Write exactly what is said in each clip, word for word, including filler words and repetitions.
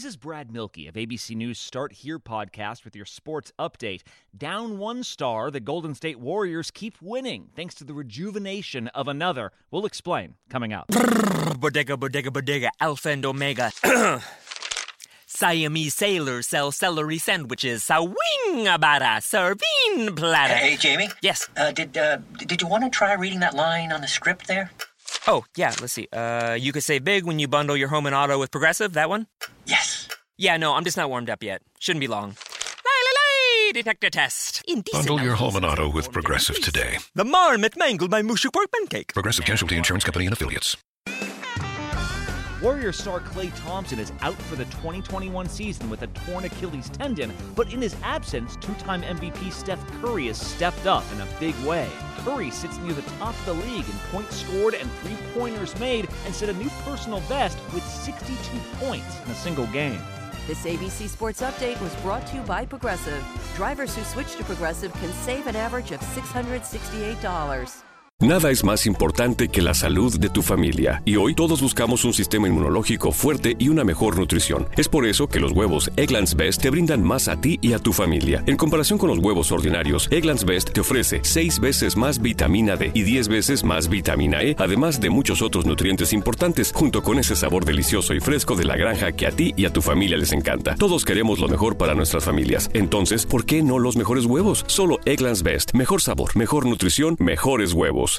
This is Brad Milkey of A B C News Start Here podcast with your sports update. Down one star, the Golden State Warriors keep winning thanks to the rejuvenation of another. We'll explain coming up. Bodega, bodega, bodega, alpha and omega. Siamese sailors sell celery sandwiches. Sawing about a serving platter. Hey, Jamie? Yes? Uh, did, uh, did you want to try reading that line on the script there? Oh, yeah, let's see. Uh, you could save big when you bundle your home and auto with Progressive, that one? Yes. Yeah, no, I'm just not warmed up yet. Shouldn't be long. Lay, detector test. Indecent Bundle your home and auto with Progressive today. The marmot mangled my mushy pork pancake. Progressive Casualty Insurance Company and Affiliates. Warriors star Klay Thompson is out for the twenty twenty-one season with a torn Achilles tendon, but in his absence, two-time M V P Steph Curry has stepped up in a big way. Curry sits near the top of the league in points scored and three-pointers made and set a new personal best with sixty-two points in a single game. This A B C Sports Update was brought to you by Progressive. Drivers who switch to Progressive can save an average of six hundred sixty-eight dollars. Nada es más importante que la salud de tu familia, y hoy todos buscamos un sistema inmunológico fuerte y una mejor nutrición. Es por eso que los huevos Eggland's Best te brindan más a ti y a tu familia. En comparación con los huevos ordinarios, Eggland's Best te ofrece seis veces más vitamina D y diez veces más vitamina E, además de muchos otros nutrientes importantes, junto con ese sabor delicioso y fresco de la granja que a ti y a tu familia les encanta. Todos queremos lo mejor para nuestras familias. Entonces, ¿por qué no los mejores huevos? Solo Eggland's Best. Mejor sabor, mejor nutrición, mejores huevos.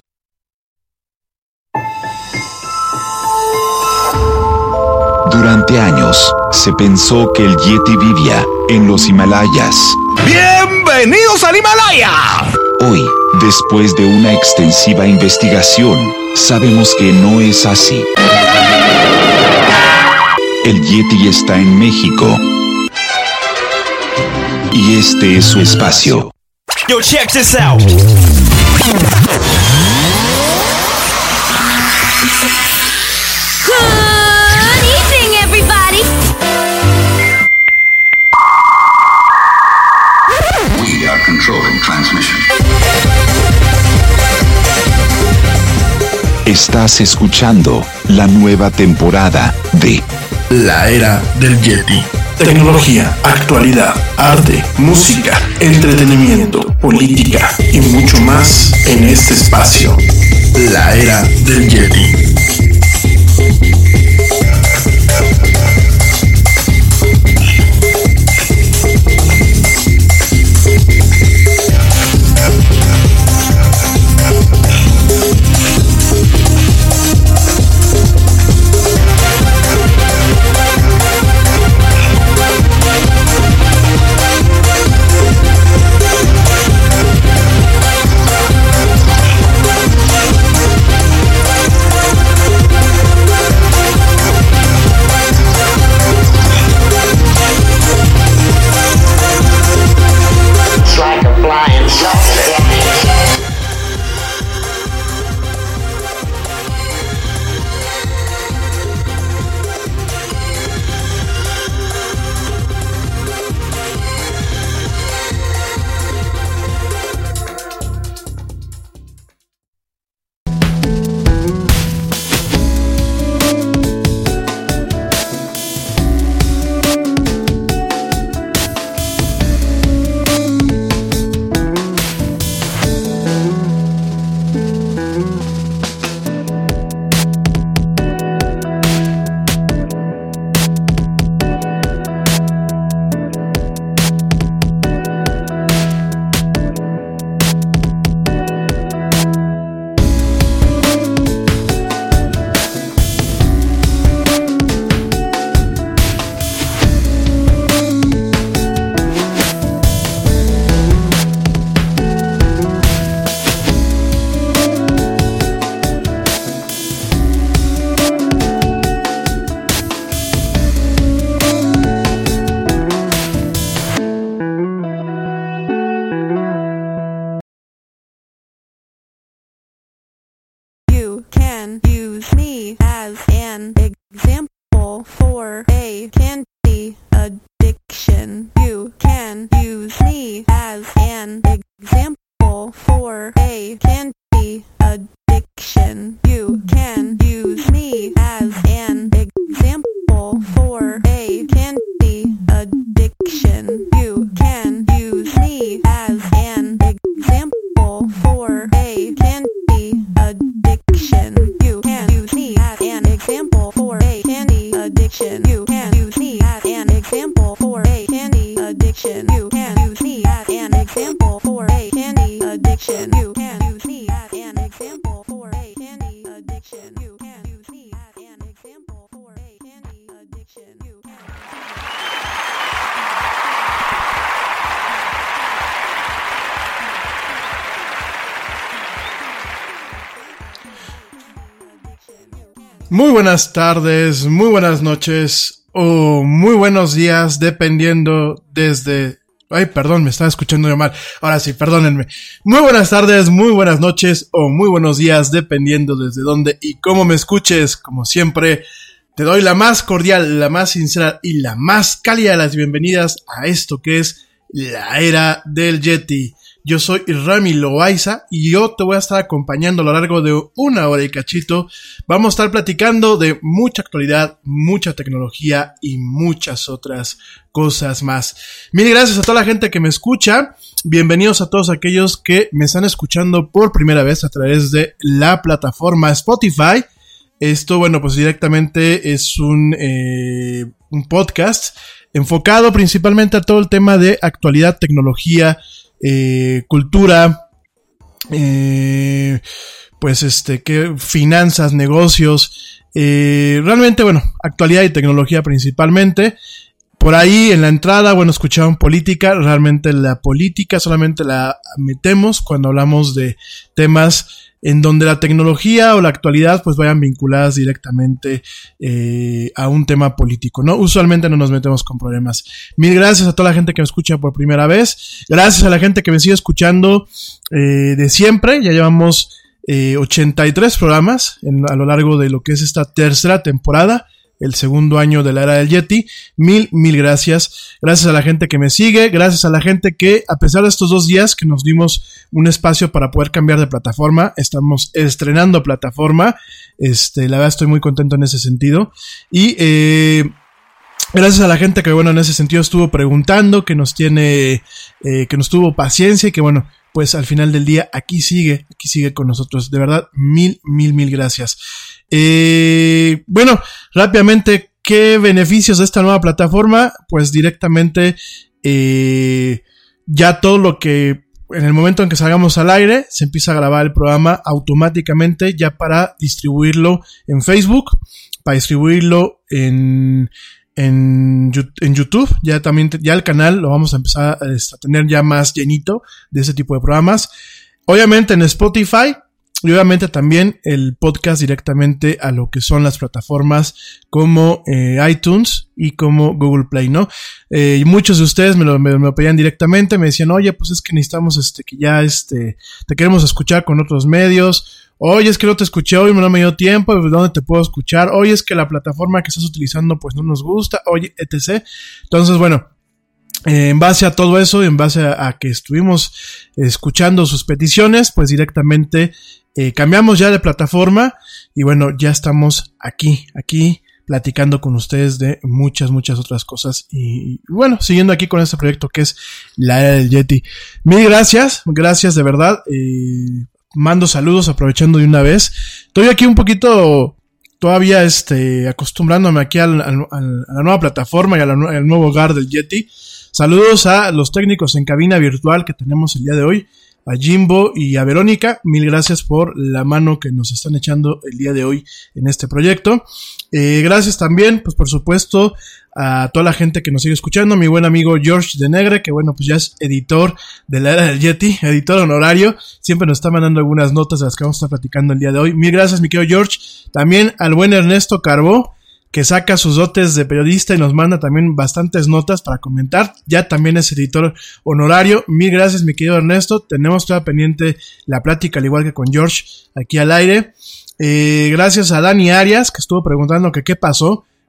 Durante años, se pensó que el Yeti vivía en los Himalayas. ¡Bienvenidos al Himalaya! Hoy, después de una extensiva investigación, sabemos que no es así. El Yeti está en México. Y este es su espacio. Yo, check this out. Good evening, everybody. We are controlling transmission. Estás escuchando la nueva temporada de La Era del Yeti. Tecnología, actualidad, arte, música, entretenimiento, política y mucho más en este espacio. La Era del Yeti. can use me as an example for a candy addiction. You can use me as an example for a candy addiction. You can use me as an example example for a candy addiction. You can use me as an example for a candy addiction. You can use me as an example for a candy addiction. You can use me as an example for a candy addiction. You can use me as an example for a candy addiction. You can use me as an example for a candy addiction. You can use me as an example for a candy addiction. You can Muy buenas tardes, muy buenas noches o muy buenos días, dependiendo desde... Ay, perdón, me estaba escuchando yo mal. Ahora sí, perdónenme. Muy buenas tardes, muy buenas noches o muy buenos días, dependiendo desde dónde y cómo me escuches. Como siempre, te doy la más cordial, la más sincera y la más cálida de las bienvenidas a esto que es la era del Yeti. Yo soy Rami Loaiza y yo te voy a estar acompañando a lo largo de una hora y cachito. Vamos a estar platicando de mucha actualidad, mucha tecnología y muchas otras cosas más. Mil gracias a toda la gente que me escucha. Bienvenidos a todos aquellos que me están escuchando por primera vez a través de la plataforma Spotify. Esto, bueno, pues directamente es un, eh, un podcast enfocado principalmente a todo el tema de actualidad, tecnología, Eh, cultura, eh, pues este, que finanzas, negocios, eh, realmente, bueno, actualidad y tecnología principalmente. Por ahí en la entrada, bueno, escucharon política. Realmente la política solamente la metemos cuando hablamos de temas en donde la tecnología o la actualidad pues vayan vinculadas directamente eh, a un tema político, ¿no? Usualmente no nos metemos con problemas. Mil gracias a toda la gente que me escucha por primera vez. Gracias a la gente que me sigue escuchando eh, de siempre. Ya llevamos eh, ochenta y tres programas en, a lo largo de lo que es esta tercera temporada, el segundo año de la era del Yeti. Mil, mil gracias. Gracias a la gente que me sigue, gracias a la gente que, a pesar de estos dos días que nos dimos un espacio para poder cambiar de plataforma, estamos estrenando plataforma, este, la verdad estoy muy contento en ese sentido, y eh, gracias a la gente que, bueno, en ese sentido estuvo preguntando, que nos tiene, eh, que nos tuvo paciencia y que, bueno, pues al final del día aquí sigue, aquí sigue con nosotros. De verdad, mil, mil, mil gracias. Eh, bueno, rápidamente, ¿qué beneficios de esta nueva plataforma? Pues directamente, eh, ya todo lo que, en el momento en que salgamos al aire, se empieza a grabar el programa automáticamente ya para distribuirlo en Facebook, para distribuirlo en... En, en YouTube, ya también, ya el canal lo vamos a empezar a, a tener ya más llenito de ese tipo de programas. Obviamente en Spotify y obviamente también el podcast directamente a lo que son las plataformas como eh, iTunes y como Google Play, ¿no? Eh, y muchos de ustedes me lo, me, me lo pedían directamente, me decían, oye, pues es que necesitamos este, que ya este, te queremos escuchar con otros medios. Oye, es que no te escuché hoy, no me dio tiempo, ¿dónde te puedo escuchar? Oye, es que la plataforma que estás utilizando pues no nos gusta, oye, etcétera. Entonces, bueno, eh, en base a todo eso, en base a, a que estuvimos escuchando sus peticiones, pues directamente eh, cambiamos ya de plataforma y bueno, ya estamos aquí, aquí platicando con ustedes de muchas, muchas otras cosas y, y bueno, siguiendo aquí con este proyecto que es la era del Yeti. Mil gracias, gracias de verdad. Eh, Mando saludos aprovechando de una vez. Estoy aquí un poquito todavía este acostumbrándome aquí al, al, al, a la nueva plataforma y a la, al nuevo hogar del Yeti. Saludos a los técnicos en cabina virtual que tenemos el día de hoy, a Jimbo y a Verónica. Mil gracias por la mano que nos están echando el día de hoy en este proyecto. Eh, gracias también, pues por supuesto, a toda la gente que nos sigue escuchando, mi buen amigo George de Negre, que bueno, pues ya es editor de la era del Yeti, editor honorario, siempre nos está mandando algunas notas de las que vamos a estar platicando el día de hoy. Mil gracias, mi querido George. También al buen Ernesto Carbó, que saca sus dotes de periodista y nos manda también bastantes notas para comentar, ya también es editor honorario. Mil gracias, mi querido Ernesto. Tenemos toda pendiente la plática, al igual que con George, aquí al aire. Eh, gracias a Dani Arias, que estuvo preguntando que qué pasó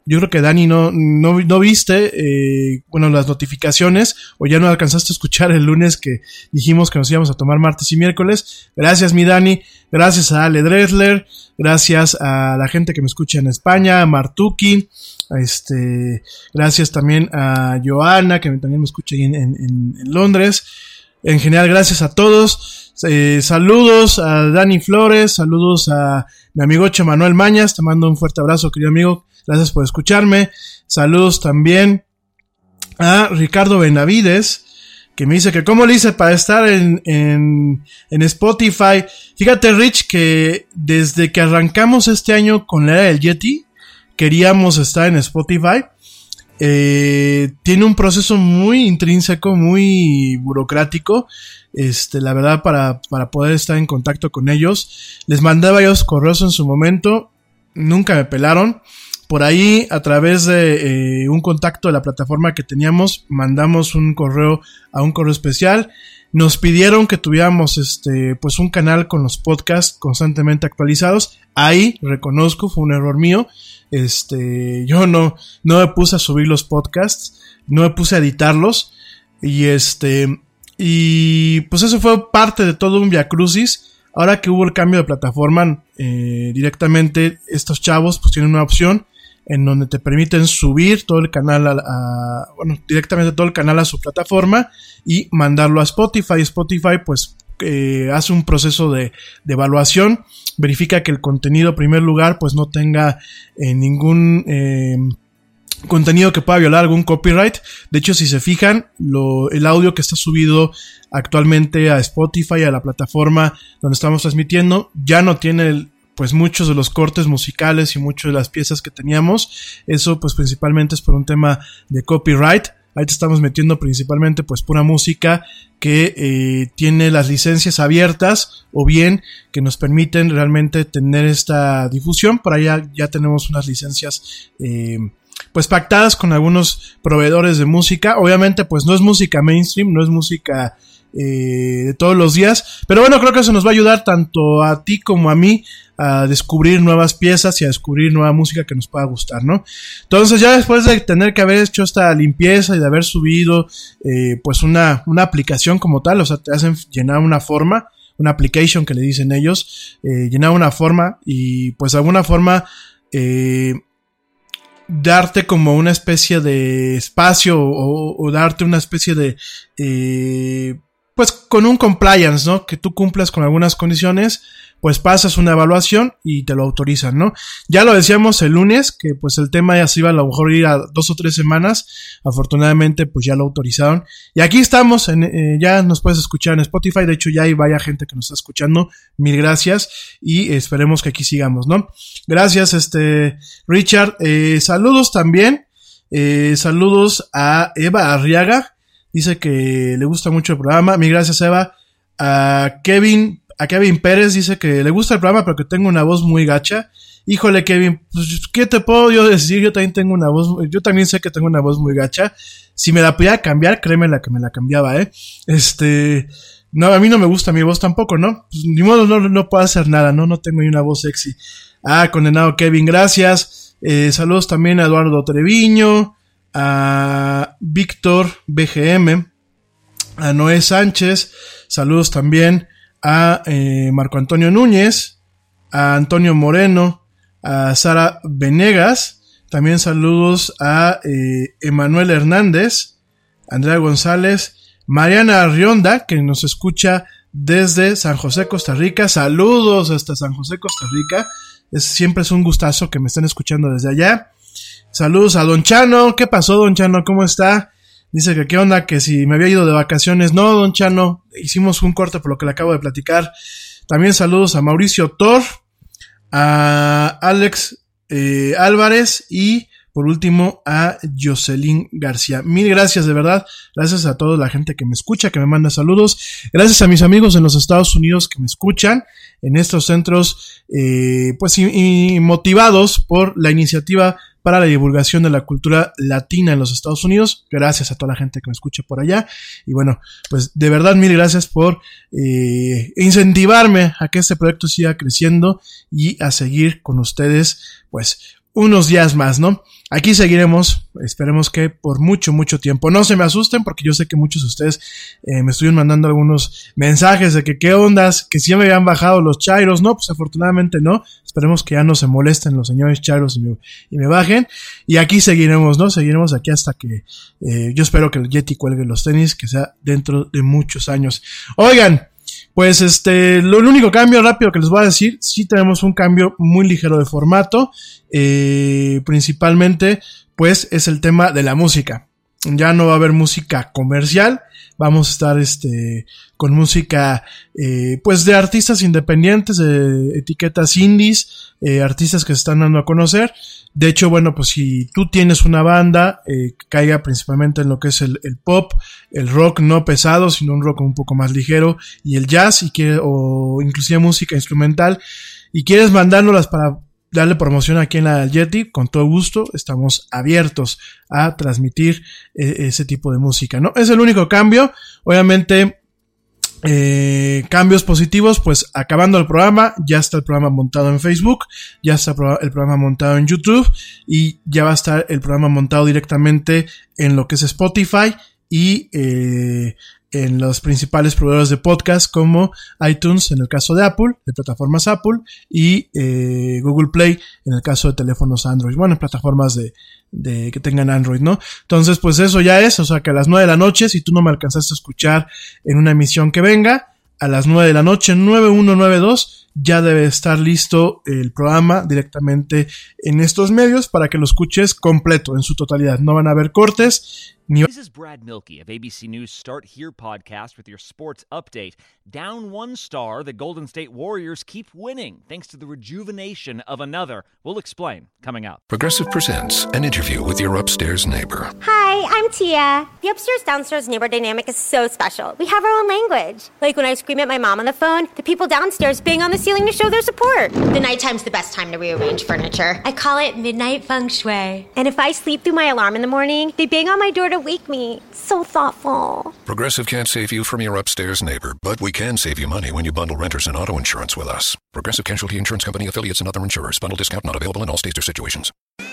yo creo que Dani no, no, no viste, eh, bueno, las notificaciones, o ya no alcanzaste a escuchar el lunes que dijimos que nos íbamos a tomar martes y miércoles. Gracias, mi Dani. Gracias a Ale Dressler. Gracias a la gente que me escucha en España, a Martuki. Este, gracias también a Joana, que también me escucha ahí en, en, en Londres. En general, gracias a todos. Eh, saludos a Dani Flores, saludos a mi amigo Che Manuel Mañas. Te mando un fuerte abrazo, querido amigo. Gracias por escucharme. Saludos también a Ricardo Benavides, que me dice que cómo le hice para estar en, en, en Spotify. Fíjate, Rich, que desde que arrancamos este año con la era del Yeti, queríamos estar en Spotify. Eh, tiene un proceso muy intrínseco, muy burocrático. Este, la verdad, para, para poder estar en contacto con ellos. Les mandé varios correos en su momento. Nunca me pelaron. Por ahí, a través de eh, un contacto de la plataforma que teníamos, mandamos un correo a un correo especial. Nos pidieron que tuviéramos este, pues un canal con los podcasts constantemente actualizados. Ahí, reconozco, fue un error mío. Este, yo no, no me puse a subir los podcasts, no me puse a editarlos. Y este, y pues eso fue parte de todo un viacrucis. Ahora que hubo el cambio de plataforma, eh, directamente estos chavos pues tienen una opción en donde te permiten subir todo el canal a, a, bueno, directamente todo el canal a su plataforma y mandarlo a Spotify. Spotify pues eh, hace un proceso de, de evaluación, verifica que el contenido en primer lugar pues no tenga eh, ningún eh, contenido que pueda violar algún copyright. De hecho, si se fijan, lo, el audio que está subido actualmente a Spotify, a la plataforma donde estamos transmitiendo, ya no tiene el, pues muchos de los cortes musicales y muchas de las piezas que teníamos. Eso pues principalmente es por un tema de copyright. Ahí te estamos metiendo principalmente pues pura música que eh, tiene las licencias abiertas o bien que nos permiten realmente tener esta difusión. Por allá ya tenemos unas licencias eh, pues pactadas con algunos proveedores de música. Obviamente pues no es música mainstream, no es música eh, de todos los días, pero bueno, creo que eso nos va a ayudar tanto a ti como a mí a descubrir nuevas piezas y a descubrir nueva música que nos pueda gustar, ¿no? Entonces ya después de tener que haber hecho esta limpieza y de haber subido eh, pues una, una aplicación como tal, o sea, te hacen llenar una forma, una application que le dicen ellos, eh, llenar una forma y pues de alguna forma eh, darte como una especie de espacio o, o darte una especie de eh, pues con un compliance, ¿no? Que tú cumplas con algunas condiciones, pues pasas una evaluación y te lo autorizan, ¿no? Ya lo decíamos el lunes, que pues el tema ya se iba a lo mejor ir a dos o tres semanas. Afortunadamente, pues ya lo autorizaron. Y aquí estamos, en, eh, ya nos puedes escuchar en Spotify. De hecho, ya hay vaya gente que nos está escuchando. Mil gracias. Y esperemos que aquí sigamos, ¿no? Gracias, este, Richard. Eh, saludos también. Eh, saludos a Eva Arriaga. Dice que le gusta mucho el programa. Mil gracias, Eva. A Kevin, a Kevin Pérez dice que le gusta el programa, pero que tengo una voz muy gacha. Híjole, Kevin, pues, ¿qué te puedo yo decir? Yo también tengo una voz, yo también sé que tengo una voz muy gacha. Si me la pudiera cambiar, créeme la que me la cambiaba, ¿eh? Este, no, a mí no me gusta mi voz tampoco, ¿no? Pues, ni modo, no, no puedo hacer nada, ¿no? No tengo ni una voz sexy. Ah, condenado Kevin, gracias. Eh, saludos también a Eduardo Treviño, a Víctor B G M, a Noé Sánchez, saludos también a eh, Marco Antonio Núñez, a Antonio Moreno, a Sara Venegas, también saludos a eh, Emanuel Hernández, Andrea González, Mariana Arrionda, que nos escucha desde San José, Costa Rica. Saludos hasta San José, Costa Rica. Es, siempre es un gustazo que me estén escuchando desde allá. Saludos a Don Chano. ¿Qué pasó, Don Chano? ¿Cómo está? Dice que qué onda, que si me había ido de vacaciones. No, Don Chano, hicimos un corte por lo que le acabo de platicar. También saludos a Mauricio Tor, a Alex eh, Álvarez y por último a Jocelyn García. Mil gracias, de verdad. Gracias a toda la gente que me escucha, que me manda saludos. Gracias a mis amigos en los Estados Unidos que me escuchan en estos centros, eh, pues y, y motivados por la iniciativa para la divulgación de la cultura latina en los Estados Unidos. Gracias a toda la gente que me escucha por allá. Y bueno, pues de verdad mil gracias por eh, incentivarme a que este proyecto siga creciendo y a seguir con ustedes, pues unos días más, ¿no? Aquí seguiremos, esperemos que por mucho, mucho tiempo. No se me asusten porque yo sé que muchos de ustedes eh, me estuvieron mandando algunos mensajes de que qué ondas, que si ya me habían bajado los chairos. No, pues afortunadamente no. Esperemos que ya no se molesten los señores chairos y me, y me bajen. Y aquí seguiremos, ¿no? Seguiremos aquí hasta que eh, yo espero que el Yeti cuelgue los tenis, que sea dentro de muchos años. Oigan, pues este, lo, el único cambio rápido que les voy a decir, sí tenemos un cambio muy ligero de formato, eh, principalmente, pues es el tema de la música. Ya no va a haber música comercial, vamos a estar este, con música, eh, pues de artistas independientes, de etiquetas indies, eh, artistas que se están dando a conocer. De hecho, bueno, pues si tú tienes una banda eh, que caiga principalmente en lo que es el, el pop, el rock no pesado, sino un rock un poco más ligero, y el jazz, y quiere, o inclusive música instrumental, y quieres mandárnoslas para darle promoción aquí en la Yeti, con todo gusto, estamos abiertos a transmitir eh, ese tipo de música, ¿no? Es el único cambio, obviamente. Eh, cambios positivos, pues acabando el programa, ya está el programa montado en Facebook, ya está el programa montado en YouTube y ya va a estar el programa montado directamente en lo que es Spotify y eh, en los principales proveedores de podcast como iTunes en el caso de Apple, de plataformas Apple, y eh, Google Play en el caso de teléfonos Android, bueno, en plataformas de, de que tengan Android, ¿no? Entonces, pues eso ya es, o sea que a las nueve de la noche, si tú no me alcanzaste a escuchar en una emisión que venga, a las nueve de la noche, nueve uno nueve dos, ya debe estar listo el programa directamente en estos medios para que lo escuches completo, en su totalidad. No van a haber cortes. Ni... This is Brad Milkey of A B C News Start Here podcast with your sports update. Down one star, the Golden State Warriors keep winning thanks to the rejuvenation of another. We'll explain coming up. Progressive presents an interview with your upstairs neighbor. Hi, I'm Tia. The upstairs-downstairs neighbor dynamic is so special. We have our own language. Like when I scream at my mom on the phone, the people downstairs bang on the ceiling to show their support. The nighttime's the best time to rearrange furniture. I call it midnight feng shui. And if I sleep through my alarm in the morning, they bang on my door to wake me. So thoughtful. Progressive can't save you from your upstairs neighbor, but we can save you money when you bundle renters and auto insurance with us. Progressive Casualty Insurance Company, affiliates, and other insurers. Bundle discount not available in all states or situations.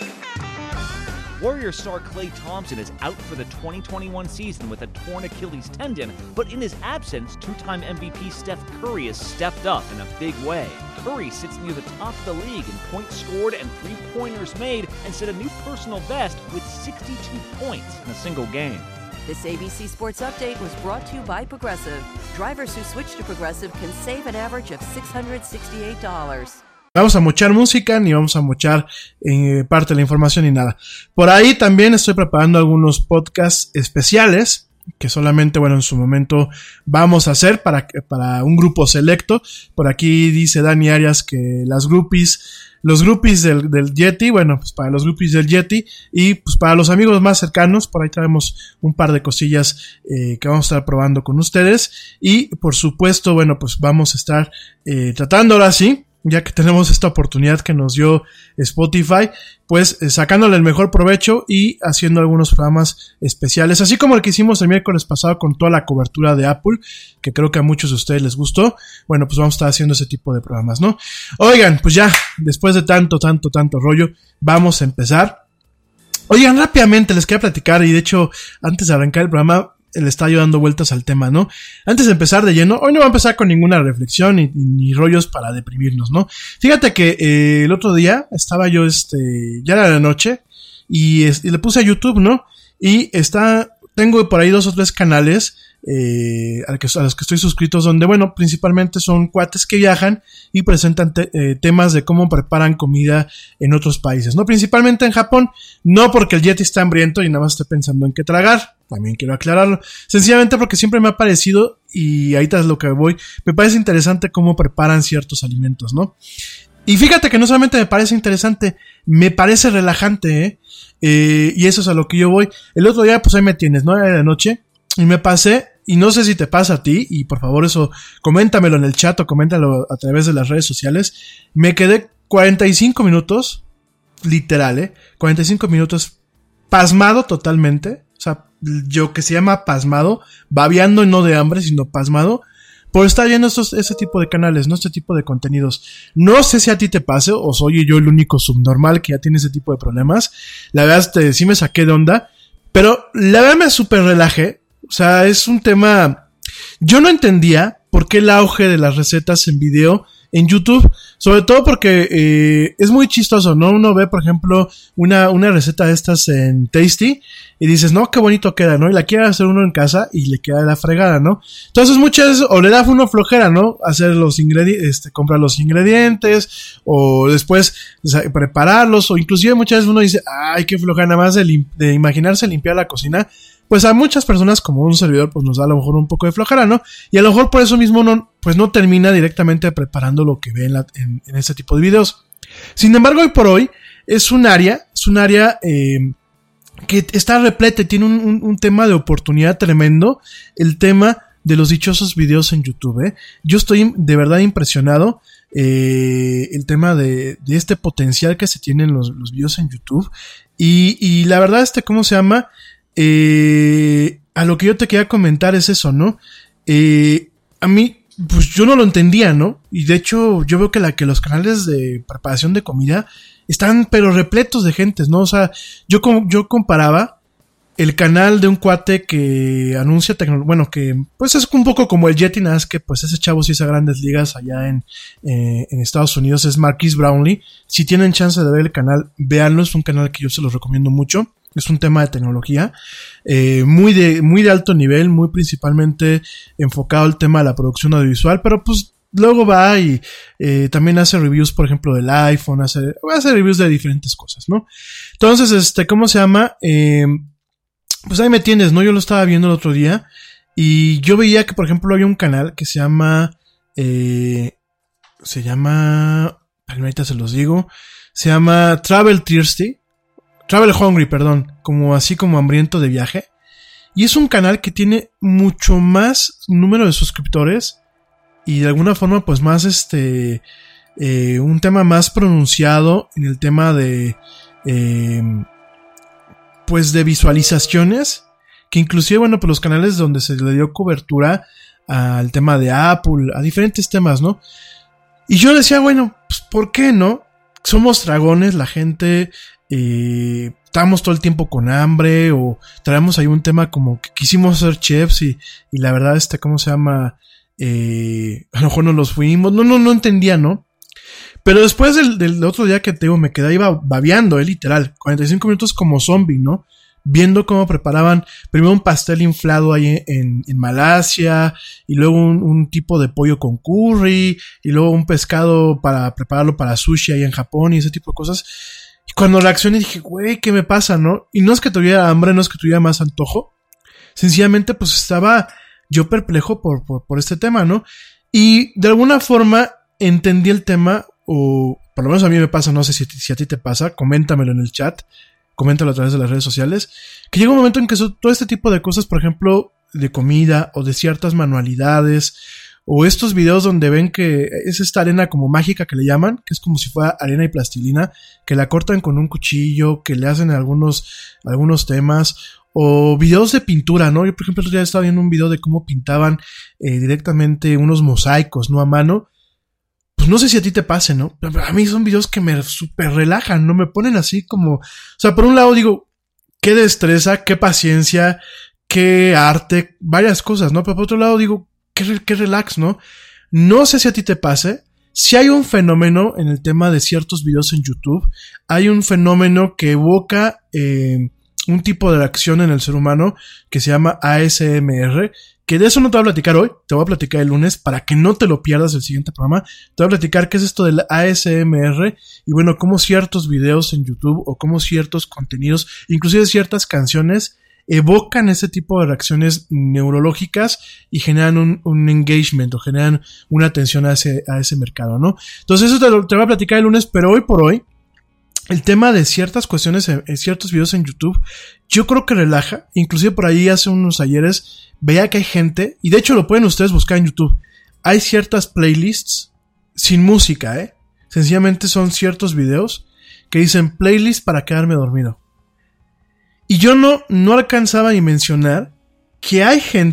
Warriors star Klay Thompson is out for the twenty twenty-one season with a torn Achilles tendon, but in his absence, two-time M V P Steph Curry has stepped up in a big way. Curry sits near the top of the league in points scored and three-pointers made and set a new personal best with sixty-two points in a single game. This A B C Sports Update was brought to you by Progressive. Drivers who switch to Progressive can save an average of six hundred sixty-eight dollars. Vamos a mochar música, ni vamos a mochar eh, parte de la información ni nada. Por ahí también estoy preparando algunos podcasts especiales que solamente, bueno, en su momento vamos a hacer para, para un grupo selecto. Por aquí dice Dani Arias que las groupies, los groupies del, del Yeti, bueno, pues para los groupies del Yeti y pues para los amigos más cercanos, por ahí traemos un par de cosillas eh, que vamos a estar probando con ustedes. Y por supuesto, bueno, pues vamos a estar eh, tratando ahora sí, ya que tenemos esta oportunidad que nos dio Spotify, pues eh, sacándole el mejor provecho y haciendo algunos programas especiales, así como el que hicimos el miércoles pasado con toda la cobertura de Apple, que creo que a muchos de ustedes les gustó. Bueno, pues vamos a estar haciendo ese tipo de programas, ¿no? Oigan, pues ya, después de tanto, tanto, tanto rollo, vamos a empezar. Oigan, rápidamente les quería platicar, y de hecho, antes de arrancar el programa, le está yo dando vueltas al tema, ¿no? Antes de empezar de lleno, hoy no voy a empezar con ninguna reflexión ni, ni rollos para deprimirnos, ¿no? Fíjate que eh, el otro día estaba yo, este, ya era la noche, y, es, y le puse a YouTube, ¿no? Y está, tengo por ahí dos o tres canales eh, a, que, a los que estoy suscritos, donde, bueno, principalmente son cuates que viajan y presentan te, eh, temas de cómo preparan comida en otros países, ¿no? Principalmente en Japón, no porque el Yeti está hambriento y nada más esté pensando en qué tragar. También quiero aclararlo, sencillamente porque siempre me ha parecido, y ahí es lo que voy, me parece interesante cómo preparan ciertos alimentos, ¿no? Y fíjate que no solamente me parece interesante, me parece relajante, ¿eh? eh y eso es a lo que yo voy. El otro día, pues ahí me tienes, ¿no? Era de noche, y me pasé, y no sé si te pasa a ti, y por favor eso, coméntamelo en el chat o coméntalo a través de las redes sociales. Me quedé cuarenta y cinco minutos, literal, ¿eh? cuarenta y cinco minutos pasmado totalmente. O sea, yo que se llama pasmado, babeando no de hambre, sino pasmado, por estar viendo estos, ese tipo de canales, ¿no? Este tipo de contenidos. No sé si a ti te pase o soy yo el único subnormal que ya tiene ese tipo de problemas. La verdad, este, sí me saqué de onda, pero la verdad me súper relajé. O sea, es un tema... Yo no entendía por qué el auge de las recetas en video en YouTube, sobre todo porque eh, es muy chistoso, ¿no? Uno ve, por ejemplo, una, una receta de estas en Tasty y dices, no, qué bonito queda, ¿no? Y la quiere hacer uno en casa y le queda de la fregada, ¿no? Entonces muchas veces, o le da uno flojera, ¿no? Hacer los ingredientes, este, comprar los ingredientes, o después o sea, prepararlos, o inclusive muchas veces uno dice, ay, qué flojera, nada más de, lim- de imaginarse limpiar la cocina. Pues a muchas personas, como un servidor, pues nos da a lo mejor un poco de flojera, ¿no? Y a lo mejor por eso mismo uno, pues no termina directamente preparando lo que ve en, la, en, en este tipo de videos. Sin embargo, hoy por hoy, es un área, es un área eh, que está repleta, tiene un, un, un tema de oportunidad tremendo, el tema de los dichosos videos en YouTube, ¿eh? Yo estoy de verdad impresionado, eh, el tema de, de este potencial que se tiene en los, los videos en YouTube, y, y la verdad, este, ¿cómo se llama? Eh, a lo que yo te quería comentar es eso, ¿no? Eh, a mí, pues yo no lo entendía, ¿no? Y de hecho, yo veo que la que los canales de preparación de comida están pero repletos de gentes, ¿no? O sea, yo, yo comparaba el canal de un cuate que anuncia tecnología, bueno, que pues es un poco como el Yeti, nada más que pues ese chavo sí es a grandes ligas allá en, eh, en Estados Unidos, es Marquis Brownlee. Si tienen chance de ver el canal, véanlo, es un canal que yo se los recomiendo mucho. Es un tema de tecnología, eh, muy de, muy de alto nivel, muy principalmente enfocado al tema de la producción audiovisual, pero pues luego va y eh, también hace reviews, por ejemplo, del iPhone, hace, hace reviews de diferentes cosas, ¿no? Entonces, este, ¿cómo se llama? Eh, pues ahí me tienes, ¿no? Yo lo estaba viendo el otro día y yo veía que, por ejemplo, había un canal que se llama, eh, se llama, ahorita se los digo, se llama Travel Thirsty, Travel Hungry, perdón, como así como hambriento de viaje. Y es un canal que tiene mucho más número de suscriptores y de alguna forma pues más este, eh, un tema más pronunciado en el tema de, eh, pues de visualizaciones, que inclusive, bueno, pues los canales donde se le dio cobertura al tema de Apple, a diferentes temas, ¿no? Y yo decía, bueno, pues ¿por qué no? Somos dragones, la gente... Eh, estamos todo el tiempo con hambre o traemos ahí un tema como que quisimos ser chefs y, y la verdad este, ¿cómo se llama? Eh, a lo mejor no los fuimos, no, no, no entendía, ¿no? Pero después del, del otro día que te digo, me quedé iba babeando, eh, literal, cuarenta y cinco minutos como zombie, ¿no? Viendo cómo preparaban primero un pastel inflado ahí en, en Malasia y luego un, un tipo de pollo con curry y luego un pescado para prepararlo para sushi ahí en Japón y ese tipo de cosas. Y cuando reaccioné dije, güey, ¿qué me pasa, no? Y no es que tuviera hambre, no es que tuviera más antojo. Sencillamente, pues estaba yo perplejo por, por, por este tema, ¿no? Y de alguna forma entendí el tema, o por lo menos a mí me pasa, no sé si, si a ti te pasa, coméntamelo en el chat, coméntalo a través de las redes sociales, que llega un momento en que eso, todo este tipo de cosas, por ejemplo, de comida o de ciertas manualidades, o estos videos donde ven que es esta arena como mágica que le llaman, que es como si fuera arena y plastilina, que la cortan con un cuchillo, que le hacen algunos, algunos temas, o videos de pintura, ¿no? Yo, por ejemplo, el otro día estaba viendo un video de cómo pintaban eh, directamente unos mosaicos, ¿no? A mano. Pues no sé si a ti te pase, ¿no? Pero a mí son videos que me súper relajan, ¿no? Me ponen así como... O sea, por un lado digo, qué destreza, qué paciencia, qué arte, varias cosas, ¿no? Pero por otro lado digo, Qué, qué relax, ¿no? No sé si a ti te pase. Si hay un fenómeno en el tema de ciertos videos en YouTube, hay un fenómeno que evoca eh, un tipo de reacción en el ser humano que se llama A S M R, que de eso no te voy a platicar hoy, te voy a platicar el lunes para que no te lo pierdas el siguiente programa. Te voy a platicar qué es esto del A S M R y bueno, cómo ciertos videos en YouTube o cómo ciertos contenidos, inclusive ciertas canciones, evocan ese tipo de reacciones neurológicas y generan un, un engagement o generan una atención a ese, a ese mercado, ¿no? Entonces eso te lo te voy a platicar el lunes, pero hoy por hoy el tema de ciertas cuestiones en, en ciertos videos en YouTube, yo creo que relaja. Inclusive por ahí hace unos ayeres veía que hay gente, y de hecho lo pueden ustedes buscar en YouTube, hay ciertas playlists sin música, ¿eh? Sencillamente son ciertos videos que dicen playlist para quedarme dormido. Y yo no, no alcanzaba ni mencionar que hay gente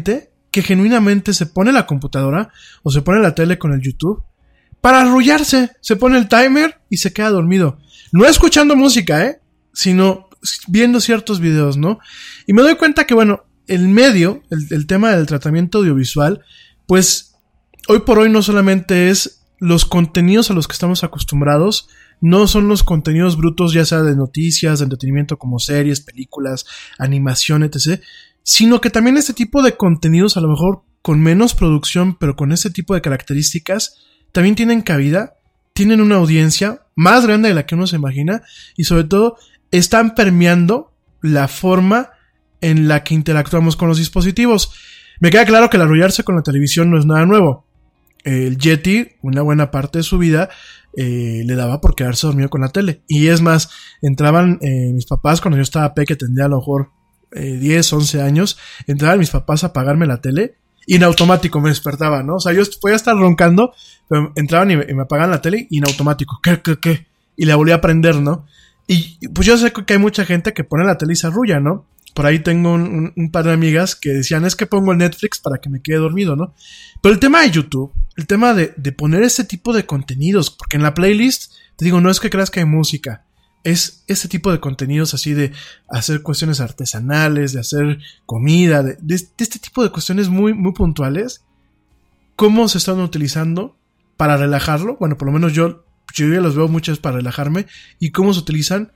que genuinamente se pone la computadora o se pone la tele con el YouTube para arrullarse. Se pone el timer y se queda dormido. No escuchando música, ¿eh? Sino viendo ciertos videos, ¿no? Y me doy cuenta que, bueno, el medio, el, el tema del tratamiento audiovisual, pues hoy por hoy no solamente es los contenidos a los que estamos acostumbrados, no son los contenidos brutos, ya sea de noticias, de entretenimiento como series, películas, animación, etcétera, sino que también este tipo de contenidos, a lo mejor con menos producción, pero con este tipo de características, también tienen cabida, tienen una audiencia más grande de la que uno se imagina, y sobre todo están permeando la forma en la que interactuamos con los dispositivos. Me queda claro que el arrullarse con la televisión no es nada nuevo. El Yeti, una buena parte de su vida, eh, le daba por quedarse dormido con la tele. Y es más, entraban eh, mis papás cuando yo estaba peque, tendría a lo mejor eh, diez, once años, entraban mis papás a apagarme la tele y en automático me despertaba, ¿no? O sea, yo podía estar roncando, pero entraban y me, y me apagaban la tele y en automático, ¿qué, qué, qué? Y la volví a prender, ¿no? Y pues yo sé que hay mucha gente que pone la tele y se arrulla, ¿no? Por ahí tengo un, un, un par de amigas que decían, es que pongo el Netflix para que me quede dormido, ¿no? Pero el tema de YouTube, el tema de, de poner ese tipo de contenidos, porque en la playlist, te digo, no es que creas que hay música, es ese tipo de contenidos así de hacer cuestiones artesanales, de hacer comida, de, de, de este tipo de cuestiones muy, muy puntuales, ¿cómo se están utilizando para relajarlo? Bueno, por lo menos yo, yo ya los veo muchas para relajarme, y cómo se utilizan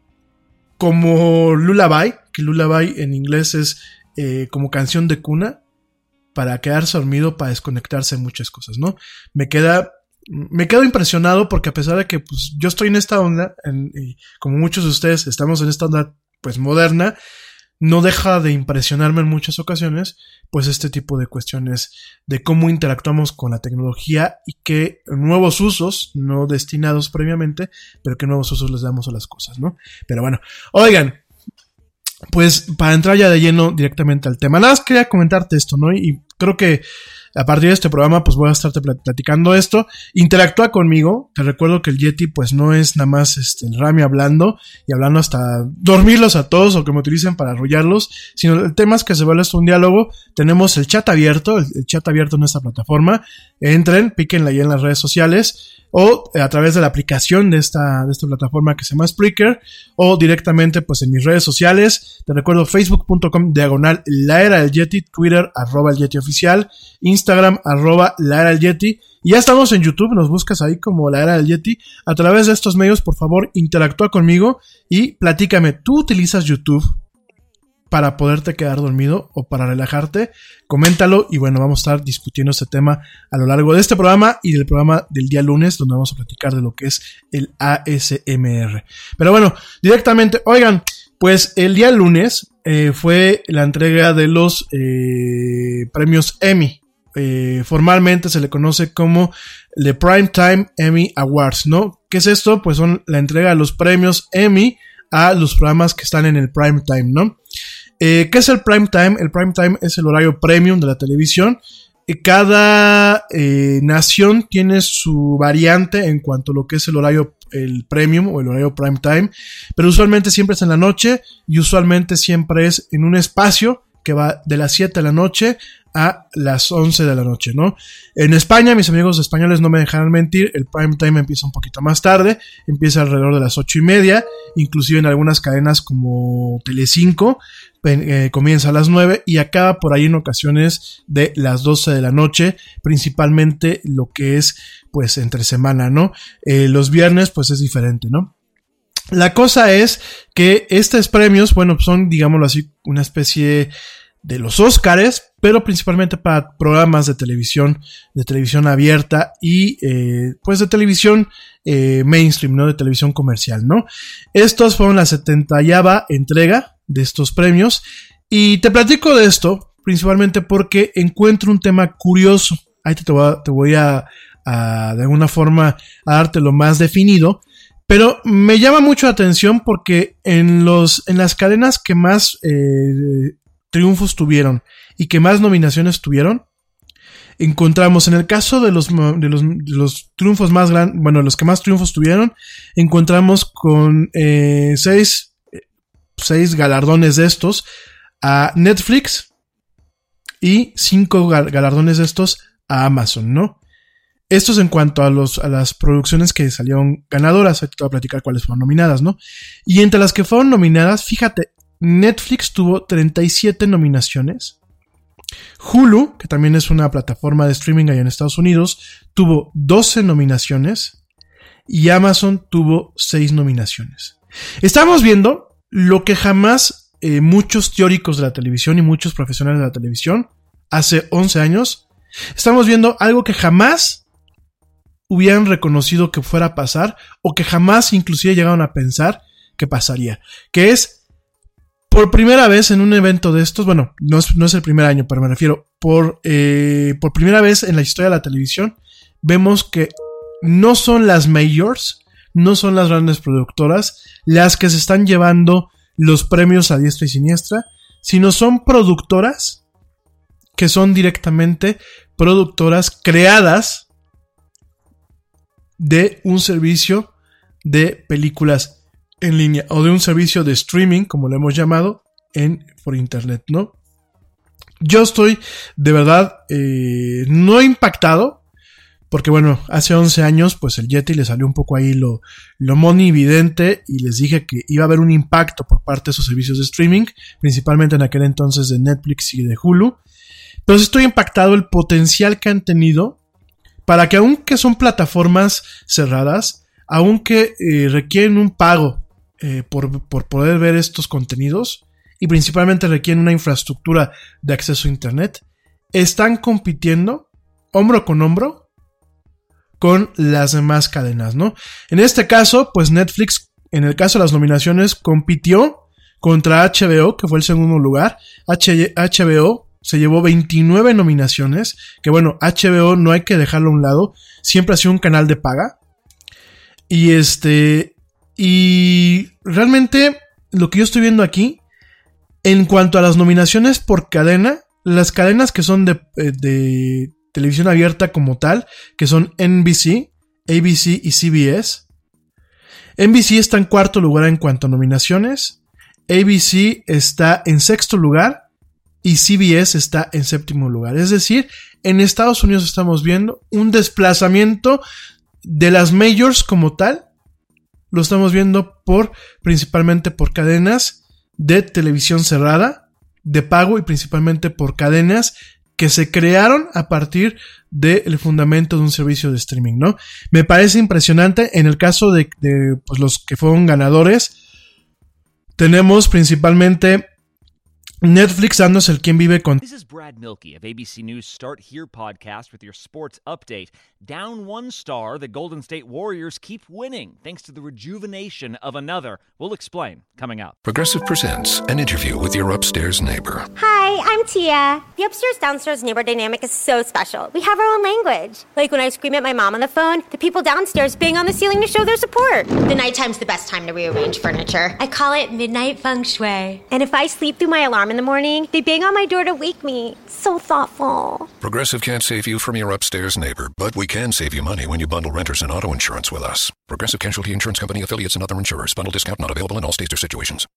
como lullaby, que lullaby en inglés es eh, como canción de cuna, para quedarse dormido, para desconectarse de muchas cosas, ¿no? Me queda, me quedo impresionado porque a pesar de que pues yo estoy en esta onda, en, y como muchos de ustedes estamos en esta onda pues moderna, no deja de impresionarme en muchas ocasiones pues este tipo de cuestiones de cómo interactuamos con la tecnología y qué nuevos usos, no destinados previamente, pero qué nuevos usos les damos a las cosas, ¿no? Pero bueno, oigan, pues para entrar ya de lleno directamente al tema, nada más quería comentarte esto, ¿no? Y creo que a partir de este programa pues voy a estarte platicando esto. Interactúa conmigo. Te recuerdo que el Yeti pues no es nada más este, el Rami hablando y hablando hasta dormirlos a todos o que me utilicen para arrullarlos, sino el tema es que se vuelve esto un diálogo. Tenemos el chat abierto, el, el chat abierto en esta plataforma. Entren, píquenla ahí en las redes sociales o a través de la aplicación de esta, de esta plataforma que se llama Spreaker, o directamente pues en mis redes sociales. Te recuerdo facebook.com diagonal la era del Yeti, Twitter arroba el Yeti oficial, Instagram arroba la era del Yeti, y ya estamos en YouTube, nos buscas ahí como la era del Yeti. A través de estos medios, por favor, interactúa conmigo y platícame, ¿tú utilizas YouTube para poderte quedar dormido o para relajarte? Coméntalo y bueno, vamos a estar discutiendo este tema a lo largo de este programa y del programa del día lunes, donde vamos a platicar de lo que es el A S M R. Pero bueno, directamente, oigan, pues el día lunes eh, fue la entrega de los eh, premios Emmy. Eh, formalmente se le conoce como The Primetime Emmy Awards, ¿no? ¿Qué es esto? Pues son la entrega de los premios Emmy a los programas que están en el prime time, ¿no? Eh, ¿Qué es el prime time? El prime time es el horario premium de la televisión. Eh, cada eh, nación tiene su variante en cuanto a lo que es el horario el premium o el horario prime time, pero usualmente siempre es en la noche y usualmente siempre es en un espacio que va de las siete de la noche a las once de la noche, ¿no? En España, mis amigos españoles no me dejarán mentir, el prime time empieza un poquito más tarde, empieza alrededor de las ocho y media, inclusive en algunas cadenas como Telecinco, eh, comienza a las nueve y acaba por ahí en ocasiones de las doce de la noche, principalmente lo que es, pues, entre semana, ¿no? Eh, los viernes, pues, es diferente, ¿no? La cosa es que estos premios, bueno, son, digámoslo así, una especie de los Óscares, pero principalmente para programas de televisión, de televisión abierta y eh, pues de televisión eh, mainstream, ¿no? De televisión comercial, ¿no? Estos fueron la setentava entrega de estos premios y te platico de esto principalmente porque encuentro un tema curioso. Ahí te voy a, te voy a, a de alguna forma a darte lo más definido. Pero me llama mucho la atención porque en los en las cadenas que más eh, triunfos tuvieron y que más nominaciones tuvieron, encontramos en el caso de los de los, de los triunfos más grandes, bueno, los que más triunfos tuvieron, encontramos con eh, seis, seis galardones de estos a Netflix y cinco galardones de estos a Amazon, ¿no? Esto es en cuanto a, los, a las producciones que salieron ganadoras. Ahorita te voy a platicar cuáles fueron nominadas, ¿no? Y entre las que fueron nominadas, fíjate, Netflix tuvo treinta y siete nominaciones. Hulu, que también es una plataforma de streaming allá en Estados Unidos, tuvo doce nominaciones. Y Amazon tuvo seis nominaciones. Estamos viendo lo que jamás eh, muchos teóricos de la televisión y muchos profesionales de la televisión, hace once años, estamos viendo algo que jamás hubieran reconocido que fuera a pasar, o que jamás inclusive llegaron a pensar que pasaría, que es, por primera vez en un evento de estos, bueno, no es, no es el primer año, pero me refiero, por, eh, por primera vez en la historia de la televisión, vemos que no son las majors, no son las grandes productoras las que se están llevando los premios a diestra y siniestra, sino son productoras que son directamente productoras creadas de un servicio de películas en línea o de un servicio de streaming, como lo hemos llamado, en por internet, ¿no? Yo estoy de verdad eh, no impactado, porque bueno, hace once años pues el Yeti le salió un poco ahí lo, lo monividente y les dije que iba a haber un impacto por parte de esos servicios de streaming, principalmente en aquel entonces de Netflix y de Hulu, pero sí estoy impactado el potencial que han tenido para que, aunque son plataformas cerradas, aunque eh, requieren un pago eh, por, por poder ver estos contenidos y principalmente requieren una infraestructura de acceso a internet, están compitiendo hombro con hombro con las demás cadenas, ¿no? En este caso, pues Netflix, en el caso de las nominaciones, compitió contra H B O, que fue el segundo lugar. H- HBO se llevó veintinueve nominaciones, que bueno, H B O no hay que dejarlo a un lado, siempre ha sido un canal de paga. Y este, y realmente lo que yo estoy viendo aquí, en cuanto a las nominaciones por cadena, las cadenas que son de, de televisión abierta como tal, que son N B C, A B C y C B S. N B C está en cuarto lugar en cuanto a nominaciones, A B C está en sexto lugar y C B S está en séptimo lugar. Es decir, en Estados Unidos estamos viendo un desplazamiento de las majors como tal. Lo estamos viendo por, principalmente por cadenas de televisión cerrada, de pago, y principalmente por cadenas que se crearon a partir del fundamento de un servicio de streaming, ¿no? Me parece impresionante. En el caso de, de pues, los que fueron ganadores, tenemos principalmente Netflix dándose el quien vive con... This is Brad Milkey of A B C News Start Here podcast with your sports update. Down one star, the Golden State Warriors keep winning thanks to the rejuvenation of another. We'll explain coming up. Progressive presents an interview with your upstairs neighbor. Hi, I'm Tia. The upstairs-downstairs neighbor dynamic is so special. We have our own language. Like when I scream at my mom on the phone, the people downstairs bang on the ceiling to show their support. The nighttime's the best time to rearrange furniture. I call it midnight feng shui. And if I sleep through my alarm in the morning, they bang on my door to wake me. So thoughtful. Progressive can't save you from your upstairs neighbor, but we can save you money when you bundle renters and auto insurance with us. Progressive Casualty Insurance Company, affiliates, and other insurers. Bundle discount not available in all states or situations.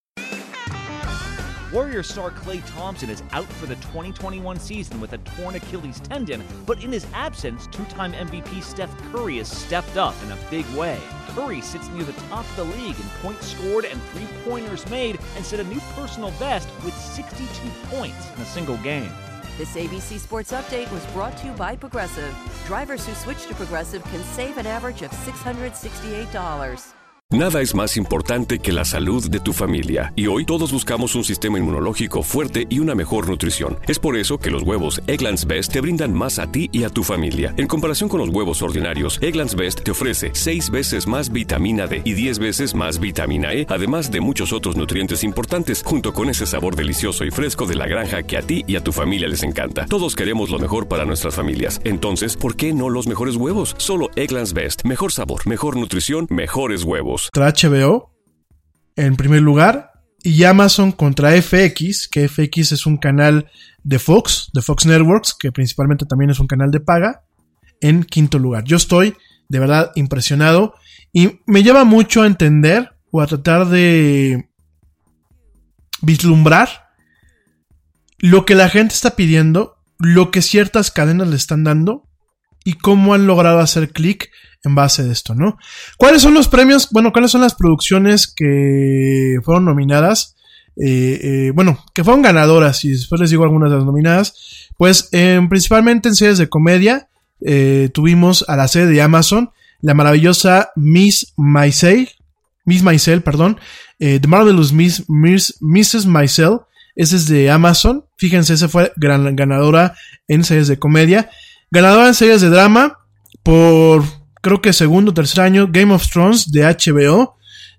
Warrior star Klay Thompson is out for the twenty twenty-one season with a torn Achilles tendon, but in his absence, two-time M V P Steph Curry has stepped up in a big way. Curry sits near the top of the league in points scored and three-pointers made and set a new personal best with sixty-two points in a single game. This A B C Sports Update was brought to you by Progressive. Drivers who switch to Progressive can save an average of six hundred sixty-eight dollars. Nada es más importante que la salud de tu familia, y hoy todos buscamos un sistema inmunológico fuerte y una mejor nutrición. Es por eso que los huevos Eggland's Best te brindan más a ti y a tu familia. En comparación con los huevos ordinarios, Eggland's Best te ofrece seis veces más vitamina D y diez veces más vitamina E, además de muchos otros nutrientes importantes, junto con ese sabor delicioso y fresco de la granja que a ti y a tu familia les encanta. Todos queremos lo mejor para nuestras familias. Entonces, ¿por qué no los mejores huevos? Solo Eggland's Best. Mejor sabor, mejor nutrición, mejores huevos. Contra H B O en primer lugar, y Amazon contra F X, que F X es un canal de Fox, de Fox Networks, que principalmente también es un canal de paga, en quinto lugar. Yo estoy de verdad impresionado y me lleva mucho a entender o a tratar de vislumbrar lo que la gente está pidiendo lo que ciertas cadenas le están dando y cómo han logrado hacer clic en base de esto, ¿no? ¿Cuáles son los premios? Bueno, ¿cuáles son las producciones que fueron nominadas? Eh, eh, bueno, que fueron ganadoras, y después les digo algunas de las nominadas. Pues eh, principalmente en series de comedia eh, tuvimos a la serie de Amazon, la maravillosa Miss Maisel, Miss Maisel, perdón, eh, The Marvelous Miss, Miss, missus Maisel, ese es de Amazon, fíjense, esa fue gran ganadora en series de comedia. Ganadora en series de drama por, creo que segundo o tercer año, Game of Thrones de H B O,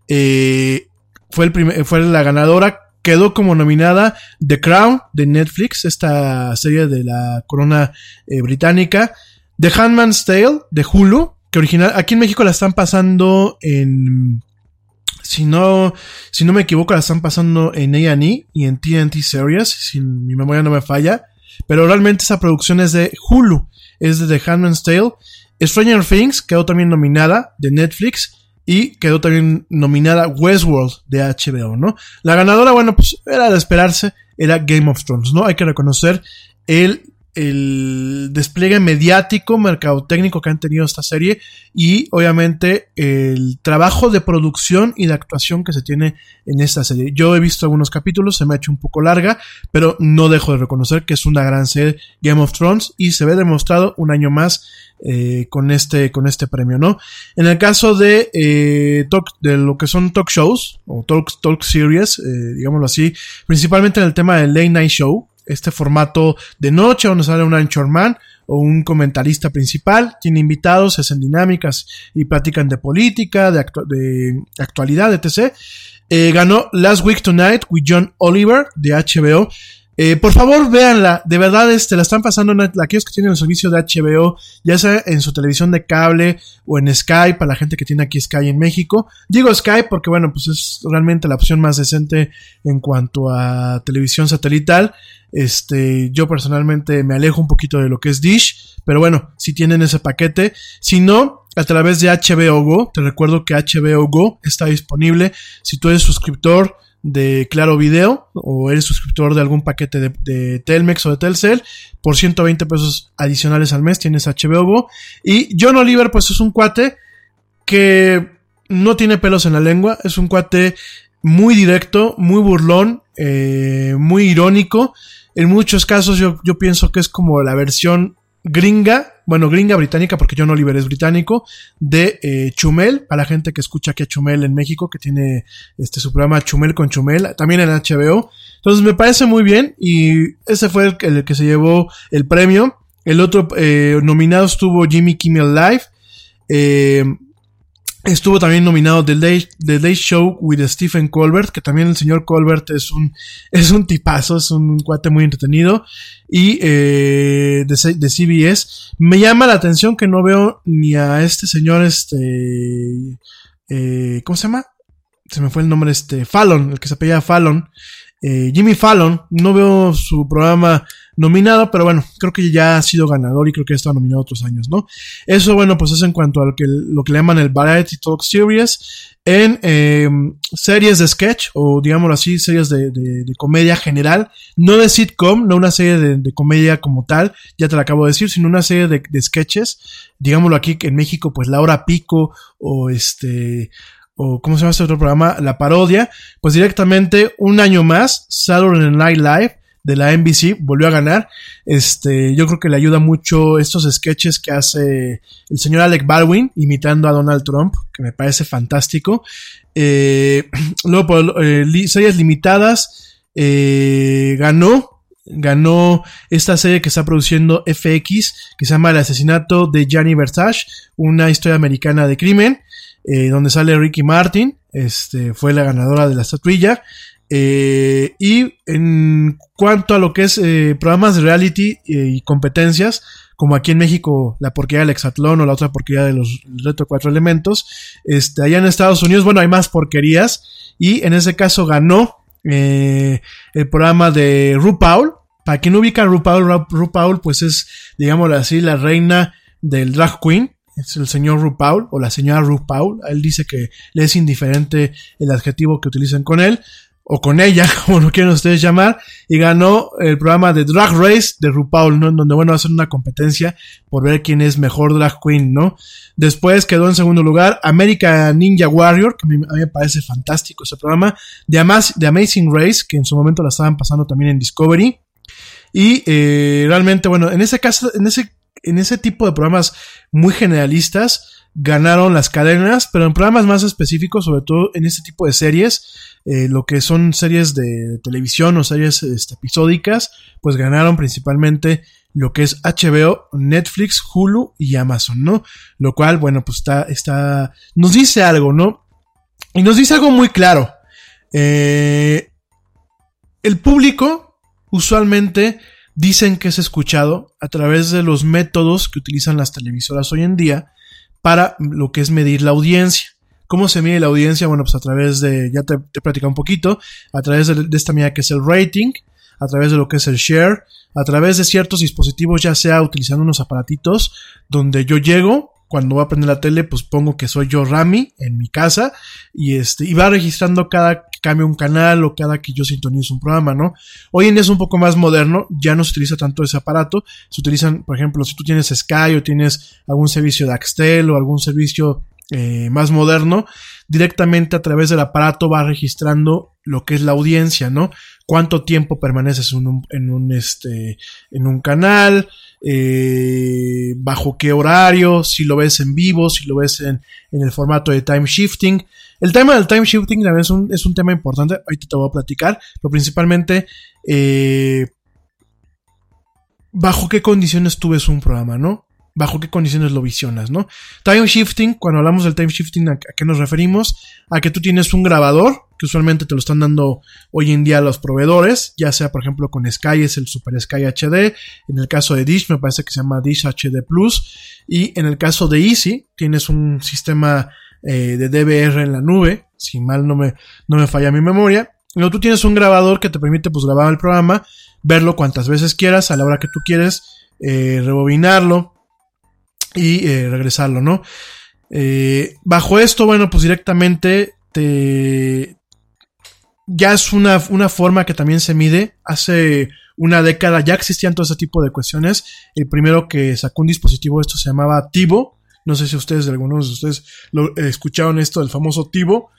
eh, fue, el primer, fue la ganadora. Quedó como nominada The Crown de Netflix, esta serie de la corona eh, británica. The Handmaid's Tale de Hulu, que original, aquí en México la están pasando en, si no, si no me equivoco, la están pasando en A and E y en T N T Series, si mi memoria no me falla. Pero realmente esa producción es de Hulu, es de The Handmaid's Tale. Stranger Things quedó también nominada de Netflix. Y quedó también nominada Westworld de H B O, ¿no? La ganadora, bueno, pues era de esperarse, era Game of Thrones, ¿no? Hay que reconocer el, el despliegue mediático, mercadotécnico que han tenido esta serie y obviamente el trabajo de producción y de actuación que se tiene en esta serie. Yo he visto algunos capítulos, se me ha hecho un poco larga, pero no dejo de reconocer que es una gran serie Game of Thrones y se ve demostrado un año más Eh, con este con este premio, ¿no? En el caso de eh, talk, de lo que son talk shows o talk, talk series, eh, digámoslo así, principalmente en el tema del late night show, este formato de noche donde sale un anchorman o un comentarista principal, tiene invitados, hacen dinámicas y platican de política, de, actu- de actualidad, etcétera. Eh, ganó Last Week Tonight with John Oliver de H B O. Eh, por favor, véanla, de verdad, este, la están pasando en aquellos que tienen el servicio de H B O, ya sea en su televisión de cable o en Sky, para la gente que tiene aquí Sky en México. Digo Sky porque, bueno, pues es realmente la opción más decente en cuanto a televisión satelital. Este, yo personalmente me alejo un poquito de lo que es Dish, pero bueno, si tienen ese paquete, si no, a través de H B O Go, te recuerdo que H B O Go está disponible si tú eres suscriptor de Claro Video o eres suscriptor de algún paquete de, de Telmex o de Telcel, por ciento veinte pesos adicionales al mes tienes H B O Go. Y John Oliver pues es un cuate que no tiene pelos en la lengua, es un cuate muy directo, muy burlón, eh, muy irónico. En muchos casos yo, yo pienso que es como la versión gringa, bueno, gringa británica, porque John Oliver es británico, de eh, Chumel, para la gente que escucha aquí a Chumel en México, que tiene este su programa Chumel con Chumel, también en H B O. Entonces me parece muy bien, y ese fue el, el que se llevó el premio. El otro eh, nominado estuvo Jimmy Kimmel Live, eh, estuvo también nominado The Late, The Late Show with Stephen Colbert, que también el señor Colbert es un es un tipazo, es un cuate muy entretenido, y eh, de, de C B S. Me llama la atención que no veo ni a este señor, este eh, ¿cómo se llama? Se me fue el nombre, este Fallon, el que se apellida Fallon, eh, Jimmy Fallon. No veo su programa nominado, pero bueno, creo que ya ha sido ganador y creo que ha estado nominado otros años, ¿no? Eso, bueno, pues es en cuanto a lo que, lo que le llaman el Variety Talk Series. En eh, series de sketch, o digámoslo así, series de, de, de comedia general, no de sitcom, no una serie de, de comedia como tal, ya te la acabo de decir, sino una serie de, de sketches, digámoslo aquí en México, pues La Hora Pico, o este... o ¿cómo se llama este otro programa? La Parodia. Pues directamente un año más, Saturday Night Live de la N B C volvió a ganar. Este, yo creo que le ayuda mucho estos sketches que hace el señor Alec Baldwin imitando a Donald Trump, que me parece fantástico. Eh, luego por eh, li, series limitadas, eh, ganó ganó esta serie que está produciendo F X, que se llama El asesinato de Gianni Versace, una historia americana de crimen, eh, donde sale Ricky Martin. Este, fue la ganadora de la estatuilla. Eh, y en cuanto a lo que es eh, programas de reality eh, y competencias, como aquí en México la porquería del Hexatlón o la otra porquería de los Reto Cuatro Elementos, este, allá en Estados Unidos, bueno, hay más porquerías, y en ese caso ganó eh, el programa de RuPaul. Para quien no ubica a RuPaul, Ru- RuPaul pues es, digámoslo así, la reina del drag queen. Es el señor RuPaul o la señora RuPaul. Él dice que le es indiferente el adjetivo que utilicen con él. o con ella, como lo quieran ustedes llamar, y ganó el programa de Drag Race de RuPaul, ¿no? En donde, bueno, va a ser una competencia por ver quién es mejor drag queen, ¿no? Después quedó en segundo lugar American Ninja Warrior, que a mí, a mí me parece fantástico ese programa, de, Ama- de Amazing Race, que en su momento la estaban pasando también en Discovery, y eh, realmente, bueno, en ese caso, en ese, en ese tipo de programas muy generalistas, ganaron las cadenas, pero en programas más específicos, sobre todo en este tipo de series, eh, lo que son series de televisión o series este, episódicas, pues ganaron principalmente lo que es H B O, Netflix, Hulu y Amazon, ¿no? Lo cual, bueno, pues está, está, nos dice algo, ¿no? Y nos dice algo muy claro. Eh, el público usualmente dicen que es escuchado a través de los métodos que utilizan las televisoras hoy en día para lo que es medir la audiencia. ¿Cómo se mide la audiencia? Bueno, pues a través de, ya te, te he platicado un poquito, a través de, de esta medida que es el rating, a través de lo que es el share, a través de ciertos dispositivos, ya sea utilizando unos aparatitos donde yo llego, cuando voy a prender la tele, pues pongo que soy yo Rami en mi casa y este, y va registrando cada que cambio un canal o cada que yo sintonizo un programa, ¿no? Hoy en día es un poco más moderno, ya no se utiliza tanto ese aparato, se utilizan, por ejemplo, si tú tienes Sky o tienes algún servicio de Axtel o algún servicio eh, más moderno, directamente a través del aparato va registrando lo que es la audiencia, ¿no? Cuánto tiempo permaneces en un, en un este, en un canal, eh, bajo qué horario, si lo ves en vivo, si lo ves en, en el formato de time shifting. El tema del time shifting también es un, es un tema importante, ahorita te voy a platicar, pero principalmente, eh, bajo qué condiciones tú ves un programa, ¿no? Bajo qué condiciones lo visionas, ¿no? Time shifting, cuando hablamos del time shifting, ¿a qué nos referimos? A que tú tienes un grabador, que usualmente te lo están dando hoy en día los proveedores, ya sea por ejemplo con Sky es el Super Sky H D, en el caso de Dish me parece que se llama Dish H D Plus, y en el caso de Easy tienes un sistema eh, de D V R en la nube, si mal no me, no me falla mi memoria. Luego tú tienes un grabador que te permite pues grabar el programa, verlo cuantas veces quieras, a la hora que tú quieres, eh, rebobinarlo y eh, regresarlo, ¿no? Eh, bajo esto, bueno, pues directamente te... ya es una, una forma que también se mide. Hace una década ya existían todo ese tipo de cuestiones. El primero que sacó un dispositivo de esto se llamaba TiVo. No sé si ustedes, algunos de ustedes lo eh, escucharon esto del famoso TiVo.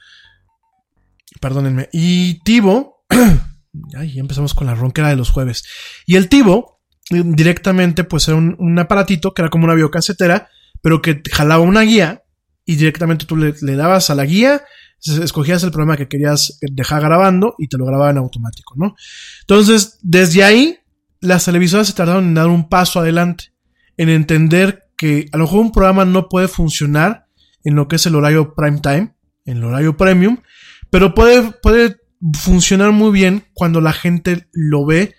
Perdónenme. Y TiVo, ay, ya empezamos con la ronquera de los jueves. Y el TiVo directamente pues era un, un aparatito que era como una videocasetera, pero que jalaba una guía y directamente tú le, le dabas a la guía, escogías el programa que querías dejar grabando y te lo grababa en automático, ¿no? Entonces, desde ahí, las televisoras se tardaron en dar un paso adelante, en entender que a lo mejor un programa no puede funcionar en lo que es el horario prime time, en el horario premium, pero puede, puede funcionar muy bien cuando la gente lo ve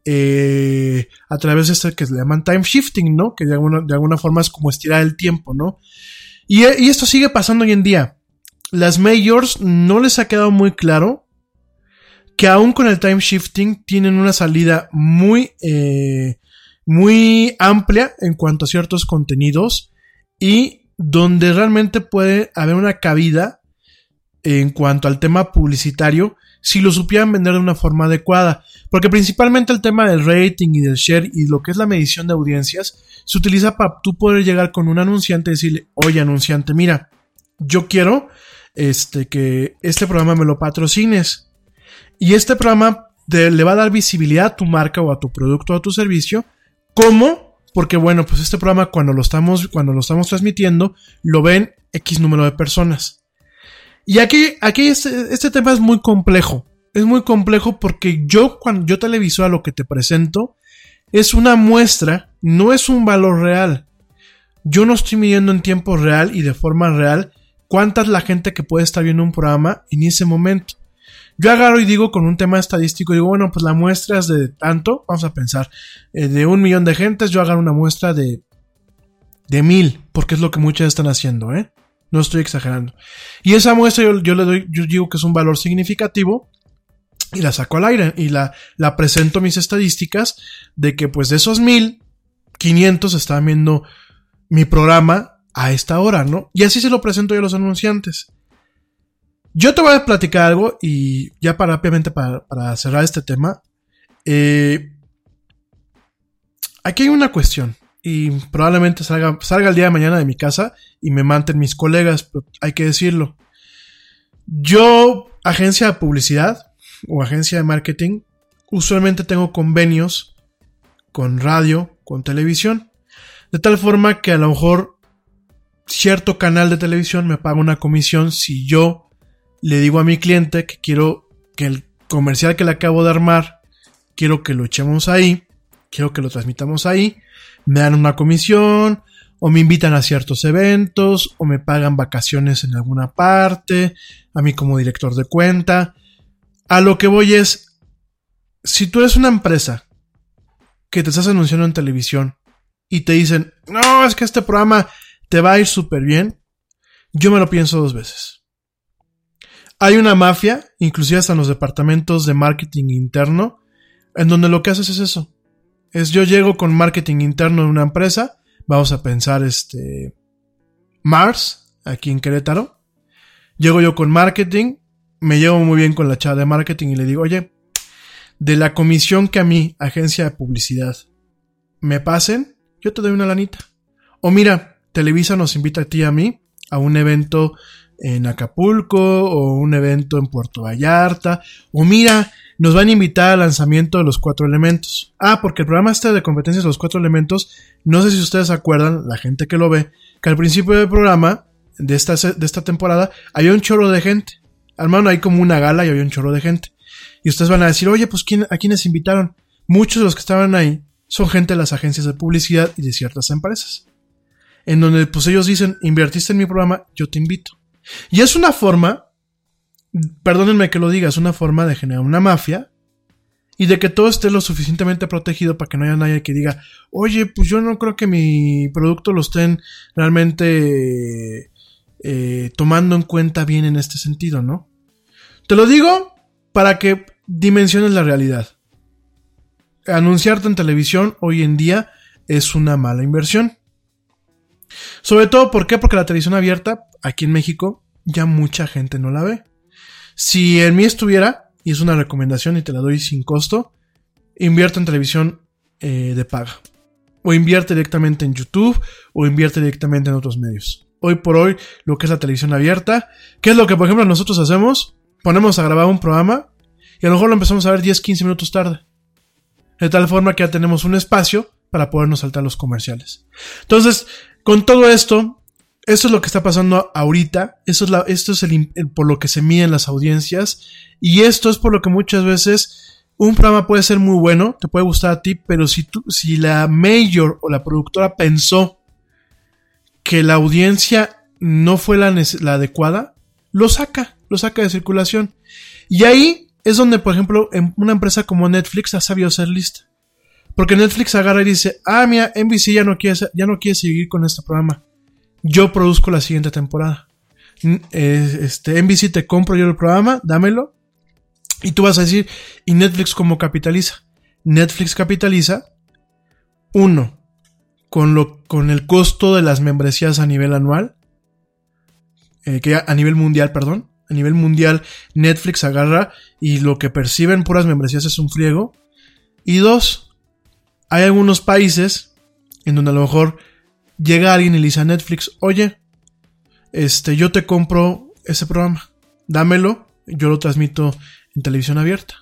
Eh, a través de este que le llaman time shifting, ¿no? Que de alguna, de alguna forma es como estirar el tiempo, ¿no? Y, y esto sigue pasando hoy en día. Las majors no les ha quedado muy claro que aún con el time shifting tienen una salida muy, eh, muy amplia en cuanto a ciertos contenidos y donde realmente puede haber una cabida en cuanto al tema publicitario si lo supieran vender de una forma adecuada, porque principalmente el tema del rating y del share y lo que es la medición de audiencias se utiliza para tú poder llegar con un anunciante y decirle, oye anunciante, mira, yo quiero este que este programa me lo patrocines y este programa te, le va a dar visibilidad a tu marca o a tu producto o a tu servicio. ¿Cómo? Porque bueno, pues este programa cuando lo estamos cuando lo estamos transmitiendo lo ven X número de personas. Y aquí, aquí este, este tema es muy complejo. Es muy complejo porque yo, cuando yo televisora lo que te presento, es una muestra, no es un valor real. Yo no estoy midiendo en tiempo real y de forma real cuánta es la gente que puede estar viendo un programa en ese momento. Yo agarro y digo con un tema estadístico, digo, bueno, pues la muestra es de tanto, vamos a pensar, eh, de un millón de gentes, yo agarro una muestra de, de mil, porque es lo que muchas están haciendo, ¿eh? No estoy exagerando. Y esa muestra yo, yo le doy, yo digo que es un valor significativo y la saco al aire y la, la presento mis estadísticas de que pues de esos mil, quinientos estaban viendo mi programa a esta hora, ¿no? Y así se lo presento yo a los anunciantes. Yo te voy a platicar algo y ya para rápidamente para, para cerrar este tema. Eh, aquí hay una cuestión y probablemente salga, salga el día de mañana de mi casa y me maten mis colegas, pero hay que decirlo. Yo, agencia de publicidad o agencia de marketing, usualmente tengo convenios con radio, con televisión, de tal forma que a lo mejor cierto canal de televisión me paga una comisión si yo le digo a mi cliente que quiero que el comercial que le acabo de armar, quiero que lo echemos ahí, quiero que lo transmitamos ahí, me dan una comisión, o me invitan a ciertos eventos, o me pagan vacaciones en alguna parte, a mí como director de cuenta. A lo que voy es, si tú eres una empresa que te estás anunciando en televisión y te dicen, no, es que este programa te va a ir súper bien, yo me lo pienso dos veces. Hay una mafia, inclusive hasta en los departamentos de marketing interno, en donde lo que haces es eso. Es yo llego con marketing interno de una empresa, vamos a pensar este Mars, aquí en Querétaro. Llego yo con marketing, me llevo muy bien con la chava de marketing y le digo, oye, de la comisión que a mí, agencia de publicidad, me pasen, yo te doy una lanita. O mira, Televisa nos invita a ti y a mí a un evento en Acapulco o un evento en Puerto Vallarta. O mira, nos van a invitar al lanzamiento de Los Cuatro Elementos. Ah, porque el programa este de competencias de Los Cuatro Elementos, no sé si ustedes se acuerdan, la gente que lo ve, que al principio del programa, de esta, de esta temporada, había un chorro de gente. Hermano, hay como una gala y había un chorro de gente. Y ustedes van a decir, oye, pues ¿quién, ¿a quiénes invitaron? Muchos de los que estaban ahí son gente de las agencias de publicidad y de ciertas empresas. En donde pues ellos dicen, invertiste en mi programa, yo te invito. Y es una forma, perdónenme que lo diga, es una forma de generar una mafia y de que todo esté lo suficientemente protegido para que no haya nadie que diga, oye, pues yo no creo que mi producto lo estén realmente eh, tomando en cuenta bien en este sentido, ¿no? Te lo digo para que dimensiones la realidad. Anunciarte en televisión hoy en día es una mala inversión. Sobre todo, ¿por qué? Porque la televisión abierta, aquí en México, ya mucha gente no la ve. Si en mí estuviera, y es una recomendación y te la doy sin costo, invierte en televisión eh, de paga. O invierte directamente en YouTube, o invierte directamente en otros medios. Hoy por hoy, lo que es la televisión abierta, ¿qué es lo que, por ejemplo, nosotros hacemos? Ponemos a grabar un programa, y a lo mejor lo empezamos a ver diez, quince minutos tarde. De tal forma que ya tenemos un espacio para podernos saltar los comerciales. Entonces, con todo esto, esto es lo que está pasando ahorita, esto es, la, esto es el, el, por lo que se miden las audiencias, y esto es por lo que muchas veces un programa puede ser muy bueno, te puede gustar a ti, pero si, tú, si la mayor o la productora pensó que la audiencia no fue la, la adecuada, lo saca, lo saca de circulación. Y ahí es donde, por ejemplo, en una empresa como Netflix ha sabido ser lista. Porque Netflix agarra y dice, ah, mira, N B C ya no quiere, ya no quiere seguir con este programa. Yo produzco la siguiente temporada. Este, N B C te compro yo el programa, dámelo. Y tú vas a decir, ¿y Netflix cómo capitaliza? Netflix capitaliza, uno, con lo, con el costo de las membresías a nivel anual, eh, que a nivel mundial, perdón. A nivel mundial, Netflix agarra y lo que perciben puras membresías es un friego. Y dos, hay algunos países en donde a lo mejor llega alguien y le dice a Netflix, oye, este, yo te compro ese programa, dámelo, yo lo transmito en televisión abierta.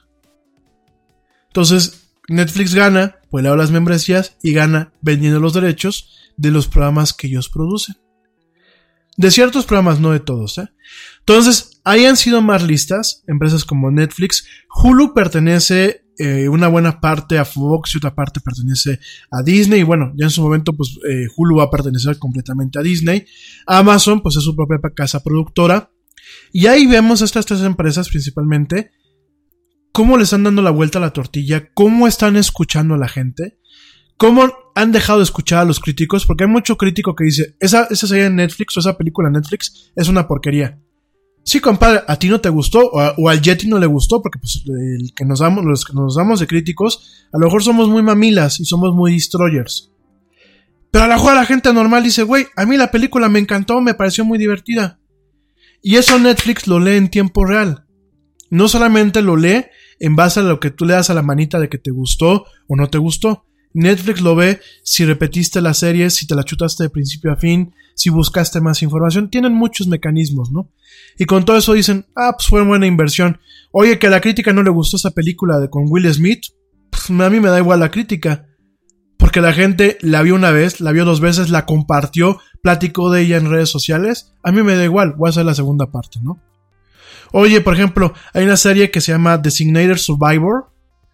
Entonces, Netflix gana, pues le da las membresías y gana vendiendo los derechos de los programas que ellos producen. De ciertos programas, no de todos, ¿eh? Entonces, ahí han sido más listas empresas como Netflix. Hulu pertenece eh, una buena parte a Fox y otra parte pertenece a Disney. Y bueno, ya en su momento, pues eh, Hulu va a pertenecer completamente a Disney. Amazon, pues es su propia casa productora. Y ahí vemos estas tres empresas principalmente, cómo le están dando la vuelta a la tortilla, cómo están escuchando a la gente, cómo han dejado de escuchar a los críticos, porque hay mucho crítico que dice, esa, esa serie en Netflix o esa película en Netflix es una porquería. Sí, compadre, a ti no te gustó, o, a, o al Yeti no le gustó, porque pues el que nos damos, los que nos damos de críticos, a lo mejor somos muy mamilas y somos muy destroyers. Pero a lo mejor la gente normal dice, güey, a mí la película me encantó, me pareció muy divertida. Y eso Netflix lo lee en tiempo real. No solamente lo lee en base a lo que tú le das a la manita de que te gustó o no te gustó. Netflix lo ve si repetiste la serie, si te la chutaste de principio a fin, si buscaste más información. Tienen muchos mecanismos, ¿no? Y con todo eso dicen, ah, pues fue buena inversión. Oye, que a la crítica no le gustó esa película de con Will Smith, pues a mí me da igual la crítica. Porque la gente la vio una vez, la vio dos veces, la compartió, platicó de ella en redes sociales. A mí me da igual, voy a hacer la segunda parte, ¿no? Oye, por ejemplo, hay una serie que se llama Designated Survivor,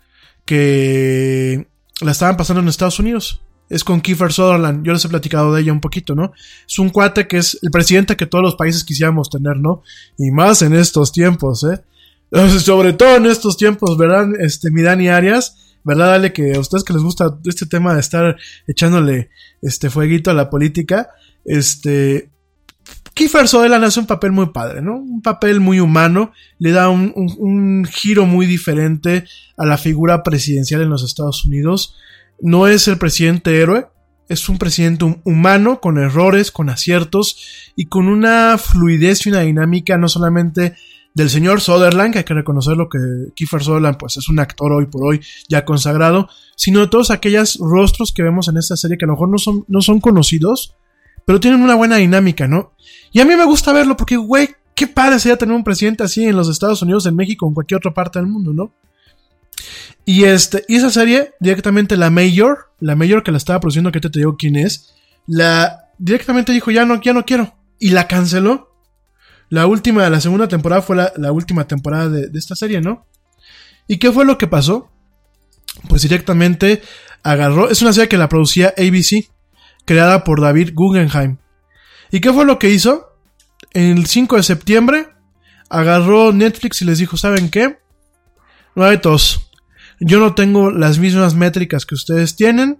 que la estaban pasando en Estados Unidos. Es con Kiefer Sutherland, yo les he platicado de ella un poquito, ¿no? Es un cuate que es el presidente que todos los países quisiéramos tener, ¿no? Y más en estos tiempos, ¿eh? Sobre todo en estos tiempos, ¿verdad? Este, mi Dani Arias, ¿verdad? Dale, que a ustedes que les gusta este tema de estar echándole este fueguito a la política, este... Kiefer Sutherland hace un papel muy padre, ¿no? Un papel muy humano, le da un, un, un giro muy diferente a la figura presidencial en los Estados Unidos. No es el presidente héroe, es un presidente humano, con errores, con aciertos y con una fluidez y una dinámica no solamente del señor Sutherland, que hay que reconocerlo que Kiefer Sutherland pues es un actor hoy por hoy ya consagrado, sino de todos aquellos rostros que vemos en esta serie que a lo mejor no son, no son conocidos, pero tienen una buena dinámica, ¿no? Y a mí me gusta verlo porque, güey, qué padre sería tener un presidente así en los Estados Unidos, en México, en cualquier otra parte del mundo, ¿no? Y este, y esa serie, directamente la Mayor, la Mayor que la estaba produciendo, que te, te digo quién es, la, directamente dijo, ya no, ya no quiero, y la canceló. La última, la segunda temporada fue la, la última temporada de, de esta serie, ¿no? ¿Y qué fue lo que pasó? Pues directamente agarró, es una serie que la producía A B C, creada por David Guggenheim. ¿Y qué fue lo que hizo? El cinco de septiembre agarró Netflix y les dijo, ¿saben qué? No hay tos. Yo no tengo las mismas métricas que ustedes tienen.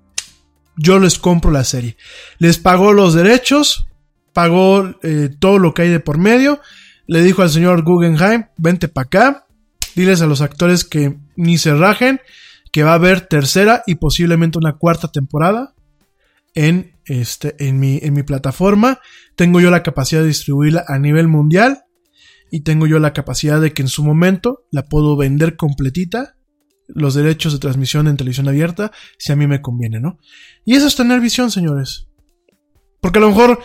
Yo les compro la serie. Les pagó los derechos, pagó eh, todo lo que hay de por medio. Le dijo al señor Guggenheim, vente para acá, diles a los actores que ni se rajen, que va a haber tercera y posiblemente una cuarta temporada en este en mi en mi plataforma. Tengo yo la capacidad de distribuirla a nivel mundial y tengo yo la capacidad de que en su momento la puedo vender completita, los derechos de transmisión en televisión abierta, si a mí me conviene, ¿no? Y eso es tener visión, señores. Porque a lo mejor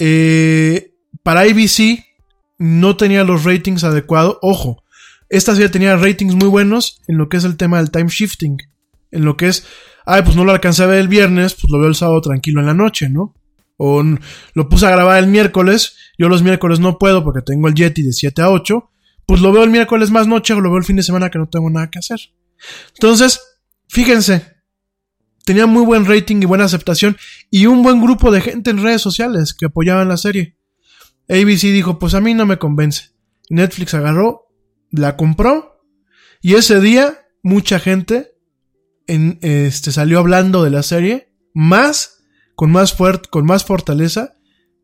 eh, para A B C no tenía los ratings adecuados. Ojo, esta serie tenía ratings muy buenos en lo que es el tema del time shifting, en lo que es, ay, pues no lo alcancé a ver el viernes, pues lo veo el sábado tranquilo en la noche, ¿no? O lo puse a grabar el miércoles, yo los miércoles no puedo porque tengo el Yeti de siete a ocho, pues lo veo el miércoles más noche o lo veo el fin de semana que no tengo nada que hacer. Entonces, fíjense, tenía muy buen rating y buena aceptación y un buen grupo de gente en redes sociales que apoyaban la serie. A B C dijo, pues a mí no me convence. Netflix agarró, la compró y ese día mucha gente en, este, salió hablando de la serie más, con más fuerte, con más fortaleza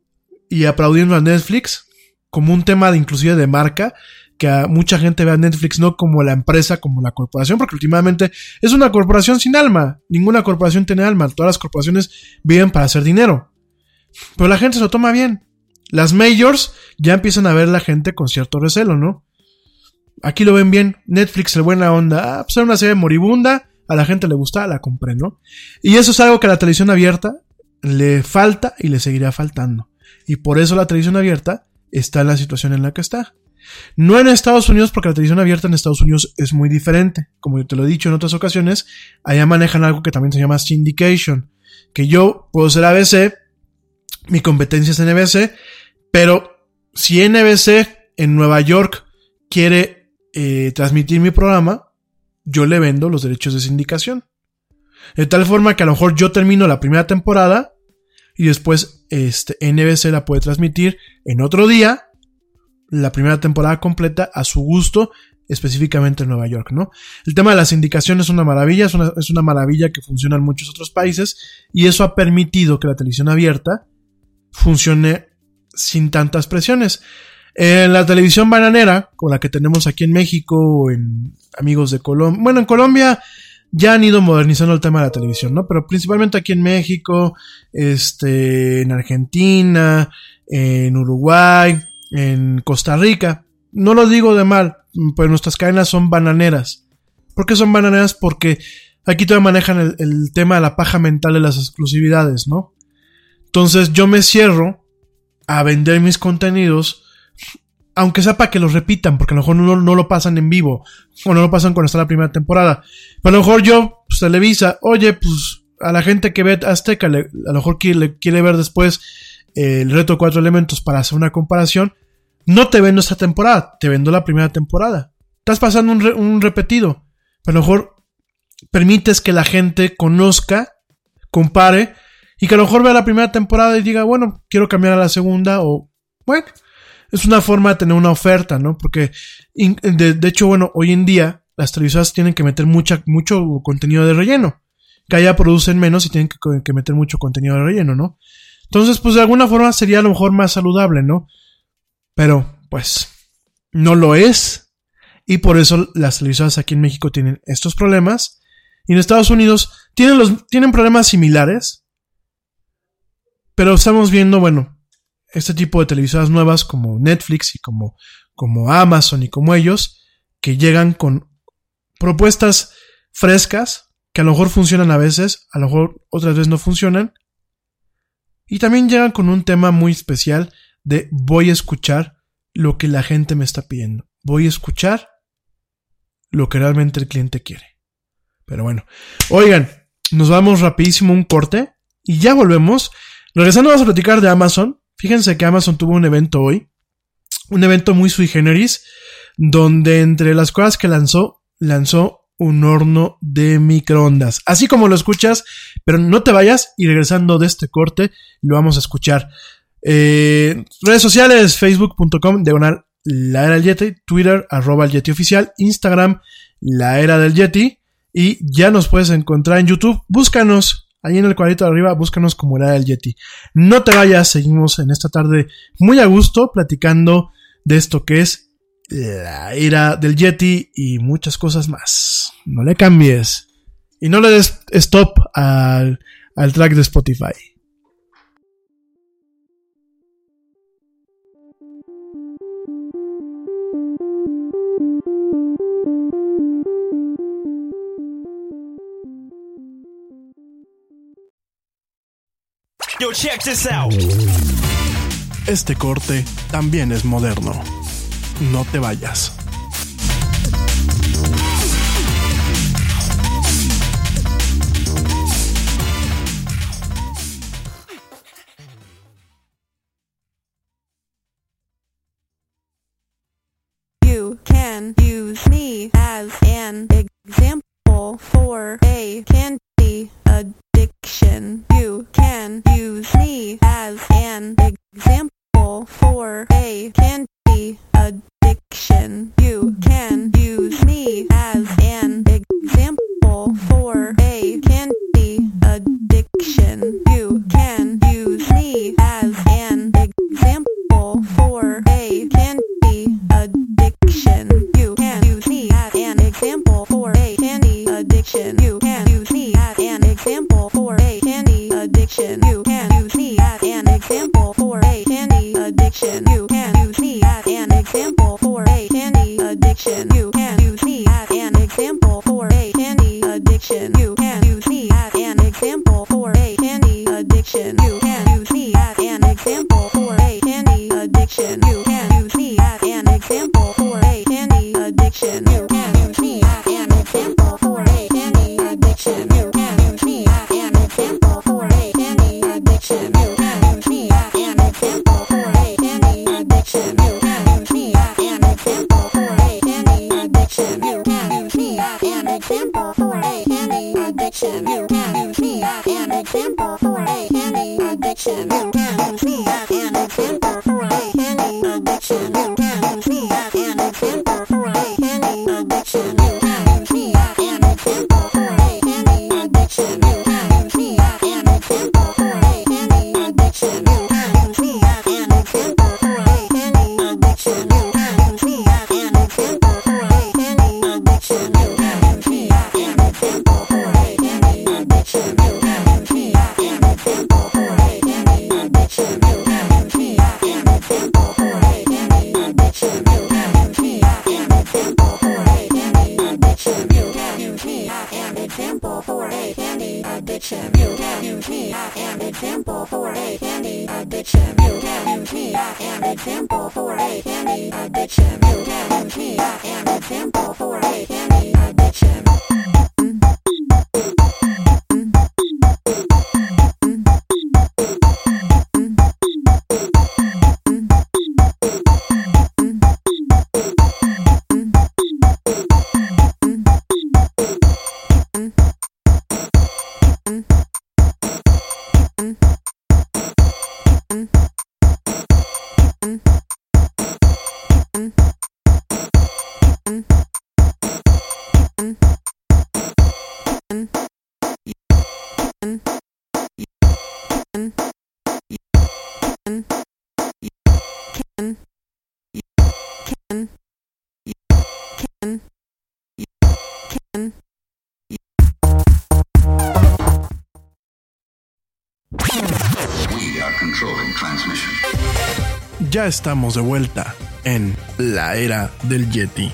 y aplaudiendo a Netflix como un tema de inclusive de marca, que a mucha gente ve a Netflix no como la empresa, como la corporación, porque últimamente es una corporación sin alma. Ninguna corporación tiene alma. Todas las corporaciones viven para hacer dinero. Pero la gente se lo toma bien. Las majors ya empiezan a ver la gente con cierto recelo, ¿no? Aquí lo ven bien. Netflix, el buena onda. Ah, pues era una serie moribunda. A la gente le gusta, la compré, ¿no? Y eso es algo que a la televisión abierta le falta y le seguirá faltando. Y por eso la televisión abierta está en la situación en la que está. No en Estados Unidos, porque la televisión abierta en Estados Unidos es muy diferente. Como yo te lo he dicho en otras ocasiones, allá manejan algo que también se llama syndication. Que yo puedo ser A B C, mi competencia es N B C, pero si N B C en Nueva York quiere eh, transmitir mi programa, yo le vendo los derechos de sindicación. De tal forma que a lo mejor yo termino la primera temporada y después este, N B C la puede transmitir en otro día, la primera temporada completa a su gusto, específicamente en Nueva York, ¿no? El tema de la sindicación es una maravilla, es una, es una maravilla que funciona en muchos otros países y eso ha permitido que la televisión abierta funcione sin tantas presiones. En la televisión bananera, como la que tenemos aquí en México o en amigos de Colombia, bueno, en Colombia ya han ido modernizando el tema de la televisión, ¿no? Pero principalmente aquí en México, este, en Argentina, en Uruguay, en Costa Rica. No lo digo de mal, pero nuestras cadenas son bananeras. ¿Por qué son bananeras? Porque aquí todavía manejan el, el tema de la paja mental de las exclusividades, ¿no? Entonces yo me cierro a vender mis contenidos, aunque sea para que los repitan, porque a lo mejor no, no lo pasan en vivo, o no lo pasan cuando está la primera temporada. Pero a lo mejor yo, pues Televisa, oye, pues a la gente que ve Azteca, le, a lo mejor quiere, quiere ver después eh, el reto de cuatro elementos para hacer una comparación. No te vendo esta temporada, te vendo la primera temporada. Estás pasando un, re, un repetido, pero a lo mejor permites que la gente conozca, compare, y que a lo mejor vea la primera temporada y diga, bueno, quiero cambiar a la segunda, o bueno, es una forma de tener una oferta, ¿no? Porque, de, de hecho, bueno, hoy en día las televisoras tienen que meter mucha, mucho contenido de relleno, que allá producen menos y tienen que, que meter mucho contenido de relleno, ¿no? Entonces, pues de alguna forma sería a lo mejor más saludable, ¿no? Pero, pues, no lo es, y por eso las televisoras aquí en México tienen estos problemas, y en Estados Unidos tienen, los, tienen problemas similares, pero estamos viendo, bueno, este tipo de televisoras nuevas como Netflix y como, como Amazon y como ellos, que llegan con propuestas frescas, que a lo mejor funcionan a veces, a lo mejor otras veces no funcionan, y también llegan con un tema muy especial de voy a escuchar lo que la gente me está pidiendo, voy a escuchar lo que realmente el cliente quiere. Pero bueno, oigan, nos vamos rapidísimo a un corte y ya volvemos. Regresando vamos a platicar de Amazon. Fíjense que Amazon tuvo un evento hoy, un evento muy sui generis, donde entre las cosas que lanzó, lanzó un horno de microondas, así como lo escuchas, pero no te vayas, y regresando de este corte lo vamos a escuchar. Eh, redes sociales, facebook punto com diagonal la era del Yeti, Twitter arroba el Yeti oficial, Instagram la era del Yeti, y ya nos puedes encontrar en YouTube. Búscanos ahí en el cuadrito de arriba, búscanos como la era del Yeti. No te vayas, seguimos en esta tarde muy a gusto platicando de esto que es la era del Yeti y muchas cosas más. No le cambies y no le des stop al, al track de Spotify. Yo, check this out. Este corte también es moderno. No te vayas. You can use me as an example for a candy addiction. You can use me as an example for a candy addiction. You can use me as an example for a candy addiction. You can use me as an example for a candy addiction. You can use me as an example for a candy addiction. You can use me as an example for a candy addiction. You can use me as an example for a candy addiction. You can use me as an example for a candy addiction. You can use me as an example for a candy addiction. You can use me as an example for a candy addiction. You can use me as an example for a candy addiction. You can use me as an example for a candy addiction. You can use me as an example for a candy addiction. You can use me as an example for a candy addiction. You can use me as an example for a candy addiction. You can use me as an example for a candy addiction. You can use me as an example for a candy addiction. You can use me as an example for a candy addiction. You can use me as an example for a candy addiction. You can use me as an example for a candy addiction. You can use me as an example for a candy addiction. You can use me as an example for a candy addiction. You can use me as an example for a candy addiction. You can use me as an example for a candy addiction. You can use me as an example for a candy addiction. You can use me as an example for a candy addiction. a candy addiction. You can use me as an example for a candy addiction. You can use me as an example for a candy addiction. You can use me as an example for a candy addiction. We are controlling transmission. Ya estamos de vuelta en la era del Yeti.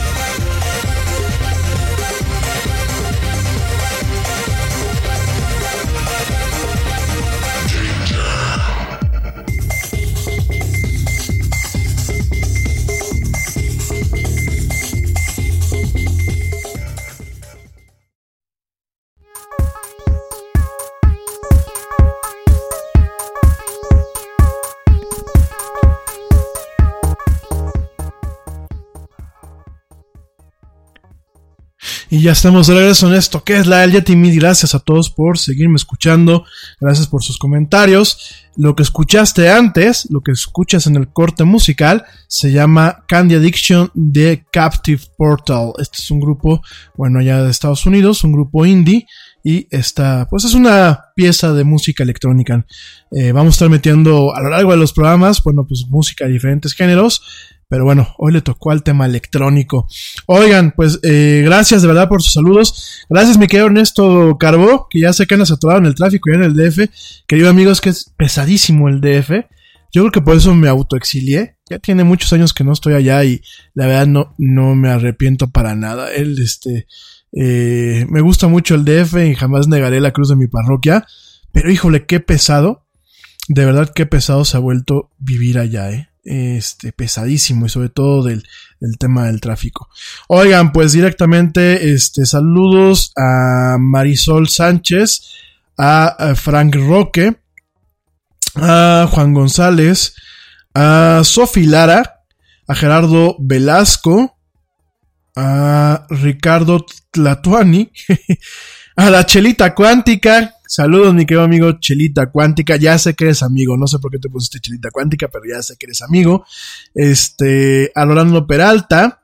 Y ya estamos de regreso en esto que es la del Yeti. Mil gracias a todos por seguirme escuchando. Gracias por sus comentarios. Lo que escuchaste antes, lo que escuchas en el corte musical, se llama Candy Addiction de Captive Portal. Este es un grupo, bueno, allá de Estados Unidos, un grupo indie. Y esta, pues es una pieza de música electrónica. Eh, vamos a estar metiendo a lo largo de los programas, bueno, pues música de diferentes géneros. Pero bueno, hoy le tocó al tema electrónico. Oigan, pues eh, gracias de verdad por sus saludos. Gracias mi querido Ernesto Carbó, que ya sé que andas atorado en el tráfico ya en el D F. Querido amigos, que es pesadísimo el D F. Yo creo que por eso me autoexilié. Ya tiene muchos años que no estoy allá y la verdad no, no me arrepiento para nada. Él, este, eh, me gusta mucho el D F y jamás negaré la cruz de mi parroquia. Pero híjole, qué pesado. De verdad qué pesado se ha vuelto vivir allá, eh. Este, pesadísimo y sobre todo del, del tema del tráfico. Oigan, pues directamente, este, saludos a Marisol Sánchez, a, a Frank Roque, a Juan González, a Sofi Lara, a Gerardo Velasco, a Ricardo Tlatuani, a la Chelita Cuántica. Saludos, mi querido amigo Chelita Cuántica. Ya sé que eres amigo. No sé por qué te pusiste Chelita Cuántica, pero ya sé que eres amigo. Este, a Rolando Peralta.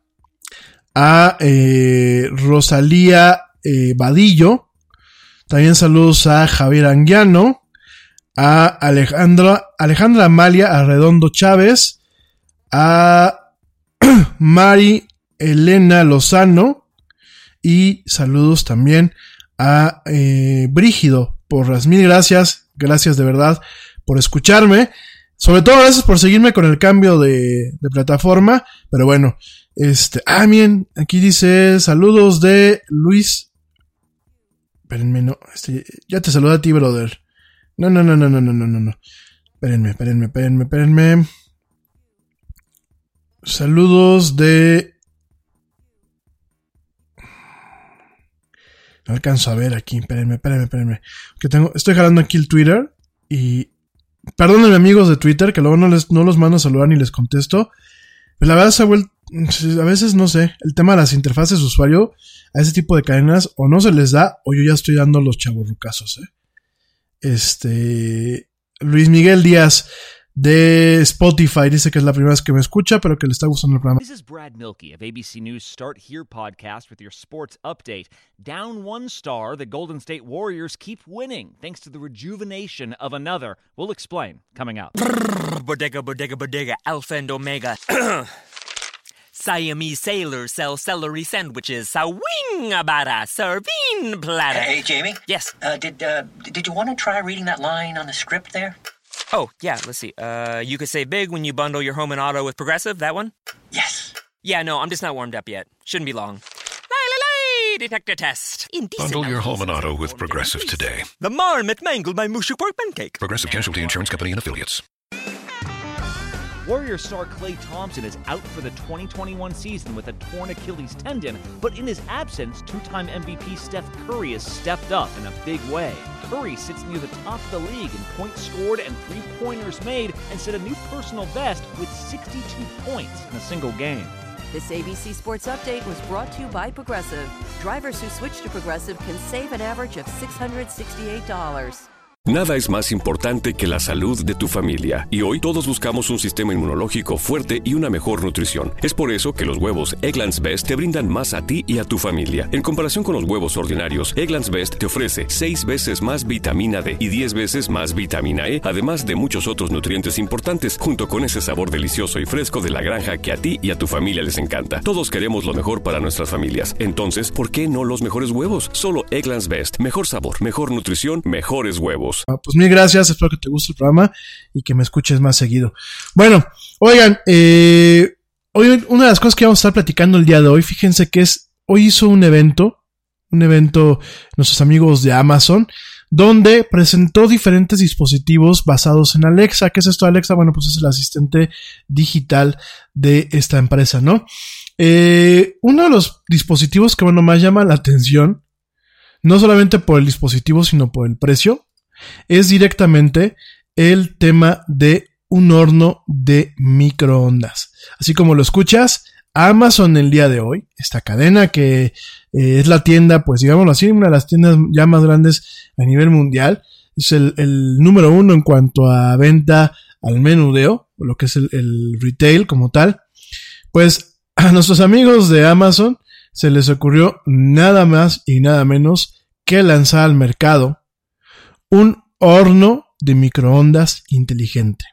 A eh, Rosalía eh, Vadillo. También saludos a Javier Anguiano. A Alejandra, Alejandra Amalia Arredondo Chávez. A Mari Elena Lozano. Y saludos también a eh, Brígido Porras. Mil gracias, gracias de verdad por escucharme, sobre todo gracias por seguirme con el cambio de, de plataforma, pero bueno, este, ah, bien, aquí dice, saludos de Luis, espérenme, no, este, ya te saluda a ti, brother, no, no, no, no, no, no, no, no, no, espérenme, espérenme, espérenme, espérenme, saludos de, no alcanzo a ver aquí, espérenme, espérenme, espérenme. Que tengo, estoy jalando aquí el Twitter y... Perdónenme amigos de Twitter, que luego no, les, no los mando a saludar ni les contesto. Pero la verdad se ha vuelto... A veces, no sé, el tema de las interfaces de usuario a ese tipo de cadenas o no se les da o yo ya estoy dando los chavorrucazos, ¿eh? Este... Luis Miguel Díaz de Spotify dice que es la primera vez que me escucha, pero que le está gustando el programa. This is Brad Milkey of A B C News Start Here podcast with your sports update. Down one star, the Golden State Warriors keep winning thanks to the rejuvenation of another. We'll explain coming up. Bodega, bodega, bodega, alpha and omega. Siamese sailors sell celery sandwiches. Sawing about a serving platter. Hey, Jamie? Yes? Uh, did, uh, did you want to try reading that line on the script there? Oh, yeah, let's see. Uh, you could save big when you bundle your home and auto with Progressive, that one? Yes. Yeah, no, I'm just not warmed up yet. Shouldn't be long. lie detector test. Indecent. Bundle your home and auto with Progressive today. The marmot mangled my mushy pork pancake. Progressive Casualty Insurance Company and Affiliates. Warrior star Klay Thompson is out for the twenty twenty-one season with a torn Achilles tendon, but in his absence, two-time M V P Steph Curry has stepped up in a big way. Curry sits near the top of the league in points scored and three-pointers made and set a new personal best with sixty-two points in a single game. This A B C Sports Update was brought to you by Progressive. Drivers who switch to Progressive can save an average of six hundred sixty-eight dollars. Nada es más importante que la salud de tu familia, y hoy todos buscamos un sistema inmunológico fuerte y una mejor nutrición. Es por eso que los huevos Eggland's Best te brindan más a ti y a tu familia. En comparación con los huevos ordinarios, Eggland's Best te ofrece seis veces más vitamina D y diez veces más vitamina E, además de muchos otros nutrientes importantes, junto con ese sabor delicioso y fresco de la granja que a ti y a tu familia les encanta. Todos queremos lo mejor para nuestras familias. Entonces, ¿por qué no los mejores huevos? Solo Eggland's Best. Mejor sabor, mejor nutrición, mejores huevos. Ah, pues mil gracias, espero que te guste el programa y que me escuches más seguido. Bueno, oigan, eh, hoy una de las cosas que vamos a estar platicando el día de hoy, fíjense que es, hoy hizo un evento, un evento nuestros amigos de Amazon, donde presentó diferentes dispositivos basados en Alexa. ¿Qué es esto, Alexa? Bueno, pues es el asistente digital de esta empresa, ¿no? Eh, uno de los dispositivos que, bueno, más llama la atención, no solamente por el dispositivo, sino por el precio, es directamente el tema de un horno de microondas. Así como lo escuchas, Amazon el día de hoy, esta cadena que eh, es la tienda, pues digámoslo así, una de las tiendas ya más grandes a nivel mundial, es el, el número uno en cuanto a venta al menudeo, lo que es el, el retail como tal. Pues a nuestros amigos de Amazon se les ocurrió nada más y nada menos que lanzar al mercado un horno de microondas inteligente.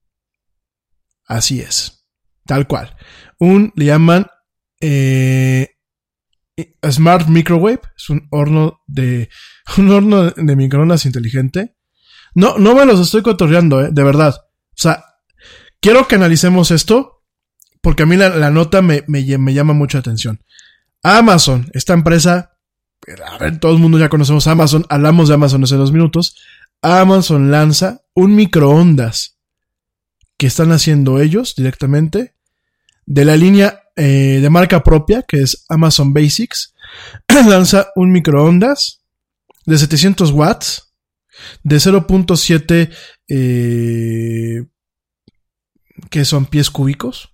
Así es, tal cual. Un, le llaman eh, Smart Microwave, es un horno de un horno de microondas inteligente. No, no me los estoy cotorreando, eh, de verdad. O sea, quiero que analicemos esto porque a mí la, la nota me, me, me llama mucha atención. Amazon, esta empresa, a ver, todo el mundo ya conocemos a Amazon, hablamos de Amazon hace dos minutos. Amazon lanza un microondas que están haciendo ellos directamente de la línea eh, de marca propia, que es Amazon Basics. Lanza un microondas de setecientos watts, de cero punto siete eh, que son pies cúbicos.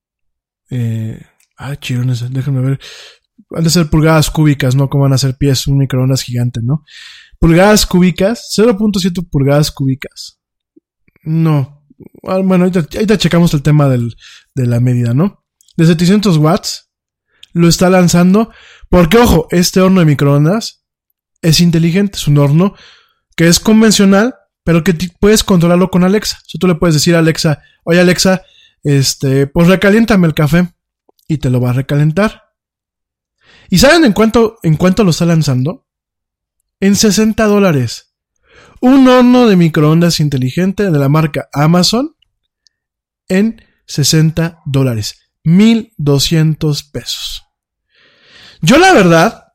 Eh, ah, chirones, déjenme ver. Han de ser pulgadas cúbicas, ¿no? Como van a ser pies, un microondas gigante, ¿no? Pulgadas cúbicas, cero punto siete pulgadas cúbicas. No. Bueno, ahorita, ahorita checamos el tema del, de la medida, ¿no? De setecientos watts lo está lanzando. Porque, ojo, este horno de microondas es inteligente. Es un horno que es convencional, pero que t- puedes controlarlo con Alexa. O sea, tú le puedes decir a Alexa, oye Alexa, este, pues recaliéntame el café. Y te lo va a recalentar. ¿Y saben en cuánto, en cuánto lo está lanzando? En sesenta dólares. Un horno de microondas inteligente de la marca Amazon en sesenta dólares. mil doscientos pesos. Yo la verdad,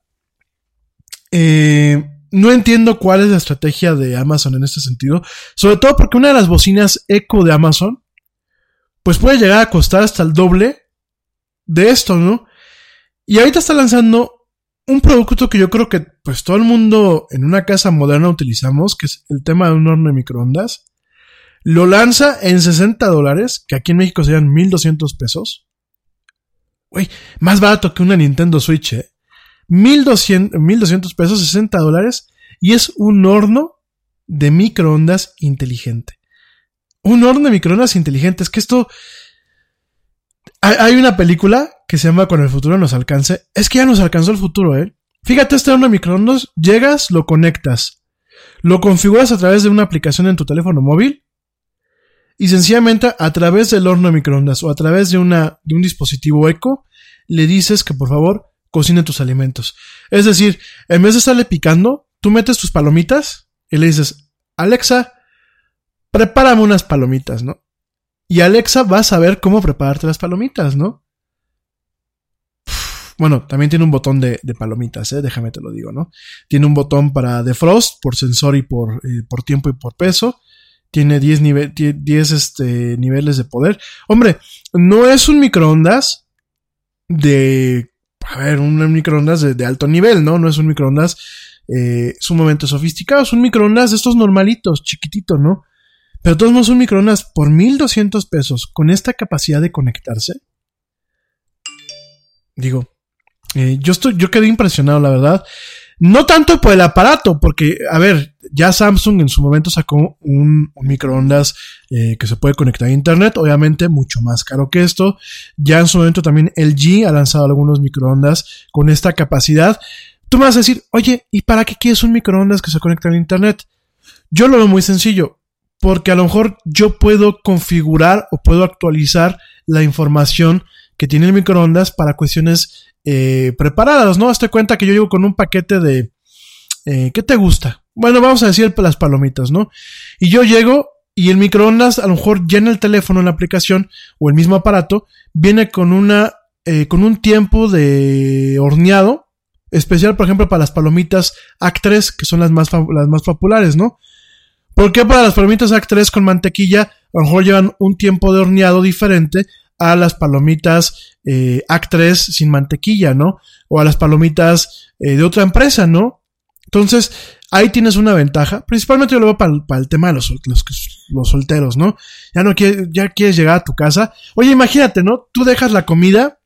eh, no entiendo cuál es la estrategia de Amazon en este sentido. Sobre todo porque una de las bocinas Echo de Amazon, pues puede llegar a costar hasta el doble de esto, ¿no? Y ahorita está lanzando un producto que yo creo que pues todo el mundo en una casa moderna utilizamos, que es el tema de un horno de microondas. Lo lanza en sesenta dólares, que aquí en México serían mil doscientos pesos. Güey, más barato que una Nintendo Switch, ¿eh? mil doscientos pesos, sesenta dólares. Y es un horno de microondas inteligente. Un horno de microondas inteligente. Es que esto... Hay una película que se llama Con el futuro nos alcance. Es que ya nos alcanzó el futuro, ¿eh? Fíjate, este horno de microondas, llegas, lo conectas, lo configuras a través de una aplicación en tu teléfono móvil y sencillamente a través del horno de microondas o a través de una de un dispositivo Echo le dices que por favor cocine tus alimentos. Es decir, en vez de estarle picando, tú metes tus palomitas y le dices, Alexa, prepárame unas palomitas, ¿no? Y Alexa va a saber cómo prepararte las palomitas, ¿no? bueno, también tiene un botón de, de palomitas, eh, déjame te lo digo, ¿no? Tiene un botón para defrost, por sensor y por, eh, por tiempo y por peso. Tiene diez, nive- diez este, niveles de poder. Hombre, no es un microondas de, a ver, un microondas de, de alto nivel, ¿no? No es un microondas eh, sumamente sofisticado, es un microondas de estos normalitos, chiquitito, ¿no? Pero todos modos un microondas por mil doscientos pesos con esta capacidad de conectarse. Digo, eh, yo estoy, yo quedé impresionado, la verdad. No tanto por el aparato, porque, a ver, ya Samsung en su momento sacó un, un microondas eh, que se puede conectar a internet, obviamente mucho más caro que esto. Ya en su momento también L G ha lanzado algunos microondas con esta capacidad. Tú me vas a decir, oye, ¿y para qué quieres un microondas que se conecta a internet? Yo lo veo muy sencillo, porque a lo mejor yo puedo configurar o puedo actualizar la información que tiene el microondas para cuestiones Eh, preparadas, ¿no? Hazte cuenta que yo llego con un paquete de eh, ¿qué te gusta? Bueno, vamos a decir las palomitas, ¿no? Y yo llego y el microondas, a lo mejor ya en el teléfono, en la aplicación o el mismo aparato, viene con una eh, con un tiempo de horneado especial, por ejemplo, para las palomitas A C tres, que son las más las más populares, ¿no? ¿Por qué para las palomitas A C tres con mantequilla a lo mejor llevan un tiempo de horneado diferente a las palomitas eh, A C tres sin mantequilla, ¿no? O a las palomitas eh, de otra empresa, ¿no? Entonces, ahí tienes una ventaja. Principalmente yo lo veo para pa el tema de los, los, los solteros, ¿no? Ya no quieres, ya quieres llegar a tu casa. Oye, imagínate, ¿no? Tú dejas la comida.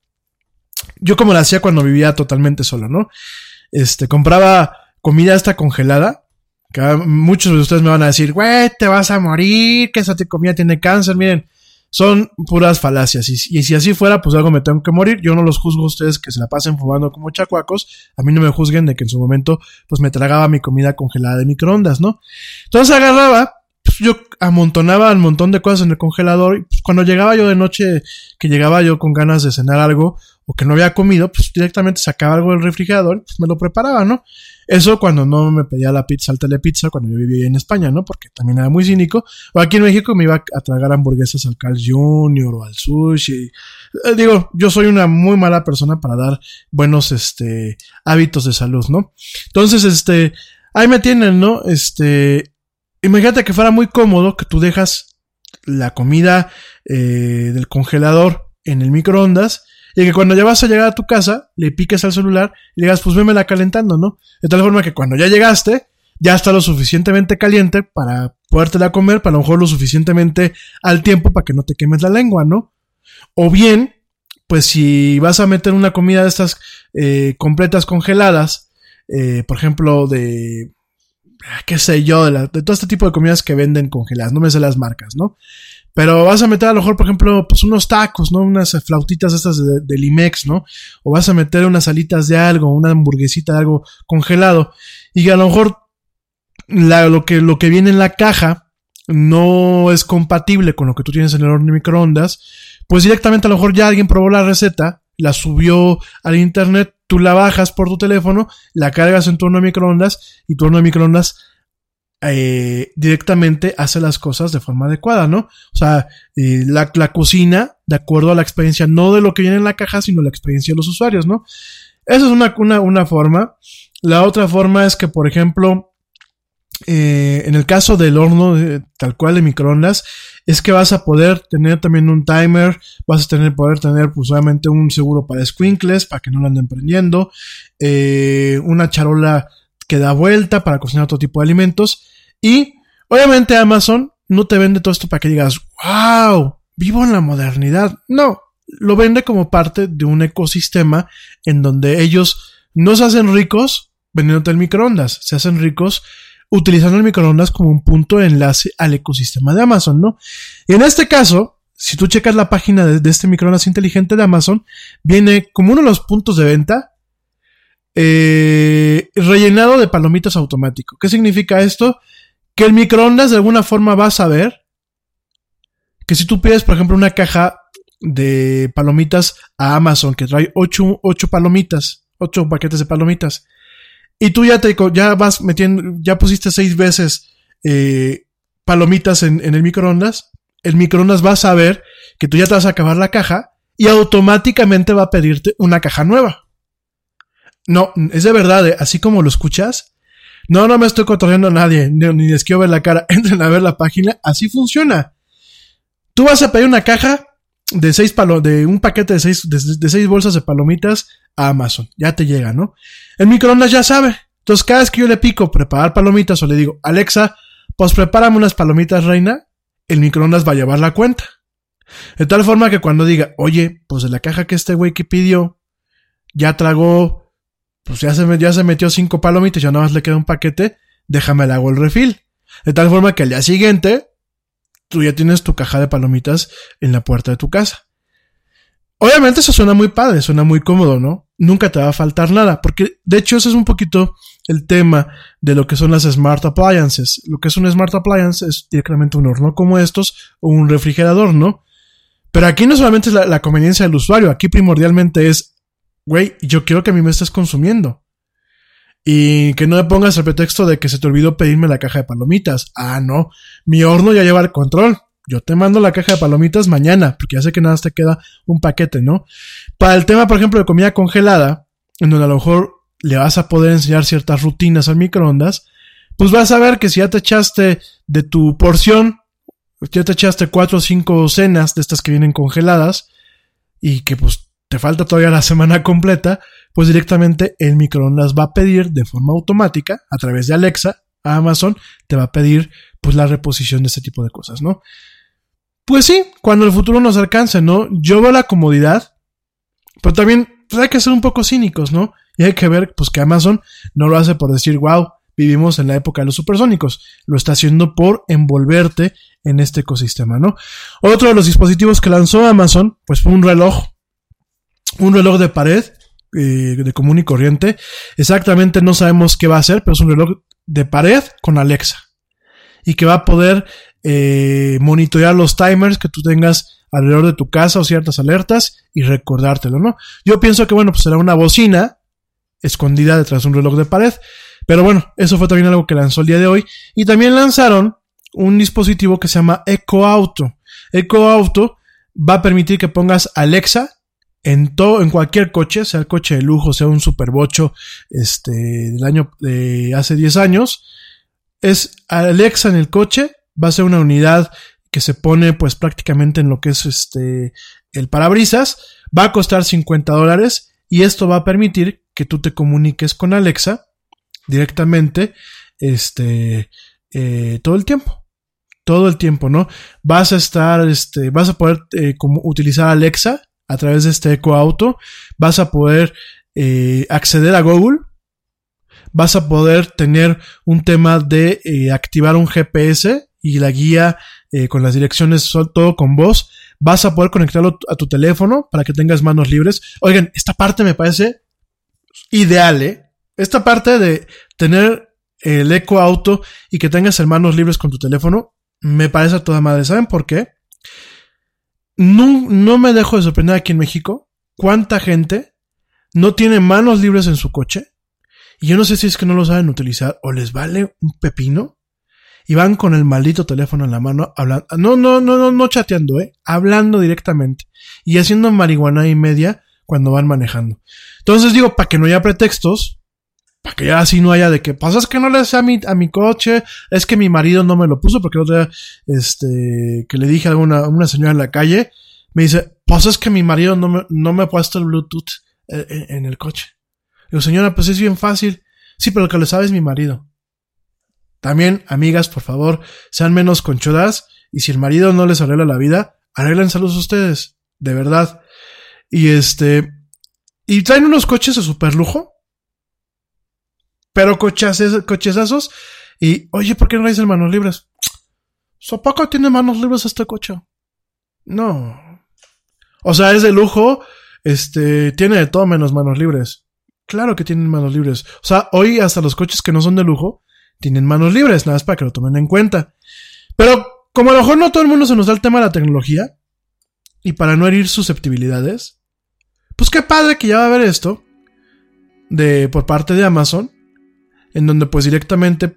Yo como la hacía cuando vivía totalmente solo, ¿no? Este, compraba comida esta congelada. Que muchos de ustedes me van a decir, güey, te vas a morir, que esa comida tiene cáncer. Miren, son puras falacias, y, y si así fuera, pues algo me tengo que morir. Yo no los juzgo a ustedes que se la pasen fumando como chacuacos. A mí no me juzguen de que en su momento, pues me tragaba mi comida congelada de microondas, ¿no? Entonces agarraba, pues yo amontonaba un montón de cosas en el congelador, y pues cuando llegaba yo de noche, que llegaba yo con ganas de cenar algo, o que no había comido, pues directamente sacaba algo del refrigerador, pues me lo preparaba, ¿no? Eso cuando no me pedía la pizza al Telepizza, cuando yo vivía en España, ¿no? Porque también era muy cínico. O aquí en México me iba a tragar hamburguesas al Carl's junior o al sushi. Eh, digo, yo soy una muy mala persona para dar buenos, este, hábitos de salud, ¿no? Entonces, este, ahí me tienen, ¿no? Este, imagínate que fuera muy cómodo que tú dejas la comida eh, del congelador en el microondas, y que cuando ya vas a llegar a tu casa, le piques al celular y le digas, pues vémela calentando, ¿no? De tal forma que cuando ya llegaste, ya está lo suficientemente caliente para podértela comer, para a lo mejor lo suficientemente al tiempo para que no te quemes la lengua, ¿no? O bien, pues si vas a meter una comida de estas eh, completas congeladas, eh, por ejemplo, de, qué sé yo, de, la, de todo este tipo de comidas que venden congeladas, no me sé las marcas, ¿no? Pero vas a meter a lo mejor, por ejemplo, pues unos tacos, ¿no? Unas flautitas estas de, de Limex, ¿no? O vas a meter unas alitas de algo, una hamburguesita de algo congelado. Y a lo mejor la, lo que, lo que viene en la caja no es compatible con lo que tú tienes en el horno de microondas. Pues directamente a lo mejor ya alguien probó la receta, la subió al internet, tú la bajas por tu teléfono, la cargas en tu horno de microondas y tu horno de microondas Eh, directamente hace las cosas de forma adecuada, ¿no? O sea, eh, la, la cocina de acuerdo a la experiencia, no de lo que viene en la caja, sino la experiencia de los usuarios, ¿no? Esa es una, una, una forma. La otra forma es que, por ejemplo, eh, en el caso del horno de, tal cual de microondas, es que vas a poder tener también un timer, vas a tener, poder tener pues obviamente un seguro para squinkles, para que no lo anden prendiendo, eh, una charola que da vuelta para cocinar otro tipo de alimentos. Y obviamente Amazon no te vende todo esto para que digas, wow, vivo en la modernidad. No, lo vende como parte de un ecosistema en donde ellos no se hacen ricos vendiéndote el microondas, se hacen ricos utilizando el microondas como un punto de enlace al ecosistema de Amazon, ¿no? Y en este caso, si tú checas la página de, de este microondas inteligente de Amazon, viene como uno de los puntos de venta Eh, rellenado de palomitas automático. ¿Qué significa esto? Que el microondas de alguna forma va a saber que si tú pides, por ejemplo, una caja de palomitas a Amazon que trae ocho, ocho palomitas, ocho paquetes de palomitas, y tú ya te ya vas metiendo, ya pusiste seis veces eh, palomitas en, en el microondas, el microondas va a saber que tú ya te vas a acabar la caja y automáticamente va a pedirte una caja nueva. No, es de verdad, ¿eh? Así como lo escuchas. No, no me estoy cotorreando a nadie, ni, ni les quiero ver la cara. Entren a ver la página, así funciona. Tú vas a pedir una caja de seis palo, de un paquete de seis, de, de seis bolsas de palomitas a Amazon. Ya te llega, ¿no? El microondas ya sabe. Entonces, cada vez que yo le pico preparar palomitas o le digo, Alexa, pues prepárame unas palomitas, reina, el microondas va a llevar la cuenta. De tal forma que cuando diga, oye, pues de la caja que este güey que pidió, ya tragó, pues ya se, ya se metió cinco palomitas, ya nada más le queda un paquete, déjame le hago el refill. De tal forma que al día siguiente, tú ya tienes tu caja de palomitas en la puerta de tu casa. Obviamente eso suena muy padre, suena muy cómodo, ¿no? Nunca te va a faltar nada, porque de hecho eso es un poquito el tema de lo que son las Smart Appliances. Lo que es un Smart Appliance es directamente un horno como estos o un refrigerador, ¿no? Pero aquí no solamente es la, la conveniencia del usuario, aquí primordialmente es, güey, yo quiero que a mí me estés consumiendo. Y que no me pongas el pretexto de que se te olvidó pedirme la caja de palomitas. Ah, no, mi horno ya lleva el control. Yo te mando la caja de palomitas mañana, porque ya sé que nada más te queda un paquete, ¿no? Para el tema, por ejemplo, de comida congelada, en donde a lo mejor le vas a poder enseñar ciertas rutinas al microondas, pues vas a ver que si ya te echaste de tu porción, ya te echaste cuatro o cinco cenas de estas que vienen congeladas, y que pues te falta todavía la semana completa, pues directamente el microondas va a pedir de forma automática, a través de Alexa, a Amazon, te va a pedir pues la reposición de este tipo de cosas, ¿no? Pues sí, cuando el futuro nos alcance, ¿no? Yo veo la comodidad, pero también pues hay que ser un poco cínicos, ¿no? Y hay que ver pues que Amazon no lo hace por decir, wow, vivimos en la época de los supersónicos, lo está haciendo por envolverte en este ecosistema, ¿no? Otro de los dispositivos que lanzó Amazon, pues fue un reloj, un reloj de pared, eh, de común y corriente. Exactamente no sabemos qué va a hacer, pero es un reloj de pared con Alexa. Y que va a poder eh, monitorear los timers que tú tengas alrededor de tu casa o ciertas alertas y recordártelo, ¿no? Yo pienso que, bueno, pues será una bocina escondida detrás de un reloj de pared. Pero bueno, eso fue también algo que lanzó el día de hoy. Y también lanzaron un dispositivo que se llama Echo Auto. Echo Auto va a permitir que pongas Alexa en todo, en cualquier coche, sea el coche de lujo, sea un superbocho, este, del año, de hace diez años. Es Alexa en el coche, va a ser una unidad que se pone pues prácticamente en lo que es este, el parabrisas, va a costar cincuenta dólares y esto va a permitir que tú te comuniques con Alexa directamente, este, eh, todo el tiempo, todo el tiempo, ¿no? Vas a estar, este, vas a poder eh, como utilizar Alexa a través de este Echo Auto, vas a poder eh, acceder a Google, vas a poder tener un tema de eh, activar un G P S y la guía eh, con las direcciones, todo con voz, vas a poder conectarlo a tu teléfono para que tengas manos libres. Oigan, esta parte me parece ideal, ¿eh? Esta parte de tener el Echo Auto y que tengas manos libres con tu teléfono, me parece a toda madre. ¿Saben por qué? No, no me dejo de sorprender aquí en México cuánta gente no tiene manos libres en su coche y yo no sé si es que no lo saben utilizar o les vale un pepino y van con el maldito teléfono en la mano hablando, no, no, no, no, no chateando, eh, hablando directamente y haciendo marihuana y media cuando van manejando. Entonces digo, para que no haya pretextos, para que ya así no haya de que pasa, es que no le sé a mi, a mi coche, es que mi marido no me lo puso porque el otro día, este, que le dije a una, una señora en la calle, me dice, pues es que mi marido no me, no me ha puesto el Bluetooth en, en el coche. Digo, señora, pues es bien fácil. Sí, pero el que lo sabe es mi marido. También, amigas, por favor, sean menos conchudas y si el marido no les arregla la vida, arréglenselos ustedes, de verdad. Y este, y traen unos coches de super lujo, pero coches, cochesazos. Y, oye, ¿por qué no traes manos libres? ¿Sopaco tiene manos libres este coche? No. O sea, es de lujo, este, tiene de todo menos manos libres. Claro que tienen manos libres. O sea, hoy hasta los coches que no son de lujo tienen manos libres, nada más para que lo tomen en cuenta. Pero, como a lo mejor no todo el mundo se nos da el tema de la tecnología, y para no herir susceptibilidades, pues qué padre que ya va a haber esto, de, por parte de Amazon, en donde pues directamente,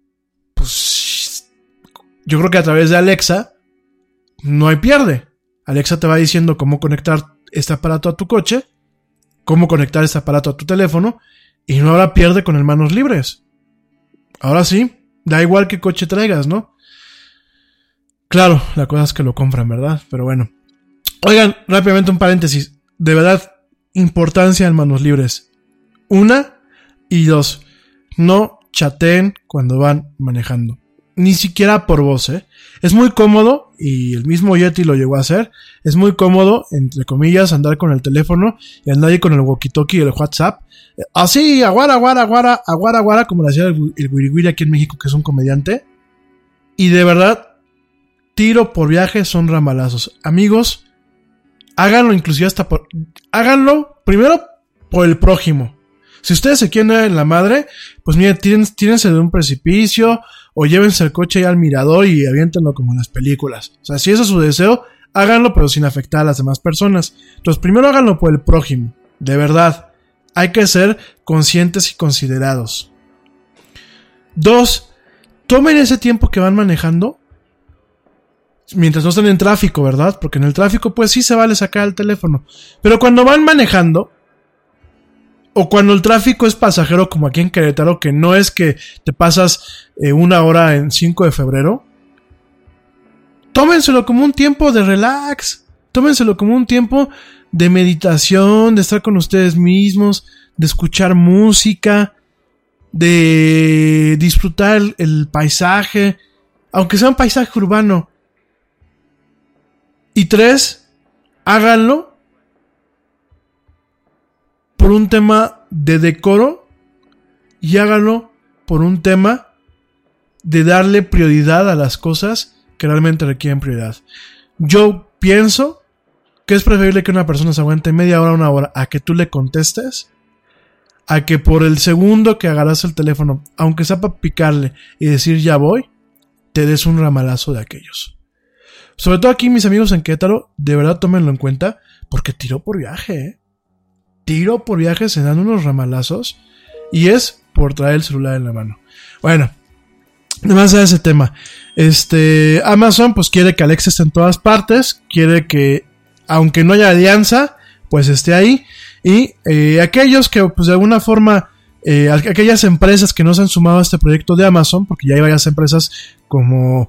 pues, yo creo que a través de Alexa, no hay pierde. Alexa te va diciendo cómo conectar este aparato a tu coche, cómo conectar este aparato a tu teléfono, y no habrá pierde con el manos libres. Ahora sí, da igual qué coche traigas, ¿no? Claro, la cosa es que lo compran, ¿verdad? Pero bueno. Oigan, rápidamente un paréntesis. De verdad, importancia en manos libres. Una y dos. No chateen cuando van manejando. Ni siquiera por voz, ¿eh? Es muy cómodo, y el mismo Yeti lo llegó a hacer, es muy cómodo, entre comillas, andar con el teléfono y andar ahí con el walkie-talkie y el WhatsApp. Así, aguara, aguara, aguara, aguara, aguara, como lo hacía el, el Wiri Wiri aquí en México, que es un comediante. Y de verdad, tiro por viaje son ramalazos. Amigos, háganlo inclusive hasta por... Háganlo primero por el prójimo. Si ustedes se quieren dar en la madre, pues miren, tírense, tírense de un precipicio o llévense el coche ya al mirador y aviéntenlo como en las películas. O sea, si ese es su deseo, háganlo pero sin afectar a las demás personas. Entonces, primero háganlo por el prójimo. De verdad, hay que ser conscientes y considerados. Dos, tomen ese tiempo que van manejando mientras no estén en tráfico, ¿verdad? Porque en el tráfico pues sí se vale sacar el teléfono. Pero cuando van manejando, o cuando el tráfico es pasajero, como aquí en Querétaro, que no es que te pasas eh, una hora en cinco de febrero, tómenselo como un tiempo de relax, tómenselo como un tiempo de meditación, de estar con ustedes mismos, de escuchar música, de disfrutar el, el paisaje, aunque sea un paisaje urbano. Y tres, háganlo por un tema de decoro y háganlo por un tema de darle prioridad a las cosas que realmente requieren prioridad. Yo pienso que es preferible que una persona se aguante media hora, una hora, a que tú le contestes, a que por el segundo que agarras el teléfono, aunque sea para picarle y decir ya voy, te des un ramalazo de aquellos. Sobre todo aquí, mis amigos en Querétaro, de verdad tómenlo en cuenta, porque tiro por viaje, ¿eh? Tiro por viaje, se dan unos ramalazos, y es por traer el celular en la mano. Bueno, además de ese tema, este, Amazon pues quiere que Alexa esté en todas partes, quiere que, aunque no haya alianza, pues esté ahí, y eh, aquellos que pues de alguna forma, eh, aquellas empresas que no se han sumado a este proyecto de Amazon, porque ya hay varias empresas como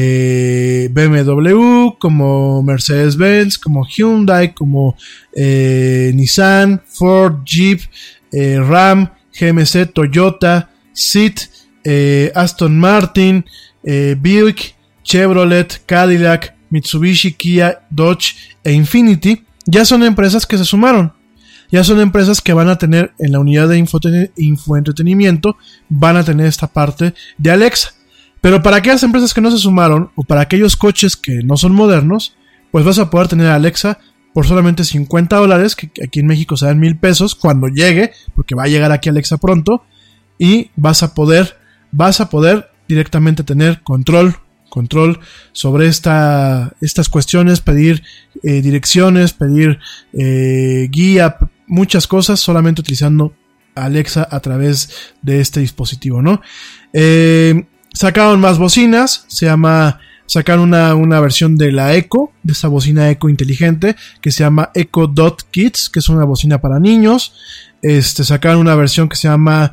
eh, B M W, como Mercedes-Benz, como Hyundai, como eh, Nissan, Ford, Jeep, eh, Ram, G M C, Toyota, S I T, eh, Aston Martin, eh, Buick, Chevrolet, Cadillac, Mitsubishi, Kia, Dodge e Infiniti, ya son empresas que se sumaron. Ya son empresas que van a tener en la unidad de infoten- infoentretenimiento, van a tener esta parte de Alexa. Pero para aquellas empresas que no se sumaron, o para aquellos coches que no son modernos, pues vas a poder tener Alexa por solamente cincuenta dólares, que aquí en México se dan mil pesos, cuando llegue, porque va a llegar aquí Alexa pronto, y vas a poder, vas a poder directamente tener control, control sobre esta, estas cuestiones, pedir eh, direcciones, pedir eh, guía, muchas cosas, solamente utilizando Alexa a través de este dispositivo, ¿no? Eh, sacaron más bocinas, se llama, sacaron una, una versión de la Echo, de esta bocina Echo inteligente, que se llama Echo Dot Kids, que es una bocina para niños. Este, sacaron una versión que se llama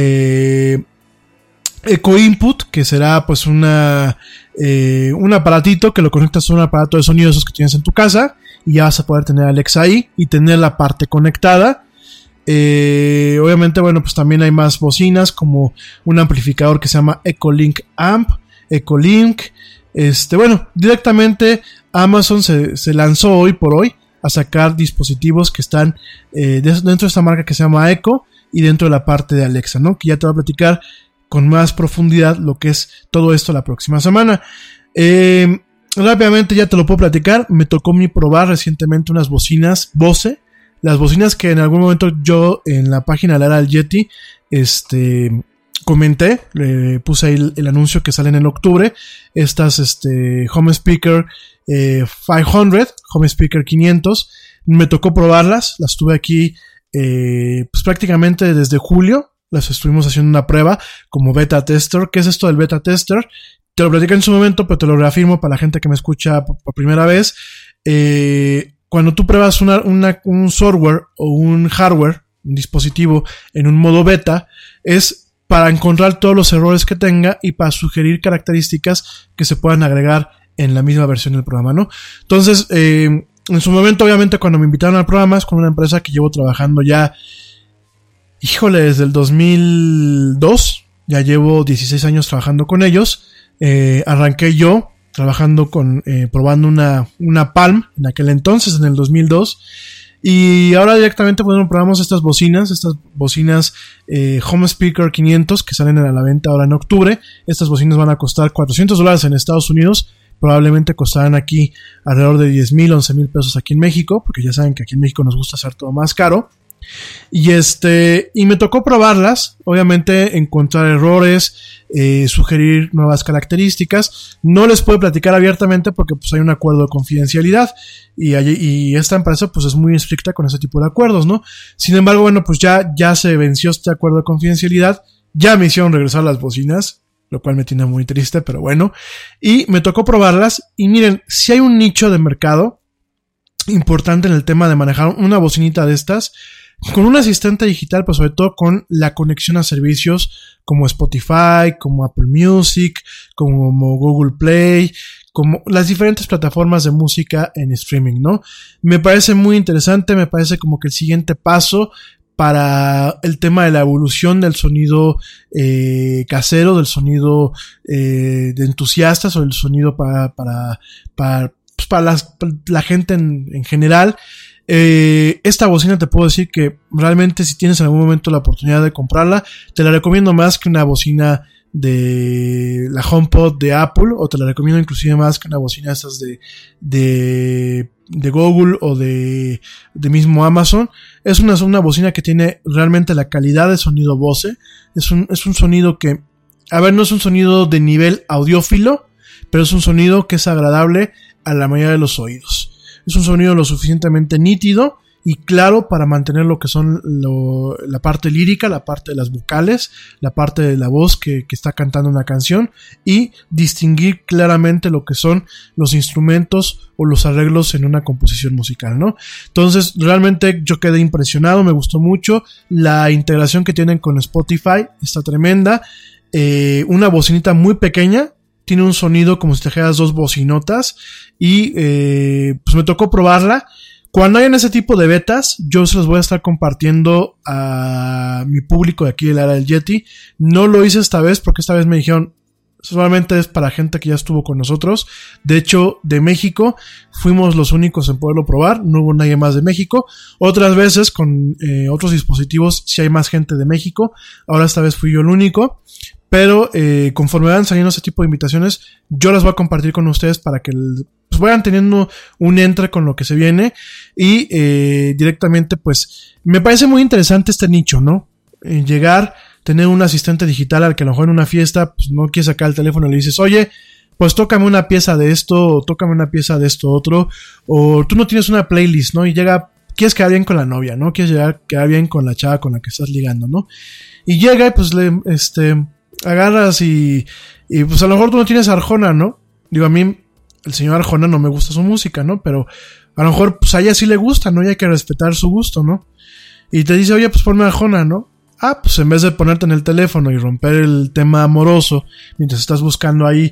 eh, Echo Input, que será pues una eh, un aparatito que lo conectas a un aparato de sonido esos que tienes en tu casa, y ya vas a poder tener Alexa ahí y tener la parte conectada. Eh, obviamente, bueno, pues también hay más bocinas, como un amplificador que se llama Echolink Amp, Echolink. Este, bueno, directamente Amazon se, se lanzó hoy por hoy a sacar dispositivos que están eh, dentro de esta marca que se llama Echo y dentro de la parte de Alexa, ¿no? Que ya te voy a platicar con más profundidad lo que es todo esto la próxima semana. Eh, rápidamente ya te lo puedo platicar. Me tocó mi probar recientemente unas bocinas Bose. Las bocinas que en algún momento yo en la página de la era del Yeti este, comenté. Eh, puse ahí el, el anuncio que salen en octubre. Estas este, Home Speaker eh, quinientos, Home Speaker quinientos. Me tocó probarlas. Las tuve aquí eh, pues prácticamente desde julio. Las estuvimos haciendo una prueba como beta tester. ¿Qué es esto del beta tester? Te lo platico en su momento, pero te lo reafirmo para la gente que me escucha por, por primera vez. Eh, cuando tú pruebas una, una, un software o un hardware, un dispositivo en un modo beta es para encontrar todos los errores que tenga y para sugerir características que se puedan agregar en la misma versión del programa, ¿no? Entonces, eh, en su momento, obviamente, cuando me invitaron al programa, es con una empresa que llevo trabajando ya, híjole, desde el dos mil dos, ya llevo dieciséis años trabajando con ellos. Eh, arranqué yo trabajando con, eh, probando una, una Palm en aquel entonces, en el dos mil dos. Y ahora directamente, bueno, probamos estas bocinas, estas bocinas eh, Home Speaker quinientos que salen a la venta ahora en octubre. Estas bocinas van a costar cuatrocientos dólares en Estados Unidos. Probablemente costarán aquí alrededor de diez mil, once mil pesos aquí en México, porque ya saben que aquí en México nos gusta hacer todo más caro. Y este, y me tocó probarlas, obviamente encontrar errores, eh, sugerir nuevas características. No les puedo platicar abiertamente porque pues hay un acuerdo de confidencialidad y, y esta empresa pues es muy estricta con ese tipo de acuerdos, ¿no? Sin embargo, bueno, pues ya, ya se venció este acuerdo de confidencialidad, ya me hicieron regresar las bocinas, lo cual me tiene muy triste, pero bueno, y me tocó probarlas y miren, si hay un nicho de mercado importante en el tema de manejar una bocinita de estas, con un asistente digital, pero sobre todo con la conexión a servicios como Spotify, como Apple Music, como Google Play, como las diferentes plataformas de música en streaming, ¿no? Me parece muy interesante, me parece como que el siguiente paso para el tema de la evolución del sonido eh, casero, del sonido eh, de entusiastas o del sonido para, para, para, pues para, las, para la gente en, en general. Eh, esta bocina te puedo decir que realmente si tienes en algún momento la oportunidad de comprarla, te la recomiendo más que una bocina de la HomePod de Apple, o te la recomiendo inclusive más que una bocina estas de, de, de Google o de, de mismo Amazon. Es una, una bocina que tiene realmente la calidad de sonido Bose. Es un, es un sonido que, a ver, no es un sonido de nivel audiófilo, pero es un sonido que es agradable a la mayoría de los oídos. Es un sonido lo suficientemente nítido y claro para mantener lo que son lo, la parte lírica, la parte de las vocales, la parte de la voz que, que está cantando una canción y distinguir claramente lo que son los instrumentos o los arreglos en una composición musical, ¿no? Entonces, realmente yo quedé impresionado, me gustó mucho. La integración que tienen con Spotify está tremenda. Eh, una bocinita muy pequeña. Tiene un sonido como si te trajeras dos bocinotas y eh, pues me tocó probarla. Cuando hayan ese tipo de betas, yo se los voy a estar compartiendo a mi público de aquí del área del Yeti. No lo hice esta vez porque esta vez me dijeron solamente es para gente que ya estuvo con nosotros. De hecho, de México fuimos los únicos en poderlo probar, no hubo nadie más de México. Otras veces con eh, otros dispositivos sí hay más gente de México. Ahora esta vez fui yo el único. Pero eh, conforme van saliendo ese tipo de invitaciones, yo las voy a compartir con ustedes para que el, pues vayan teniendo un entre con lo que se viene. Y eh, directamente pues me parece muy interesante este nicho, ¿no? Eh, llegar, tener un asistente digital al que a lo mejor en una fiesta pues no quieres sacar el teléfono y le dices, oye, pues tócame una pieza de esto, o tócame una pieza de esto otro, o tú no tienes una playlist, ¿no? Y llega, quieres quedar bien con la novia, ¿no? Quieres llegar, quedar bien con la chava con la que estás ligando, ¿no? Y llega y pues le, este... agarras y, y pues a lo mejor tú no tienes Arjona, ¿no? Digo, a mí el señor Arjona no me gusta su música, ¿no? Pero a lo mejor pues a ella sí le gusta, ¿no? Y hay que respetar su gusto, ¿no? Y te dice, oye, pues ponme Arjona, ¿no? Ah, pues en vez de ponerte en el teléfono y romper el tema amoroso mientras estás buscando ahí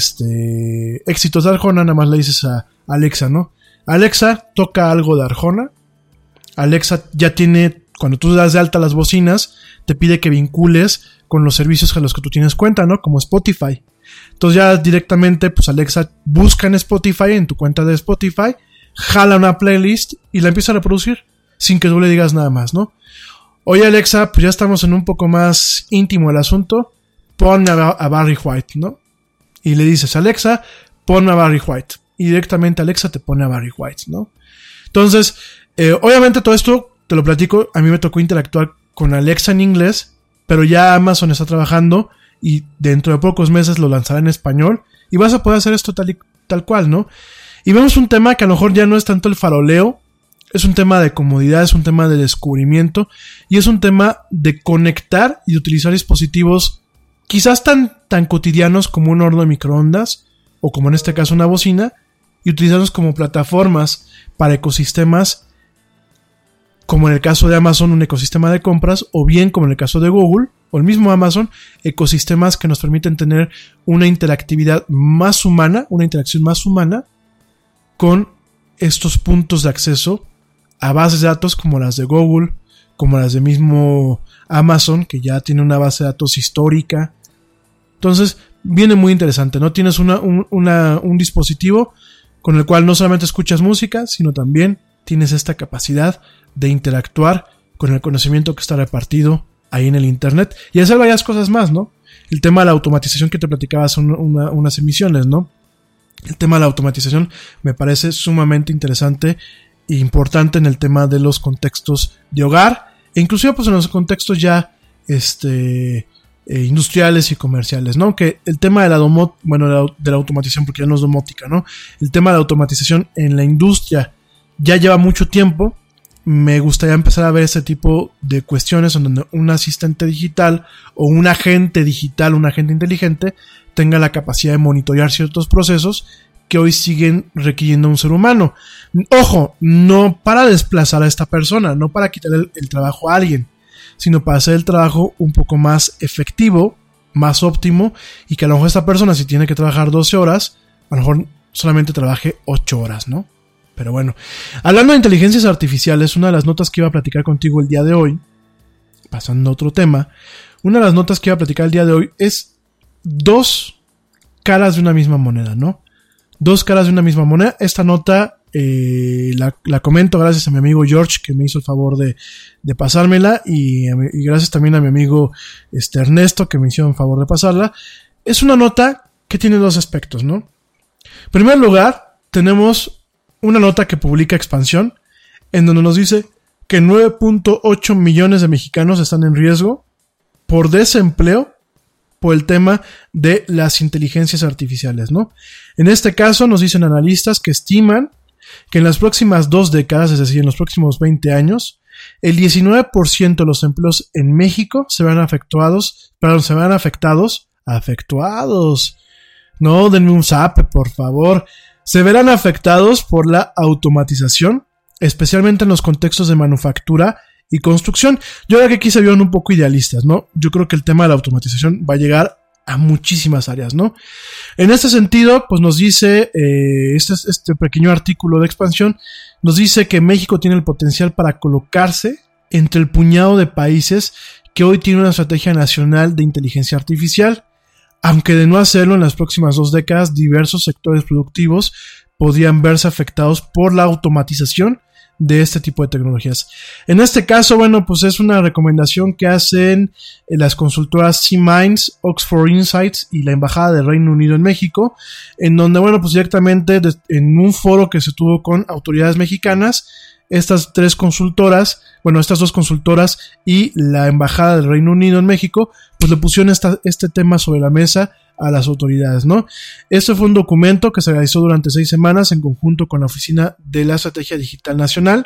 este éxitos de Arjona, nada más le dices a Alexa, ¿no? Alexa, toca algo de Arjona. Alexa ya tiene, cuando tú das de alta las bocinas, te pide que vincules con los servicios a los que tú tienes cuenta, ¿no? Como Spotify. Entonces ya directamente, pues Alexa busca en Spotify, en tu cuenta de Spotify, jala una playlist y la empieza a reproducir sin que tú le digas nada más, ¿no? Oye Alexa, pues ya estamos en un poco más íntimo el asunto, ponme a, a Barry White, ¿no? Y le dices, Alexa, ponme a Barry White. Y directamente Alexa te pone a Barry White, ¿no? Entonces, eh, obviamente todo esto, te lo platico, a mí me tocó interactuar con Alexa en inglés, pero ya Amazon está trabajando y dentro de pocos meses lo lanzará en español y vas a poder hacer esto tal y tal cual, ¿no? Y vemos un tema que a lo mejor ya no es tanto el faroleo, es un tema de comodidad, es un tema de descubrimiento y es un tema de conectar y de utilizar dispositivos quizás tan, tan cotidianos como un horno de microondas o como en este caso una bocina y utilizarlos como plataformas para ecosistemas como en el caso de Amazon, un ecosistema de compras, o bien como en el caso de Google, o el mismo Amazon, ecosistemas que nos permiten tener una interactividad más humana, una interacción más humana con estos puntos de acceso a bases de datos como las de Google, como las de mismo Amazon, que ya tiene una base de datos histórica. Entonces, viene muy interesante, ¿no? Tienes una, un, una, un dispositivo con el cual no solamente escuchas música, sino también tienes esta capacidad de interactuar con el conocimiento que está repartido ahí en el internet y hacer varias cosas más, ¿no? El tema de la automatización que te platicaba hace una, una, unas emisiones, ¿no? El tema de la automatización me parece sumamente interesante e importante en el tema de los contextos de hogar e inclusive pues en los contextos ya este eh, industriales y comerciales, ¿no? Que el tema de la domot, bueno, de la, de la automatización, porque ya no es domótica, ¿no? El tema de la automatización en la industria ya lleva mucho tiempo. Me gustaría empezar a ver ese tipo de cuestiones en donde un asistente digital o un agente digital, un agente inteligente, tenga la capacidad de monitorear ciertos procesos que hoy siguen requiriendo un ser humano. Ojo, no para desplazar a esta persona, no para quitar el, el trabajo a alguien, sino para hacer el trabajo un poco más efectivo, más óptimo, y que a lo mejor esta persona, si tiene que trabajar doce horas, a lo mejor solamente trabaje ocho horas, ¿no? Pero bueno, hablando de inteligencias artificiales, una de las notas que iba a platicar contigo el día de hoy, pasando a otro tema, una de las notas que iba a platicar el día de hoy es dos caras de una misma moneda, ¿no? Dos caras de una misma moneda. Esta nota eh, la, la comento gracias a mi amigo George, que me hizo el favor de, de pasármela, y, y gracias también a mi amigo este, Ernesto, que me hicieron el favor de pasarla. Es una nota que tiene dos aspectos, ¿no? En primer lugar, tenemos una nota que publica Expansión, en donde nos dice que nueve punto ocho millones de mexicanos están en riesgo por desempleo por el tema de las inteligencias artificiales, ¿no? En este caso nos dicen analistas que estiman que en las próximas dos décadas, es decir, en los próximos veinte años, el diecinueve por ciento de los empleos en México se verán afectados, perdón, se verán afectados, afectuados. No, denme un zape, por favor. Se verán afectados por la automatización, especialmente en los contextos de manufactura y construcción. Yo creo que aquí se vieron un poco idealistas, ¿no? Yo creo que el tema de la automatización va a llegar a muchísimas áreas, ¿no? En este sentido, pues nos dice, eh, este, este pequeño artículo de Expansión, nos dice que México tiene el potencial para colocarse entre el puñado de países que hoy tienen una estrategia nacional de inteligencia artificial. Aunque de no hacerlo en las próximas dos décadas, diversos sectores productivos podrían verse afectados por la automatización de este tipo de tecnologías. En este caso, bueno, pues es una recomendación que hacen las consultoras C-Minds, Oxford Insights y la Embajada del Reino Unido en México, en donde, bueno, pues directamente en un foro que se tuvo con autoridades mexicanas, estas tres consultoras, bueno, estas dos consultoras y la Embajada del Reino Unido en México, pues le pusieron esta, este tema sobre la mesa a las autoridades, ¿no? Este fue un documento que se realizó durante seis semanas en conjunto con la Oficina de la Estrategia Digital Nacional,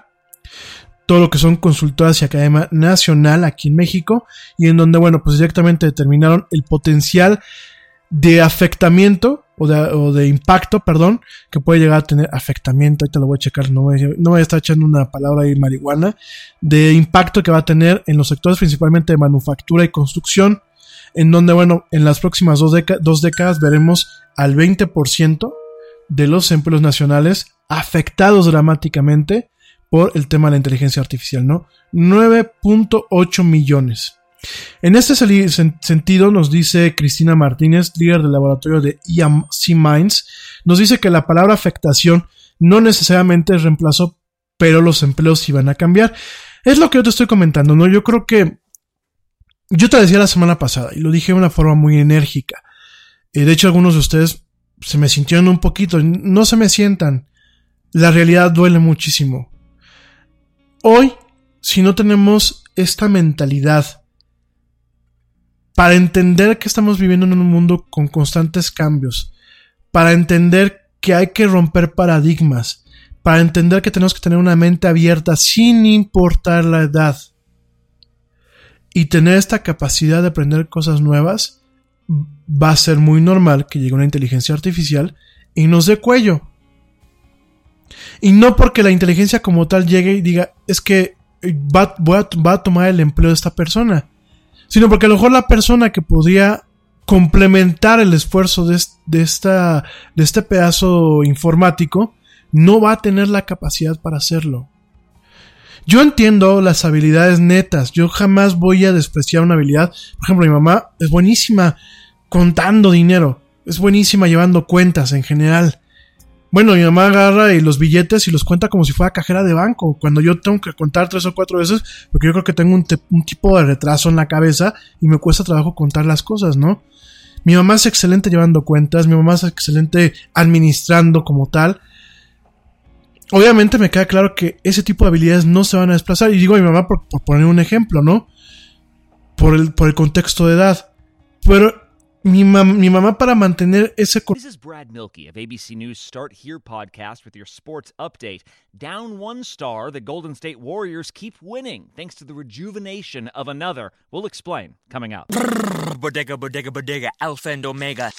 todo lo que son consultoras y Academia Nacional aquí en México, y en donde, bueno, pues directamente determinaron el potencial de afectamiento o de, o de impacto, perdón, que puede llegar a tener afectamiento, ahorita lo voy a checar, no voy, no voy a estar echando una palabra ahí marihuana, de impacto que va a tener en los sectores principalmente de manufactura y construcción, en donde, bueno, en las próximas dos, deca- dos décadas veremos al veinte por ciento de los empleos nacionales afectados dramáticamente por el tema de la inteligencia artificial, ¿no? nueve punto ocho millones. En este sentido nos dice Cristina Martínez, líder del laboratorio de E M C Minds, nos dice que la palabra afectación no necesariamente es reemplazo, pero los empleos sí van a cambiar. Es lo que yo te estoy comentando, ¿no? Yo creo que yo te decía la semana pasada y lo dije de una forma muy enérgica. Eh, de hecho, algunos de ustedes se me sintieron un poquito. No se me sientan. La realidad duele muchísimo. Hoy, si no tenemos esta mentalidad para entender que estamos viviendo en un mundo con constantes cambios, para entender que hay que romper paradigmas, para entender que tenemos que tener una mente abierta sin importar la edad y tener esta capacidad de aprender cosas nuevas, va a ser muy normal que llegue una inteligencia artificial y nos dé cuello. Y no porque la inteligencia como tal llegue y diga, es que va, voy a, va a tomar el empleo de esta persona, sino porque a lo mejor la persona que podría complementar el esfuerzo de, de, esta, de este pedazo informático no va a tener la capacidad para hacerlo. Yo entiendo las habilidades netas, yo jamás voy a despreciar una habilidad. Por ejemplo, mi mamá es buenísima contando dinero, es buenísima llevando cuentas en general. Bueno, mi mamá agarra y los billetes y los cuenta como si fuera cajera de banco, cuando yo tengo que contar tres o cuatro veces, porque yo creo que tengo un, te- un tipo de retraso en la cabeza y me cuesta trabajo contar las cosas, ¿no? Mi mamá es excelente llevando cuentas, mi mamá es excelente administrando como tal. Obviamente me queda claro que ese tipo de habilidades no se van a desplazar, y digo a mi mamá por, por poner un ejemplo, ¿no? Por el, por el contexto de edad. Pero Mi, mam- mi mamá para mantener ese... This is Brad Milkey of A B C News Start Here podcast with your sports update. Down one star, the Golden State Warriors keep winning thanks to the rejuvenation of another. We'll explain coming up. Bodega, bodega, bodega, alpha and omega.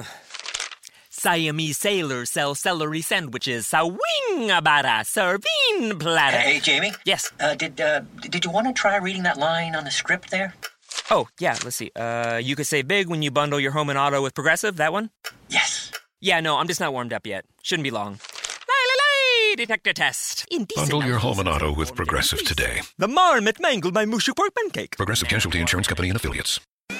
Siamese sailors sell celery sandwiches. Sawing abara, serving platter. Hey, Jamie? Yes? Uh, did, uh, did you want to try reading that line on the script there? Oh, yeah, let's see. Uh, you could save big when you bundle your home and auto with Progressive, that one? Yes. Yeah, no, I'm just not warmed up yet. Shouldn't be long. Lie, detector test. Indecent. Bundle your home and auto with Progressive today. The marmot mangled my mushu pork pancake. Progressive Casualty Insurance Company and Affiliates.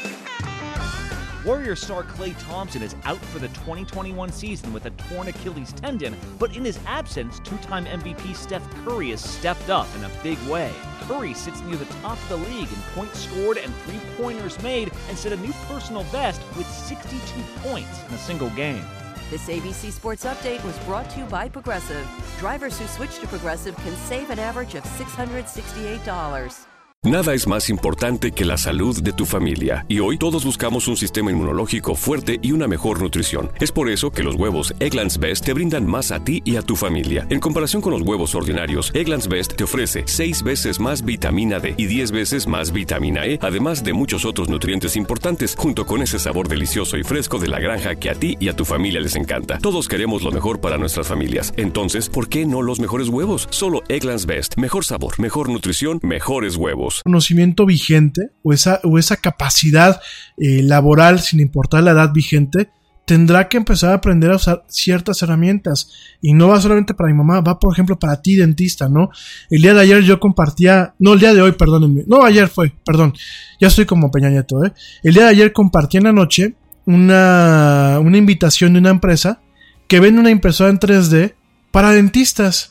Warrior star Klay Thompson is out for the twenty twenty-one season with a torn Achilles tendon, but in his absence, two-time M V P Steph Curry has stepped up in a big way. Curry sits near the top of the league in points scored and three-pointers made and set a new personal best with sixty-two points in a single game. This A B C Sports Update was brought to you by Progressive. Drivers who switch to Progressive can save an average of six hundred sixty-eight dollars. Nada es más importante que la salud de tu familia, y hoy todos buscamos un sistema inmunológico fuerte y una mejor nutrición. Es por eso que los huevos Eggland's Best te brindan más a ti y a tu familia. En comparación con los huevos ordinarios, Eggland's Best te ofrece seis veces más vitamina D y diez veces más vitamina E, además de muchos otros nutrientes importantes, junto con ese sabor delicioso y fresco de la granja que a ti y a tu familia les encanta. Todos queremos lo mejor para nuestras familias. Entonces, ¿por qué no los mejores huevos? Solo Eggland's Best. Mejor sabor, mejor nutrición, mejores huevos. Conocimiento vigente o esa, o esa capacidad eh, laboral, sin importar la edad vigente, tendrá que empezar a aprender a usar ciertas herramientas, y no va solamente para mi mamá, va por ejemplo para ti, dentista, ¿no? El día de ayer yo compartía, no el día de hoy, perdónenme, no ayer fue, perdón, ya estoy como Peña Nieto, ¿eh? El día de ayer compartí en la noche una, una invitación de una empresa que vende una impresora en tres D para dentistas.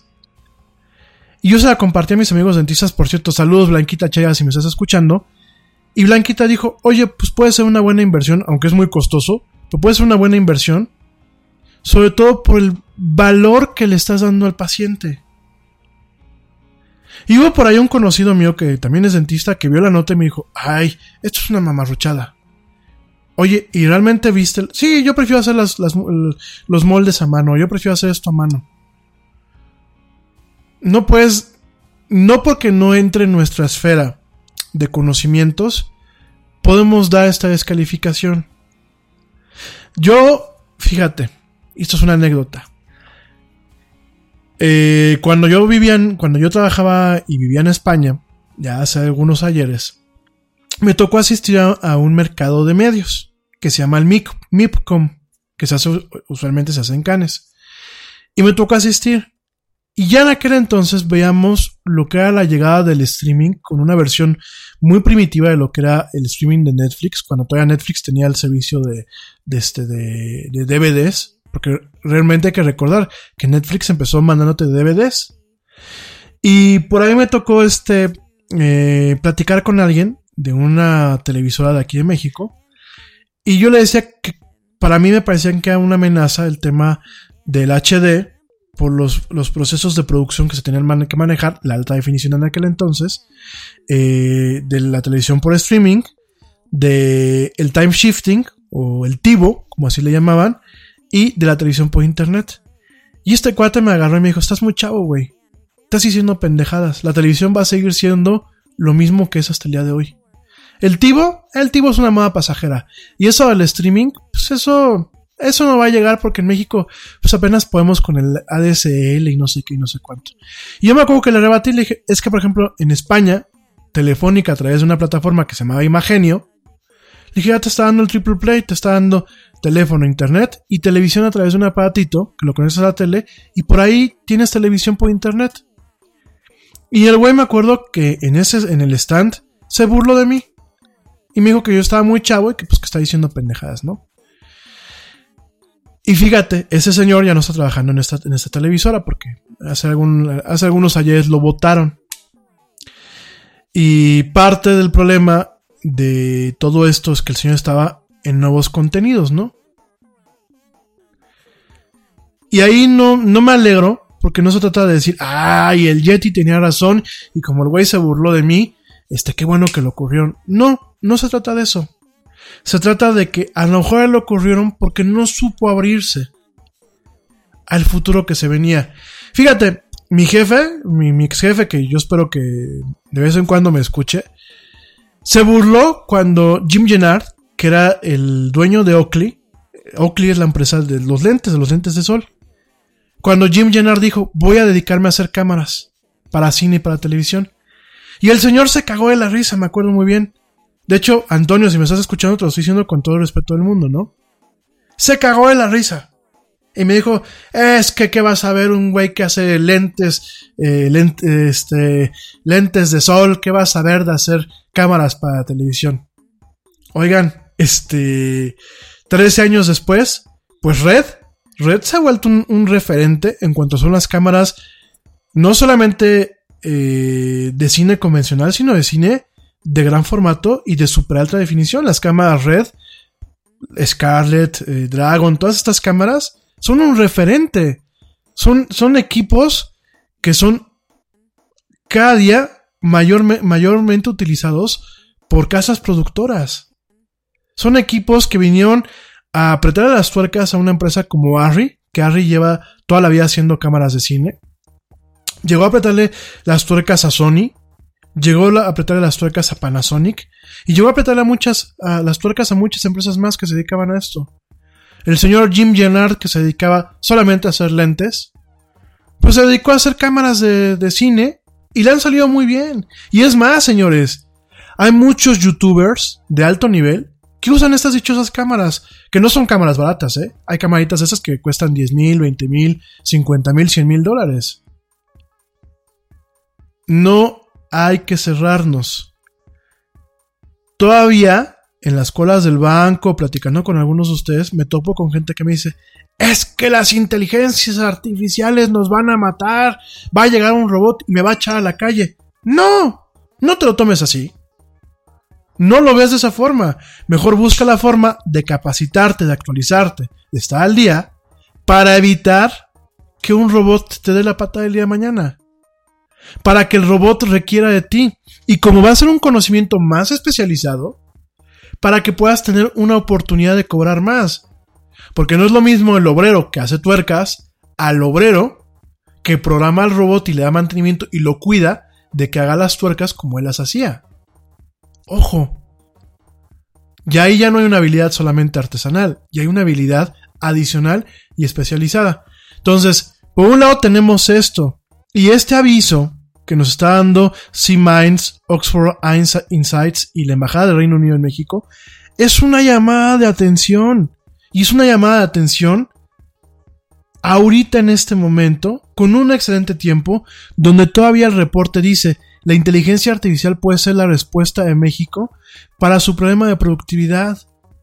Y yo se la compartí a mis amigos dentistas, por cierto, saludos Blanquita Chaya si me estás escuchando. Y Blanquita dijo, oye, pues puede ser una buena inversión, aunque es muy costoso, pero puede ser una buena inversión, sobre todo por el valor que le estás dando al paciente. Y hubo por ahí un conocido mío que también es dentista, que vio la nota y me dijo, ay, esto es una mamarruchada. Oye, ¿y realmente viste? El... Sí, yo prefiero hacer las, las, los moldes a mano, yo prefiero hacer esto a mano. No puedes, no porque no entre en nuestra esfera de conocimientos, podemos dar esta descalificación. Yo, fíjate, esto es una anécdota. Eh, cuando yo vivía, en, cuando yo trabajaba y vivía en España, ya hace algunos ayeres, me tocó asistir a, a un mercado de medios que se llama el MIPCOM, que se hace, usualmente se hace en Cannes. Y me tocó asistir. Y ya en aquel entonces veíamos lo que era la llegada del streaming con una versión muy primitiva de lo que era el streaming de Netflix, cuando todavía Netflix tenía el servicio de, de, este, de, de D V Ds, porque realmente hay que recordar que Netflix empezó mandándote D V Ds. Y por ahí me tocó este eh, platicar con alguien de una televisora de aquí de México, y yo le decía que para mí me parecía que era una amenaza el tema del H D, por los, los procesos de producción que se tenían que manejar, la alta definición en aquel entonces, eh, de la televisión por streaming, de el time shifting, o el TiVo, como así le llamaban, y de la televisión por internet. Y este cuate me agarró y me dijo, estás muy chavo, güey, estás diciendo pendejadas, la televisión va a seguir siendo lo mismo que es hasta el día de hoy. El TiVo, el TiVo es una moda pasajera, y eso del streaming, pues eso... Eso no va a llegar porque en México pues apenas podemos con el A D S L y no sé qué y no sé cuánto. Y yo me acuerdo que le rebatí y le dije, es que por ejemplo en España, Telefónica a través de una plataforma que se llamaba Imagenio, le dije, ya te está dando el triple play, te está dando teléfono, internet y televisión a través de un aparatito que lo conectas a la tele y por ahí tienes televisión por internet. Y el güey me acuerdo que en ese en el stand se burló de mí y me dijo que yo estaba muy chavo y que pues que estaba diciendo pendejadas, ¿no? Y fíjate, ese señor ya no está trabajando en esta, en esta televisora porque hace, algún, hace algunos ayeres lo votaron. Y parte del problema de todo esto es que el señor estaba en nuevos contenidos, ¿no? Y ahí no, no me alegro porque no se trata de decir, ay, el Yeti tenía razón y como el güey se burló de mí, este, qué bueno que lo ocurrieron. No, no se trata de eso. Se trata de que a lo mejor le ocurrieron porque no supo abrirse al futuro que se venía. Fíjate, mi jefe, mi, mi ex jefe, que yo espero que de vez en cuando me escuche, se burló cuando Jim Gennard, que era el dueño de Oakley, Oakley es la empresa de los lentes, de los lentes de sol, cuando Jim Gennard dijo, voy a dedicarme a hacer cámaras para cine y para televisión. Y el señor se cagó de la risa, me acuerdo muy bien. De hecho, Antonio, si me estás escuchando, te lo estoy diciendo con todo el respeto del mundo, ¿no? Se cagó de la risa. Y me dijo, es que, ¿qué vas a ver un güey que hace lentes, eh, lentes, este, lentes de sol? ¿Qué vas a ver de hacer cámaras para televisión? Oigan, este, trece años después, pues Red, Red se ha vuelto un, un referente en cuanto son las cámaras, no solamente eh, de cine convencional, sino de cine de gran formato y de super alta definición. Las cámaras Red, Scarlett, eh, Dragon, todas estas cámaras son un referente. Son, son equipos que son cada día mayor, mayormente utilizados por casas productoras. Son equipos que vinieron a apretar las tuercas a una empresa como Arri, que Arri lleva toda la vida haciendo cámaras de cine. Llegó a apretarle las tuercas a Sony. Llegó a apretarle las tuercas a Panasonic y llegó a apretarle a muchas, a las tuercas a muchas empresas más que se dedicaban a esto. El señor Jim Gennard, que se dedicaba solamente a hacer lentes, pues se dedicó a hacer cámaras de, de cine y le han salido muy bien. Y es más, señores, hay muchos youtubers de alto nivel que usan estas dichosas cámaras, que no son cámaras baratas, ¿eh? Hay camaritas esas que cuestan diez mil, veinte mil, cincuenta mil, cien mil dólares. No hay que cerrarnos. Todavía en las colas del banco, platicando con algunos de ustedes, me topo con gente que me dice, es que las inteligencias artificiales nos van a matar, va a llegar un robot y me va a echar a la calle. No, no te lo tomes así. No lo ves de esa forma. Mejor busca la forma de capacitarte, de actualizarte, de estar al día, para evitar que un robot te dé la patada el día de mañana. Para que el robot requiera de ti. Y como va a ser un conocimiento más especializado, para que puedas tener una oportunidad de cobrar más. Porque no es lo mismo el obrero que hace tuercas al obrero que programa al robot y le da mantenimiento y lo cuida de que haga las tuercas como él las hacía. Ojo. Ya ahí ya no hay una habilidad solamente artesanal, ya hay una habilidad adicional y especializada. Entonces, por un lado tenemos esto. Y este aviso que nos está dando C-Minds, Oxford Insights y la Embajada del Reino Unido en México es una llamada de atención. Y es una llamada de atención ahorita en este momento, con un excelente tiempo, donde todavía el reporte dice, la inteligencia artificial puede ser la respuesta de México para su problema de productividad.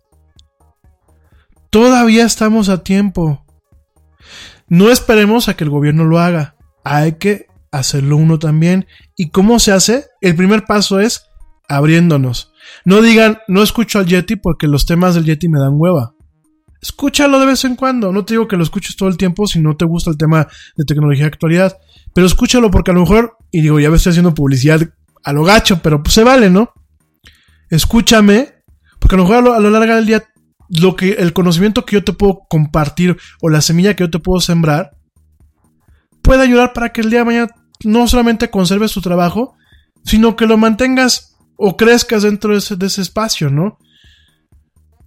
Todavía estamos a tiempo. No esperemos a que el gobierno lo haga. Hay que hacerlo uno también. ¿Y cómo se hace? El primer paso es abriéndonos. No digan, no escucho al Yeti porque los temas del Yeti me dan hueva. Escúchalo de vez en cuando. No te digo que lo escuches todo el tiempo si no te gusta el tema de tecnología de actualidad. Pero escúchalo porque a lo mejor, y digo, ya me estoy haciendo publicidad a lo gacho, pero pues se vale, ¿no? Escúchame, porque a lo mejor a lo, a lo largo del día, lo que, el conocimiento que yo te puedo compartir o la semilla que yo te puedo sembrar puede ayudar para que el día de mañana no solamente conserves tu trabajo, sino que lo mantengas o crezcas dentro de ese, de ese espacio, ¿no?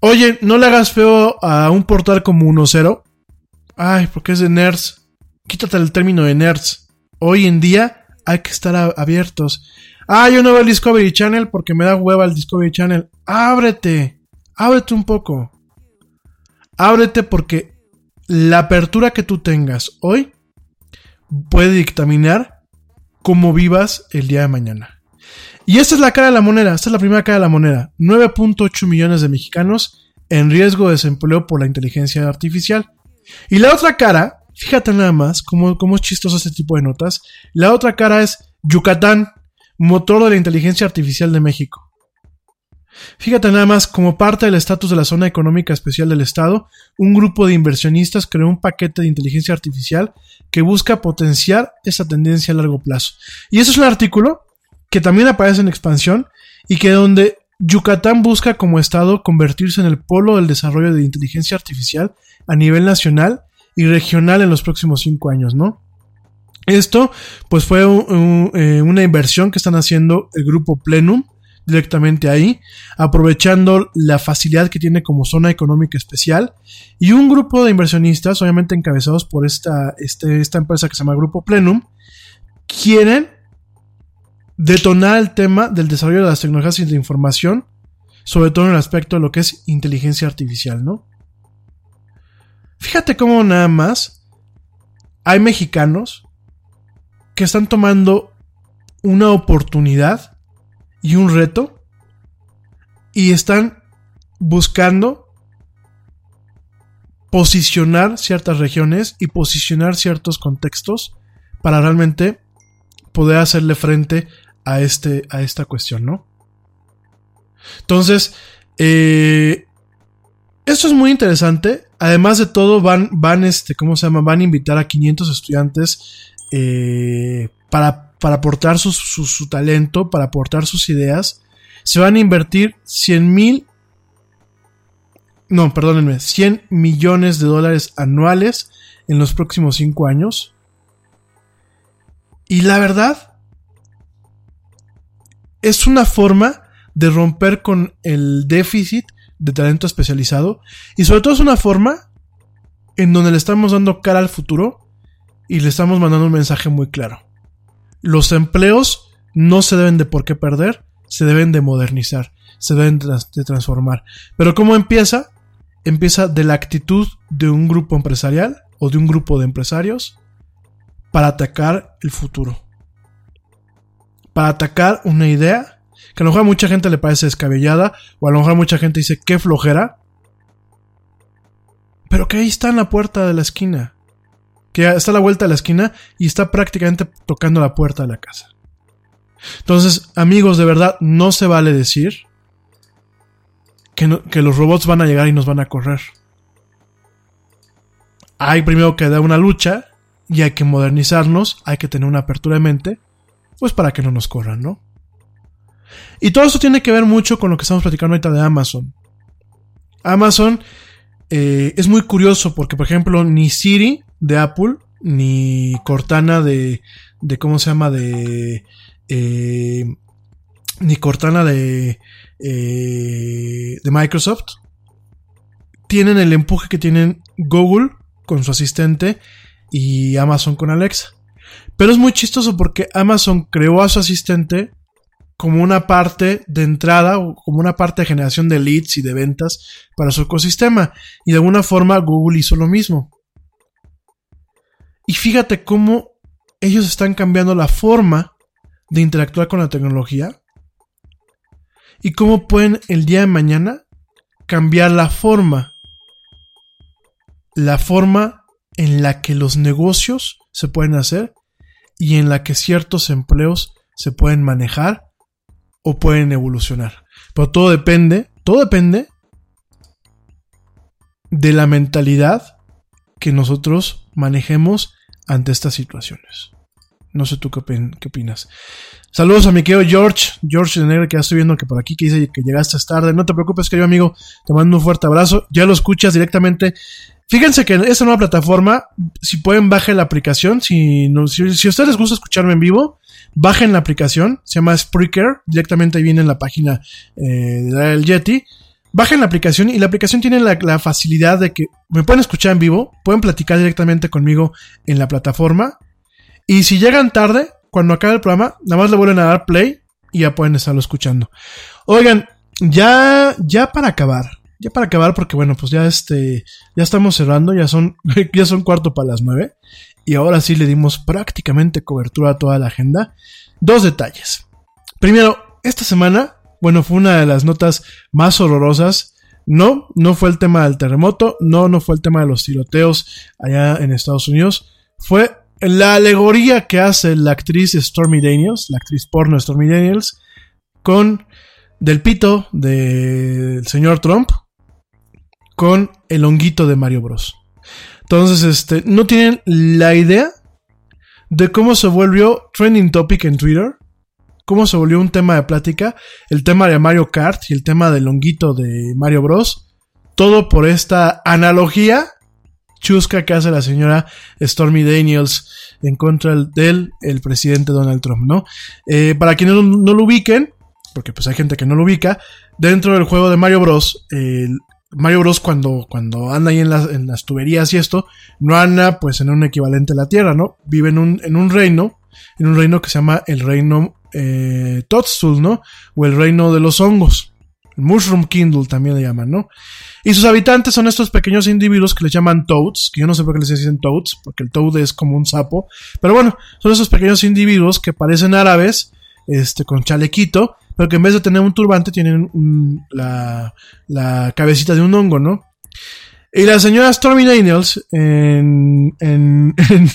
Oye, no le hagas feo a un portal como uno cero. Ay, porque es de nerds. Quítate el término de nerds. Hoy en día hay que estar a- abiertos. Ah, yo no veo el Discovery Channel porque me da hueva el Discovery Channel. Ábrete. Ábrete un poco. Ábrete porque la apertura que tú tengas hoy puede dictaminar cómo vivas el día de mañana. Y esta es la cara de la moneda. Esta es la primera cara de la moneda. nueve punto ocho millones de mexicanos en riesgo de desempleo por la inteligencia artificial. Y la otra cara, fíjate nada más cómo, cómo es chistoso este tipo de notas. La otra cara es Yucatán, motor de la inteligencia artificial de México. Fíjate nada más, como parte del estatus de la zona económica especial del estado, un grupo de inversionistas creó un paquete de inteligencia artificial que busca potenciar esa tendencia a largo plazo. Y eso es un artículo que también aparece en Expansión y que donde Yucatán busca como estado convertirse en el polo del desarrollo de inteligencia artificial a nivel nacional y regional en los próximos cinco años, ¿no? Esto, pues fue un, un, eh, una inversión que están haciendo el grupo Plenum directamente ahí, aprovechando la facilidad que tiene como zona económica especial, y un grupo de inversionistas, obviamente encabezados por esta, este, esta empresa que se llama Grupo Plenum, quieren detonar el tema del desarrollo de las tecnologías de información, sobre todo en el aspecto de lo que es inteligencia artificial, ¿no? Fíjate cómo nada más hay mexicanos que están tomando una oportunidad y un reto y están buscando posicionar ciertas regiones y posicionar ciertos contextos para realmente poder hacerle frente a este a esta cuestión, ¿no? Entonces, eh, esto es muy interesante. Además de todo, van, van, este, ¿cómo se llama? Van a invitar a quinientos estudiantes eh, para, para aportar su, su, su talento, para aportar sus ideas. Se van a invertir cien mil, no, perdónenme, cien millones de dólares anuales en los próximos cinco años. Y la verdad, es una forma de romper con el déficit de talento especializado, y sobre todo es una forma en donde le estamos dando cara al futuro y le estamos mandando un mensaje muy claro. Los empleos no se deben de por qué perder, se deben de modernizar, se deben de transformar. Pero ¿cómo empieza? Empieza de la actitud de un grupo empresarial o de un grupo de empresarios para atacar el futuro, para atacar una idea que a lo mejor a mucha gente le parece descabellada, o a lo mejor a mucha gente dice qué flojera, pero que ahí está en la puerta de la esquina, que está a la vuelta de la esquina y está prácticamente tocando la puerta de la casa. Entonces, amigos, de verdad, no se vale decir que, no, que los robots van a llegar y nos van a correr. Hay primero que dar una lucha y hay que modernizarnos, hay que tener una apertura de mente, pues para que no nos corran, ¿no? Y todo esto tiene que ver mucho con lo que estamos platicando ahorita de Amazon. Amazon eh, es muy curioso porque, por ejemplo, ni Siri de Apple, ni Cortana de, de ¿cómo se llama? De, eh, ni Cortana de, eh, de Microsoft tienen el empuje que tienen Google con su asistente y Amazon con Alexa. Pero es muy chistoso porque Amazon creó a su asistente como una parte de entrada o como una parte de generación de leads y de ventas para su ecosistema, y de alguna forma Google hizo lo mismo. Y fíjate cómo ellos están cambiando la forma de interactuar con la tecnología y cómo pueden el día de mañana cambiar la forma la forma en la que los negocios se pueden hacer y en la que ciertos empleos se pueden manejar o pueden evolucionar. Pero todo depende, todo depende de la mentalidad que nosotros manejemos ante estas situaciones. No sé tú qué, opin- qué opinas. Saludos a mi querido George, George de Negro, que ya estoy viendo que por aquí que dice que llegaste tarde. No te preocupes, querido amigo, te mando un fuerte abrazo. Ya lo escuchas directamente. Fíjense que en esta nueva plataforma, si pueden, bajen la aplicación. Si, no, si, si a ustedes les gusta escucharme en vivo, bajen la aplicación. Se llama Spreaker. Directamente ahí viene en la página eh, del Yeti. bajen la aplicación y la aplicación tiene la, la facilidad de que me pueden escuchar en vivo, pueden platicar directamente conmigo en la plataforma y si llegan tarde, cuando acabe el programa, nada más le vuelven a dar play y ya pueden estarlo escuchando. Oigan, ya, ya para acabar, ya para acabar porque bueno, pues ya este, ya estamos cerrando, ya son, ya son cuarto para las nueve y ahora sí le dimos prácticamente cobertura a toda la agenda. Dos detalles. Primero, esta semana, bueno, fue una de las notas más horrorosas. No, no fue el tema del terremoto, no, no fue el tema de los tiroteos allá en Estados Unidos, fue la alegoría que hace la actriz Stormy Daniels, la actriz porno Stormy Daniels, con del pito del señor Trump, con el honguito de Mario Bros. Entonces, este, no tienen la idea de cómo se volvió trending topic en Twitter, cómo se volvió un tema de plática, el tema de Mario Kart y el tema del honguito de Mario Bros. Todo por esta analogía chusca que hace la señora Stormy Daniels en contra del el presidente Donald Trump, ¿no? Eh, para quienes no, no lo ubiquen, porque pues hay gente que no lo ubica, dentro del juego de Mario Bros, eh, Mario Bros cuando, cuando anda ahí en las, en las tuberías y esto, no anda pues en un equivalente a la Tierra, ¿no? Vive en un, en un reino, en un reino que se llama el reino eh, Toadstool, ¿no? O el reino de los hongos. Mushroom Kingdom también le llaman, ¿no? Y sus habitantes son estos pequeños individuos que les llaman Toads, que yo no sé por qué les dicen Toads, porque el Toad es como un sapo, pero bueno, son esos pequeños individuos que parecen árabes, este, con chalequito, pero que en vez de tener un turbante tienen un, la, la cabecita de un hongo, ¿no? Y la señora Stormy Daniels, en, en, en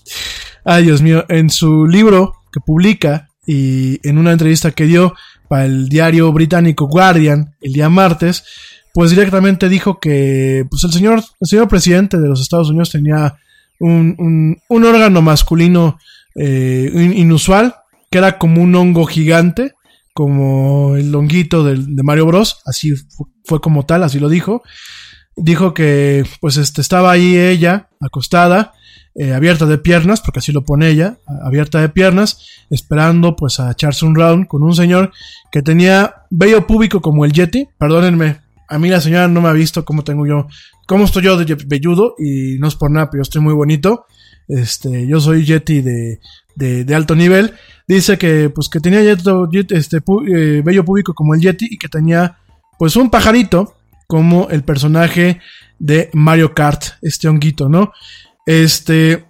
ay Dios mío, en su libro que publica y en una entrevista que dio para el diario británico Guardian el día martes, pues directamente dijo que pues el señor, el señor presidente de los Estados Unidos tenía un, un, un órgano masculino eh, inusual, que era como un hongo gigante, como el honguito de, de Mario Bros, así fue, fue como tal, así lo dijo. Dijo que pues este estaba ahí ella, acostada, eh, abierta de piernas, porque así lo pone ella, abierta de piernas, esperando pues a echarse un round con un señor que tenía vello púbico como el Yeti. Perdónenme, a mí la señora no me ha visto cómo tengo yo, cómo estoy yo de velludo, y no es por nada, pero yo estoy muy bonito. Este, yo soy Yeti de, de, de alto nivel. Dice que pues que tenía yeto, este, pu, eh, vello púbico como el Yeti y que tenía pues un pajarito como el personaje de Mario Kart, este honguito, ¿no? Este,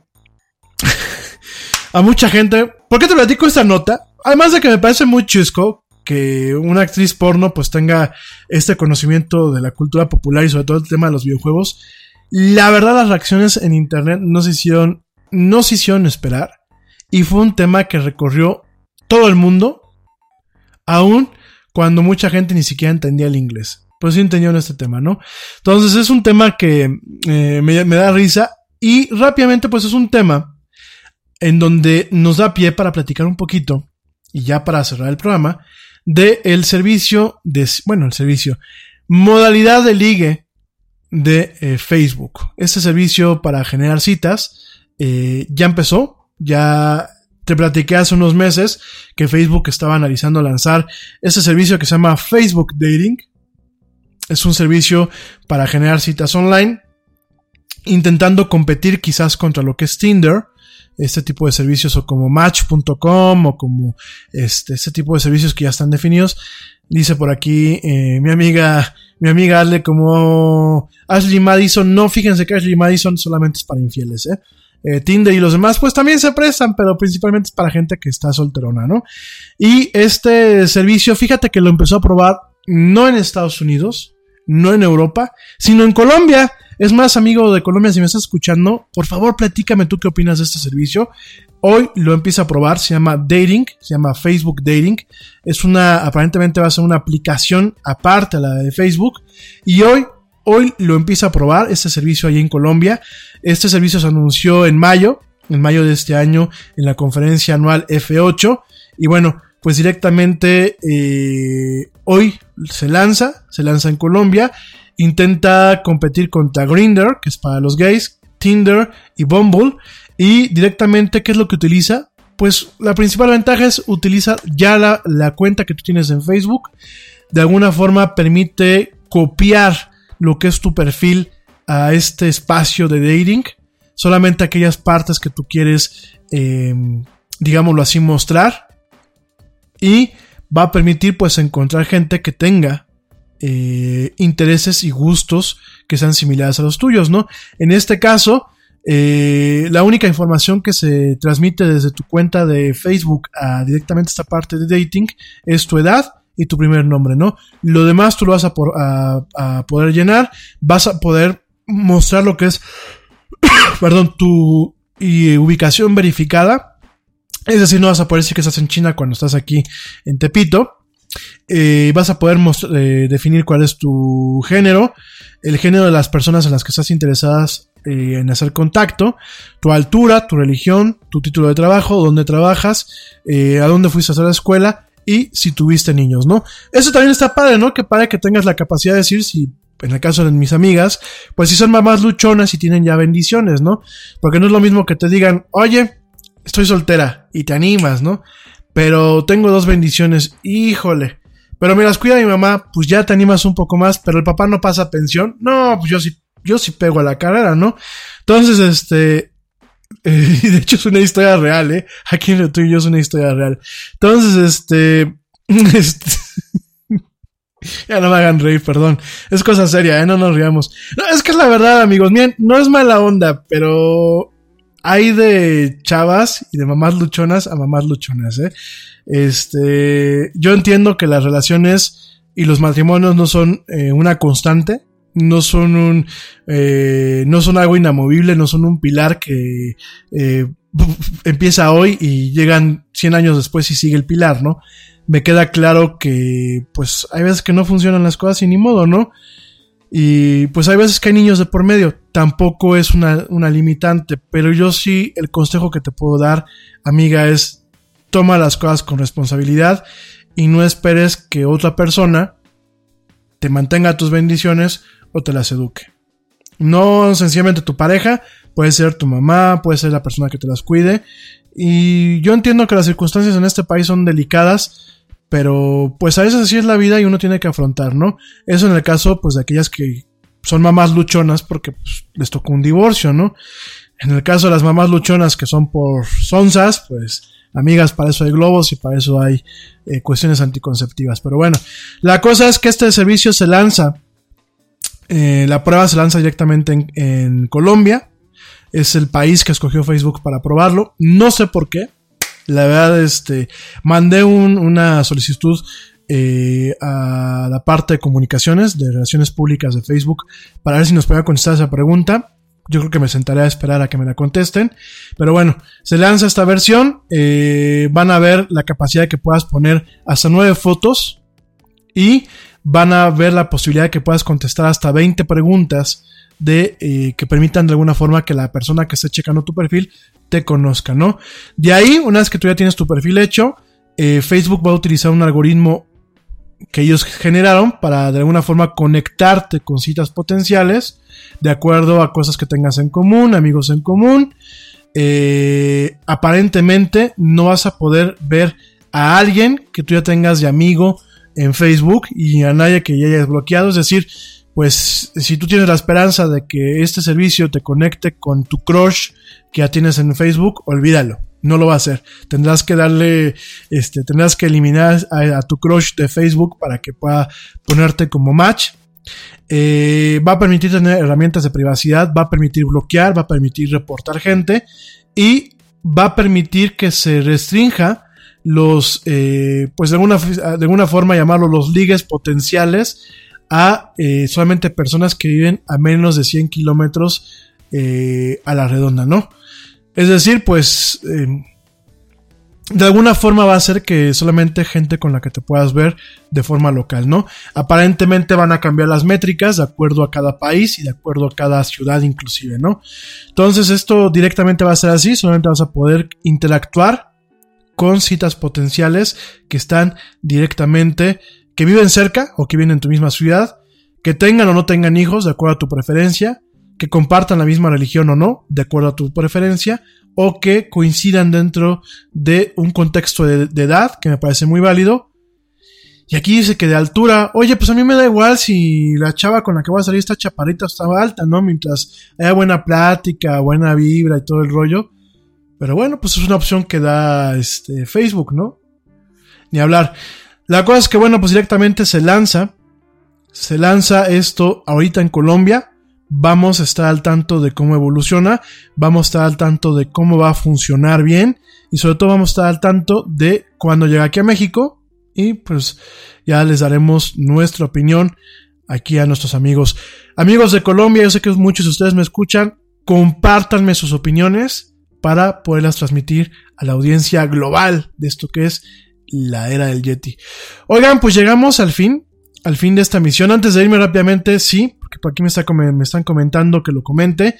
a mucha gente, ¿por qué te platico esta nota? Además de que me parece muy chusco que una actriz porno pues tenga este conocimiento de la cultura popular y sobre todo el tema de los videojuegos. La verdad, las reacciones en internet no se hicieron, no se hicieron esperar, y fue un tema que recorrió todo el mundo, aún cuando mucha gente ni siquiera entendía el inglés. Pues sí entendieron este tema, ¿no? Entonces es un tema que eh, me, me da risa, y rápidamente pues es un tema en donde nos da pie para platicar un poquito, y ya para cerrar el programa, de el servicio de, bueno, el servicio, modalidad de ligue de eh, Facebook. Este servicio para generar citas eh, ya empezó, ya te platiqué hace unos meses que Facebook estaba analizando lanzar este servicio que se llama Facebook Dating. Es un servicio para generar citas online, intentando competir quizás contra lo que es Tinder, este tipo de servicios, o como Match punto com, o como este, este tipo de servicios que ya están definidos. Dice por aquí eh, mi amiga, mi amiga Ashley, como Ashley Madison. No, fíjense que Ashley Madison solamente es para infieles, eh. Eh, Tinder y los demás pues también se prestan, pero principalmente es para gente que está solterona, ¿no? Y este servicio, fíjate que lo empezó a probar no en Estados Unidos, no en Europa, sino en Colombia. Es más, amigo de Colombia, si me estás escuchando, por favor platícame tú qué opinas de este servicio. Hoy lo empieza a probar, se llama Dating, se llama Facebook Dating. Es una, aparentemente va a ser una aplicación aparte a la de Facebook, y hoy Hoy lo empieza a probar este servicio allí en Colombia. Este servicio se anunció en mayo, en mayo de este año, en la conferencia anual F ocho. Y bueno, pues directamente eh, hoy se lanza, se lanza en Colombia. Intenta competir contra Grindr, que es para los gays, Tinder y Bumble. Y directamente, ¿qué es lo que utiliza? Pues la principal ventaja es utiliza ya la, la cuenta que tú tienes en Facebook. De alguna forma permite copiar lo que es tu perfil a este espacio de dating. Solamente aquellas partes que tú quieres, eh, digámoslo así, mostrar. Y va a permitir pues encontrar gente que tenga eh, intereses y gustos que sean similares a los tuyos, ¿no? En este caso, eh, la única información que se transmite desde tu cuenta de Facebook a directamente esta parte de dating es tu edad y tu primer nombre, ¿no? Lo demás tú lo vas a, por, a, a poder llenar, vas a poder mostrar lo que es, perdón, tu y, ubicación verificada. Es decir, no vas a poder decir que estás en China cuando estás aquí en Tepito. Eh, vas a poder most- eh, definir cuál es tu género, el género de las personas en las que estás interesadas eh, en hacer contacto, tu altura, tu religión, tu título de trabajo, dónde trabajas, eh, a dónde fuiste a hacer la escuela y si tuviste niños, ¿no? Eso también está padre, ¿no? Que padre que tengas la capacidad de decir si, en el caso de mis amigas, pues si son mamás luchonas y tienen ya bendiciones, ¿no? Porque no es lo mismo que te digan, oye, estoy soltera y te animas, ¿no? Pero tengo dos bendiciones, híjole, pero me las cuida mi mamá, pues ya te animas un poco más, pero el papá no pasa pensión, no, pues yo sí, yo sí pego a la carrera, ¿no? Entonces, este, eh, de hecho es una historia real, ¿eh? Aquí en lo tuyo es una historia real. Entonces, este, este ya no me hagan reír, perdón, es cosa seria, ¿eh? No nos riamos. No, es que es la verdad, amigos, miren, no es mala onda, pero hay de chavas y de mamás luchonas a mamás luchonas, ¿eh? Este, yo entiendo que las relaciones y los matrimonios no son eh, una constante, no son un, eh, no son algo inamovible, no son un pilar que eh, empieza hoy y llegan cien años después y sigue el pilar, ¿no? Me queda claro que, pues, hay veces que no funcionan las cosas y ni modo, ¿no? Y pues hay veces que hay niños de por medio, tampoco es una, una limitante, pero yo sí, el consejo que te puedo dar, amiga, es toma las cosas con responsabilidad y no esperes que otra persona te mantenga tus bendiciones o te las eduque. No sencillamente tu pareja, puede ser tu mamá, puede ser la persona que te las cuide, y yo entiendo que las circunstancias en este país son delicadas, pero pues a veces así es la vida y uno tiene que afrontar, ¿no? Eso en el caso pues de aquellas que son mamás luchonas porque pues, les tocó un divorcio, ¿no? En el caso de las mamás luchonas que son por sonzas, pues amigas, para eso hay globos y para eso hay eh, cuestiones anticonceptivas. Pero bueno, la cosa es que este servicio se lanza, eh, la prueba se lanza directamente en, en Colombia, es el país que escogió Facebook para probarlo, no sé por qué. La verdad, este, mandé un, una solicitud eh, a la parte de comunicaciones, de relaciones públicas de Facebook, para ver si nos podía contestar esa pregunta. Yo creo que me sentaré a esperar a que me la contesten. Pero bueno, se lanza esta versión, eh, van a ver la capacidad de que puedas poner hasta nueve fotos y van a ver la posibilidad de que puedas contestar hasta veinte preguntas de eh, que permitan de alguna forma que la persona que esté checando tu perfil te conozca, ¿no? De ahí, una vez que tú ya tienes tu perfil hecho, eh, Facebook va a utilizar un algoritmo que ellos generaron para de alguna forma conectarte con citas potenciales de acuerdo a cosas que tengas en común, amigos en común. Eh, aparentemente no vas a poder ver a alguien que tú ya tengas de amigo en Facebook y a nadie que ya hayas bloqueado, es decir, pues si tú tienes la esperanza de que este servicio te conecte con tu crush que ya tienes en Facebook, olvídalo, no lo va a hacer. Tendrás que darle, este, tendrás que eliminar a, a tu crush de Facebook para que pueda ponerte como match. Eh, va a permitir tener herramientas de privacidad, va a permitir bloquear, va a permitir reportar gente y va a permitir que se restrinja los, eh, pues de alguna, de alguna forma llamarlo los ligues potenciales a eh, solamente personas que viven a menos de cien kilómetros eh, a la redonda, ¿no? Es decir, pues eh, de alguna forma va a ser que solamente gente con la que te puedas ver de forma local, ¿no? Aparentemente van a cambiar las métricas de acuerdo a cada país y de acuerdo a cada ciudad inclusive, ¿no? Entonces esto directamente va a ser así, solamente vas a poder interactuar con citas potenciales que están directamente, que viven cerca o que viven en tu misma ciudad, que tengan o no tengan hijos de acuerdo a tu preferencia, que compartan la misma religión o no de acuerdo a tu preferencia, o que coincidan dentro de un contexto de, de edad que me parece muy válido, Y aquí dice que de altura, oye, pues a mí me da igual si la chava con la que voy a salir está chaparrita o está alta, ¿no? Mientras haya buena plática, buena vibra y todo el rollo. Pero bueno, pues es una opción que da este Facebook, ¿no? Ni hablar. La cosa es que, bueno, pues directamente se lanza, se lanza esto ahorita en Colombia. Vamos a estar al tanto de cómo evoluciona, vamos a estar al tanto de cómo va a funcionar bien y sobre todo vamos a estar al tanto de cuando llega aquí a México y pues ya les daremos nuestra opinión aquí a nuestros amigos. Amigos de Colombia, yo sé que muchos de ustedes me escuchan, compártanme sus opiniones para poderlas transmitir a la audiencia global de esto que es la era del Yeti. Oigan, pues llegamos al fin, al fin de esta misión. Antes de irme rápidamente, sí, porque por aquí me, está, me están comentando que lo comente.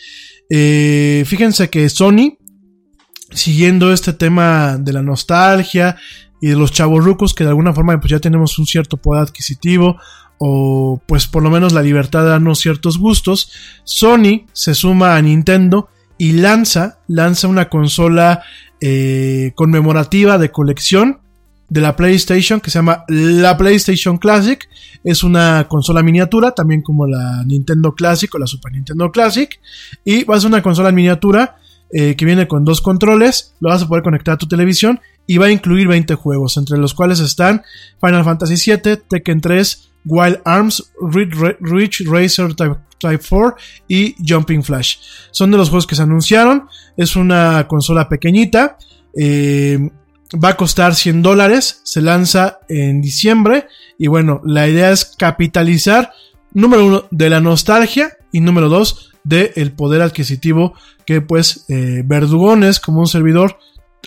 Eh, fíjense que Sony, siguiendo este tema de la nostalgia y de los chavorrucos que de alguna forma pues ya tenemos un cierto poder adquisitivo o pues por lo menos la libertad de darnos ciertos gustos, Sony se suma a Nintendo y lanza, lanza una consola eh, conmemorativa de colección de la PlayStation que se llama la PlayStation Classic. Es una consola miniatura, también como la Nintendo Classic o la Super Nintendo Classic, y va a ser una consola en miniatura eh, que viene con dos controles, lo vas a poder conectar a tu televisión y va a incluir veinte juegos, entre los cuales están Final Fantasy siete, Tekken tres, Wild Arms, Ridge Racer Type, Type cuatro y Jumping Flash. Son de los juegos que se anunciaron. Es una consola pequeñita, eh, va a costar cien dólares, se lanza en diciembre y bueno, la idea es capitalizar, número uno, de la nostalgia y número dos, del poder adquisitivo que pues eh, verdugones como un servidor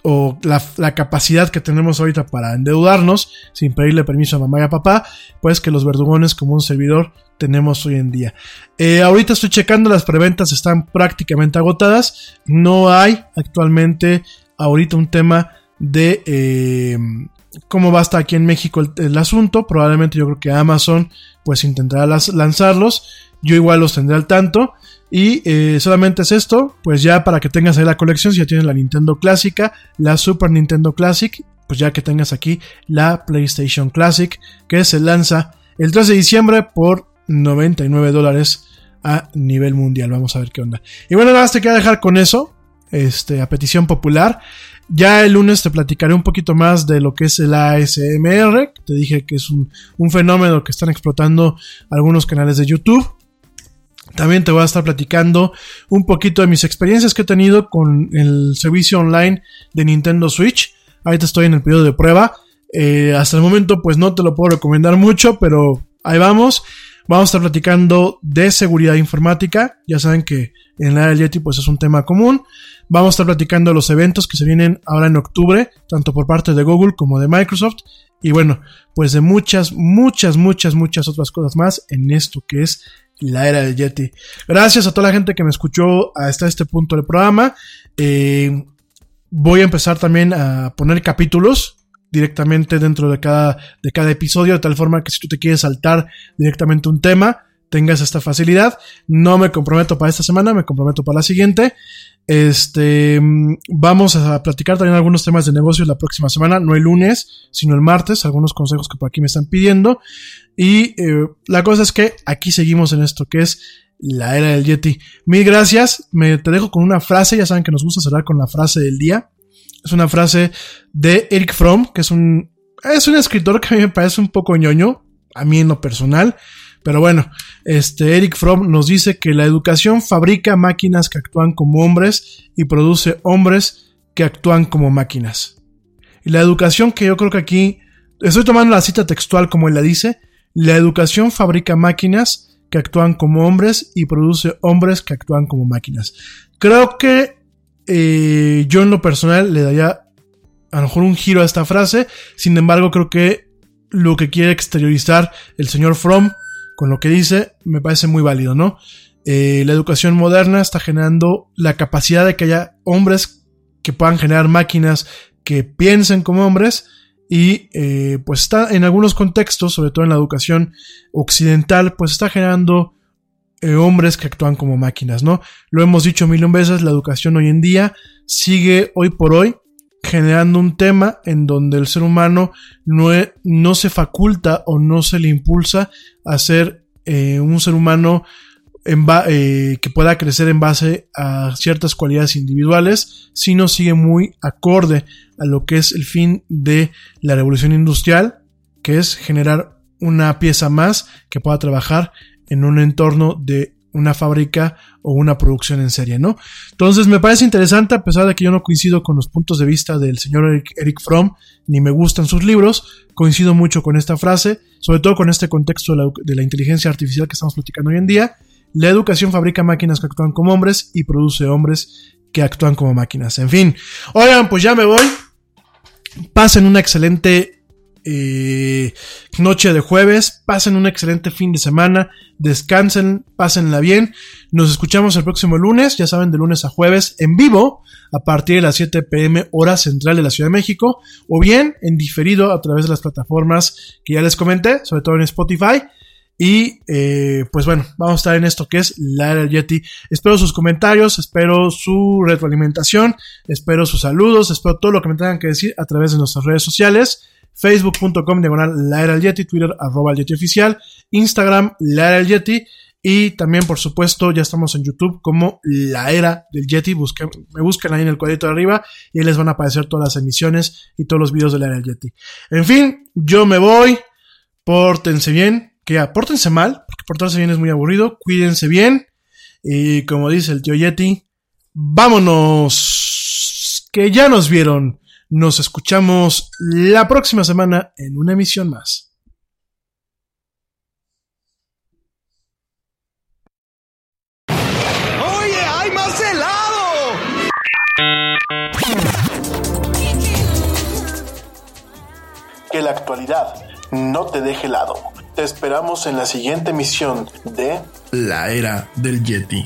o la, la capacidad que tenemos ahorita para endeudarnos sin pedirle permiso a mamá y a papá, pues que los verdugones como un servidor tenemos hoy en día. Eh, ahorita estoy checando, las preventas están prácticamente agotadas, no hay actualmente ahorita un tema de eh, cómo va a estar aquí en México el, el asunto. Probablemente yo creo que Amazon pues intentará las, lanzarlos, yo igual los tendré al tanto. Y eh, solamente es esto, pues ya para que tengas ahí la colección, si ya tienes la Nintendo Clásica, la Super Nintendo Classic, pues ya que tengas aquí la PlayStation Classic, que se lanza el tres de diciembre por noventa y nueve dólares a nivel mundial. Vamos a ver qué onda. Y bueno, nada más te quiero dejar con eso, este, a petición popular. Ya el lunes te platicaré un poquito más de lo que es el A S M R. Te dije que es un, un fenómeno que están explotando algunos canales de YouTube. También te voy a estar platicando un poquito de mis experiencias que he tenido con el servicio online de Nintendo Switch. Ahorita estoy en el periodo de prueba. Eh, hasta el momento pues no te lo puedo recomendar mucho, pero ahí vamos. Vamos a estar platicando de seguridad informática. Ya saben que en la era del Yeti pues es un tema común. Vamos a estar platicando de los eventos que se vienen ahora en octubre, tanto por parte de Google como de Microsoft. Y bueno, pues de muchas, muchas, muchas, muchas otras cosas más en esto que es la era del Yeti. Gracias a toda la gente que me escuchó hasta este punto del programa. Eh, voy a empezar también a poner capítulos directamente dentro de cada, de cada episodio, de tal forma que si tú te quieres saltar directamente un tema, tengas esta facilidad. No me comprometo para esta semana, me comprometo para la siguiente. Este, vamos a platicar también algunos temas de negocios la próxima semana, no el lunes, sino el martes, algunos consejos que por aquí me están pidiendo. Y eh, la cosa es que aquí seguimos en esto que es la era del Yeti. Mil gracias, me te dejo con una frase, ya saben que nos gusta cerrar con la frase del día. Es una frase de Eric Fromm, que es un, es un escritor que a mí me parece un poco ñoño, a mí en lo personal. Pero bueno, este Eric Fromm nos dice que la educación fabrica máquinas que actúan como hombres y produce hombres que actúan como máquinas. Y la educación, que yo creo que aquí, estoy tomando la cita textual como él la dice, la educación fabrica máquinas que actúan como hombres y produce hombres que actúan como máquinas. Creo que eh, yo en lo personal le daría a lo mejor un giro a esta frase, sin embargo creo que lo que quiere exteriorizar el señor Fromm con lo que dice, me parece muy válido, ¿no? Eh, la educación moderna está generando la capacidad de que haya hombres que puedan generar máquinas que piensen como hombres y eh, pues está en algunos contextos, sobre todo en la educación occidental, pues está generando eh, hombres que actúan como máquinas, ¿no? Lo hemos dicho mil veces, la educación hoy en día sigue hoy por hoy generando un tema en donde el ser humano no, e, no se faculta o no se le impulsa a ser eh, un ser humano en ba- eh, que pueda crecer en base a ciertas cualidades individuales, sino sigue muy acorde a lo que es el fin de la revolución industrial, que es generar una pieza más que pueda trabajar en un entorno de una fábrica o una producción en serie, ¿no? Entonces me parece interesante, a pesar de que yo no coincido con los puntos de vista del señor Eric, Eric Fromm, ni me gustan sus libros, coincido mucho con esta frase, sobre todo con este contexto de la, de la inteligencia artificial que estamos platicando hoy en día. La educación fabrica máquinas que actúan como hombres y produce hombres que actúan como máquinas. En fin, oigan, pues ya me voy. Pasen una excelente Eh, noche de jueves, pasen un excelente fin de semana, descansen, pásenla bien. Nos escuchamos el próximo lunes, ya saben, de lunes a jueves en vivo a partir de las siete pm hora central de la Ciudad de México, o bien en diferido a través de las plataformas que ya les comenté, sobre todo en Spotify. Y eh, pues bueno, vamos a estar en esto que es La Era del Yeti. Espero sus comentarios, espero su retroalimentación, espero sus saludos, espero todo lo que me tengan que decir a través de nuestras redes sociales. Facebook.com diagonal La Era del Yeti, Twitter arroba el Yeti Oficial, Instagram La Era del Yeti, y también por supuesto ya estamos en YouTube como La Era del Yeti. Busquen, me buscan ahí en el cuadrito de arriba y ahí les van a aparecer todas las emisiones y todos los videos de La Era del Yeti. En fin, yo me voy, pórtense bien, que ya, pórtense mal, porque portarse bien es muy aburrido, cuídense bien, y como dice el tío Yeti, vámonos, que ya nos vieron. Nos escuchamos la próxima semana en una emisión más. ¡Oye, hay más helado! Que la actualidad no te deje helado. Te esperamos en la siguiente emisión de La Era del Yeti.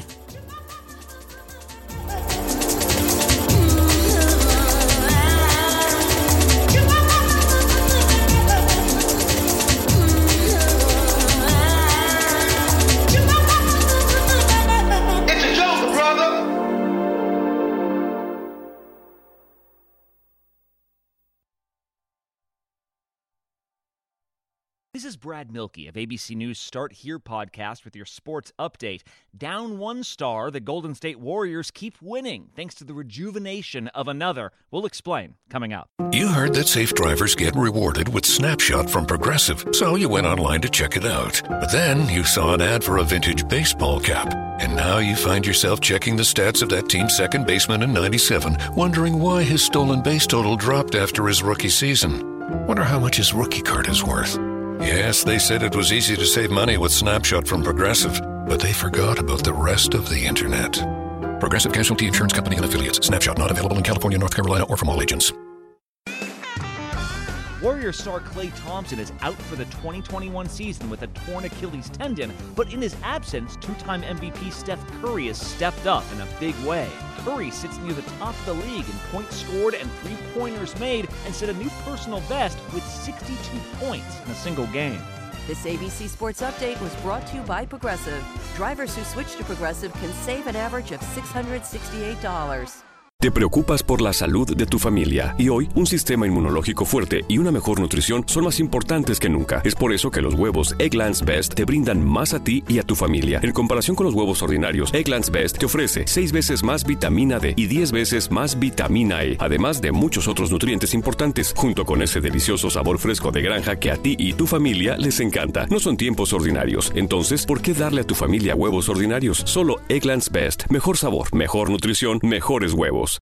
This is Brad Milkey of A B C News Start Here podcast with your sports update. Down one star, the Golden State Warriors keep winning thanks to the rejuvenation of another. We'll explain coming up. You heard that safe drivers get rewarded with Snapshot from Progressive, so you went online to check it out. But then you saw an ad for a vintage baseball cap, and now you find yourself checking the stats of that team's second baseman in ninety-seven, wondering why his stolen base total dropped after his rookie season. Wonder how much his rookie card is worth. Yes, they said it was easy to save money with Snapshot from Progressive, but they forgot about the rest of the internet. Progressive Casualty Insurance Company and Affiliates. Snapshot not available in California, North Carolina, or from all agents. Warrior star Klay Thompson is out for the twenty twenty-one season with a torn Achilles tendon, but in his absence, two-time M V P Steph Curry has stepped up in a big way. Curry sits near the top of the league in points scored and three-pointers made and set a new personal best with sixty-two points in a single game. This A B C Sports Update was brought to you by Progressive. Drivers who switch to Progressive can save an average of six hundred sixty-eight dollars. Te preocupas por la salud de tu familia y hoy un sistema inmunológico fuerte y una mejor nutrición son más importantes que nunca. Es por eso que los huevos Eggland's Best te brindan más a ti y a tu familia. En comparación con los huevos ordinarios, Eggland's Best te ofrece seis veces más vitamina D y diez veces más vitamina E, además de muchos otros nutrientes importantes, junto con ese delicioso sabor fresco de granja que a ti y tu familia les encanta. No son tiempos ordinarios, entonces, ¿por qué darle a tu familia huevos ordinarios? Solo Eggland's Best. Mejor sabor, mejor nutrición, mejores huevos.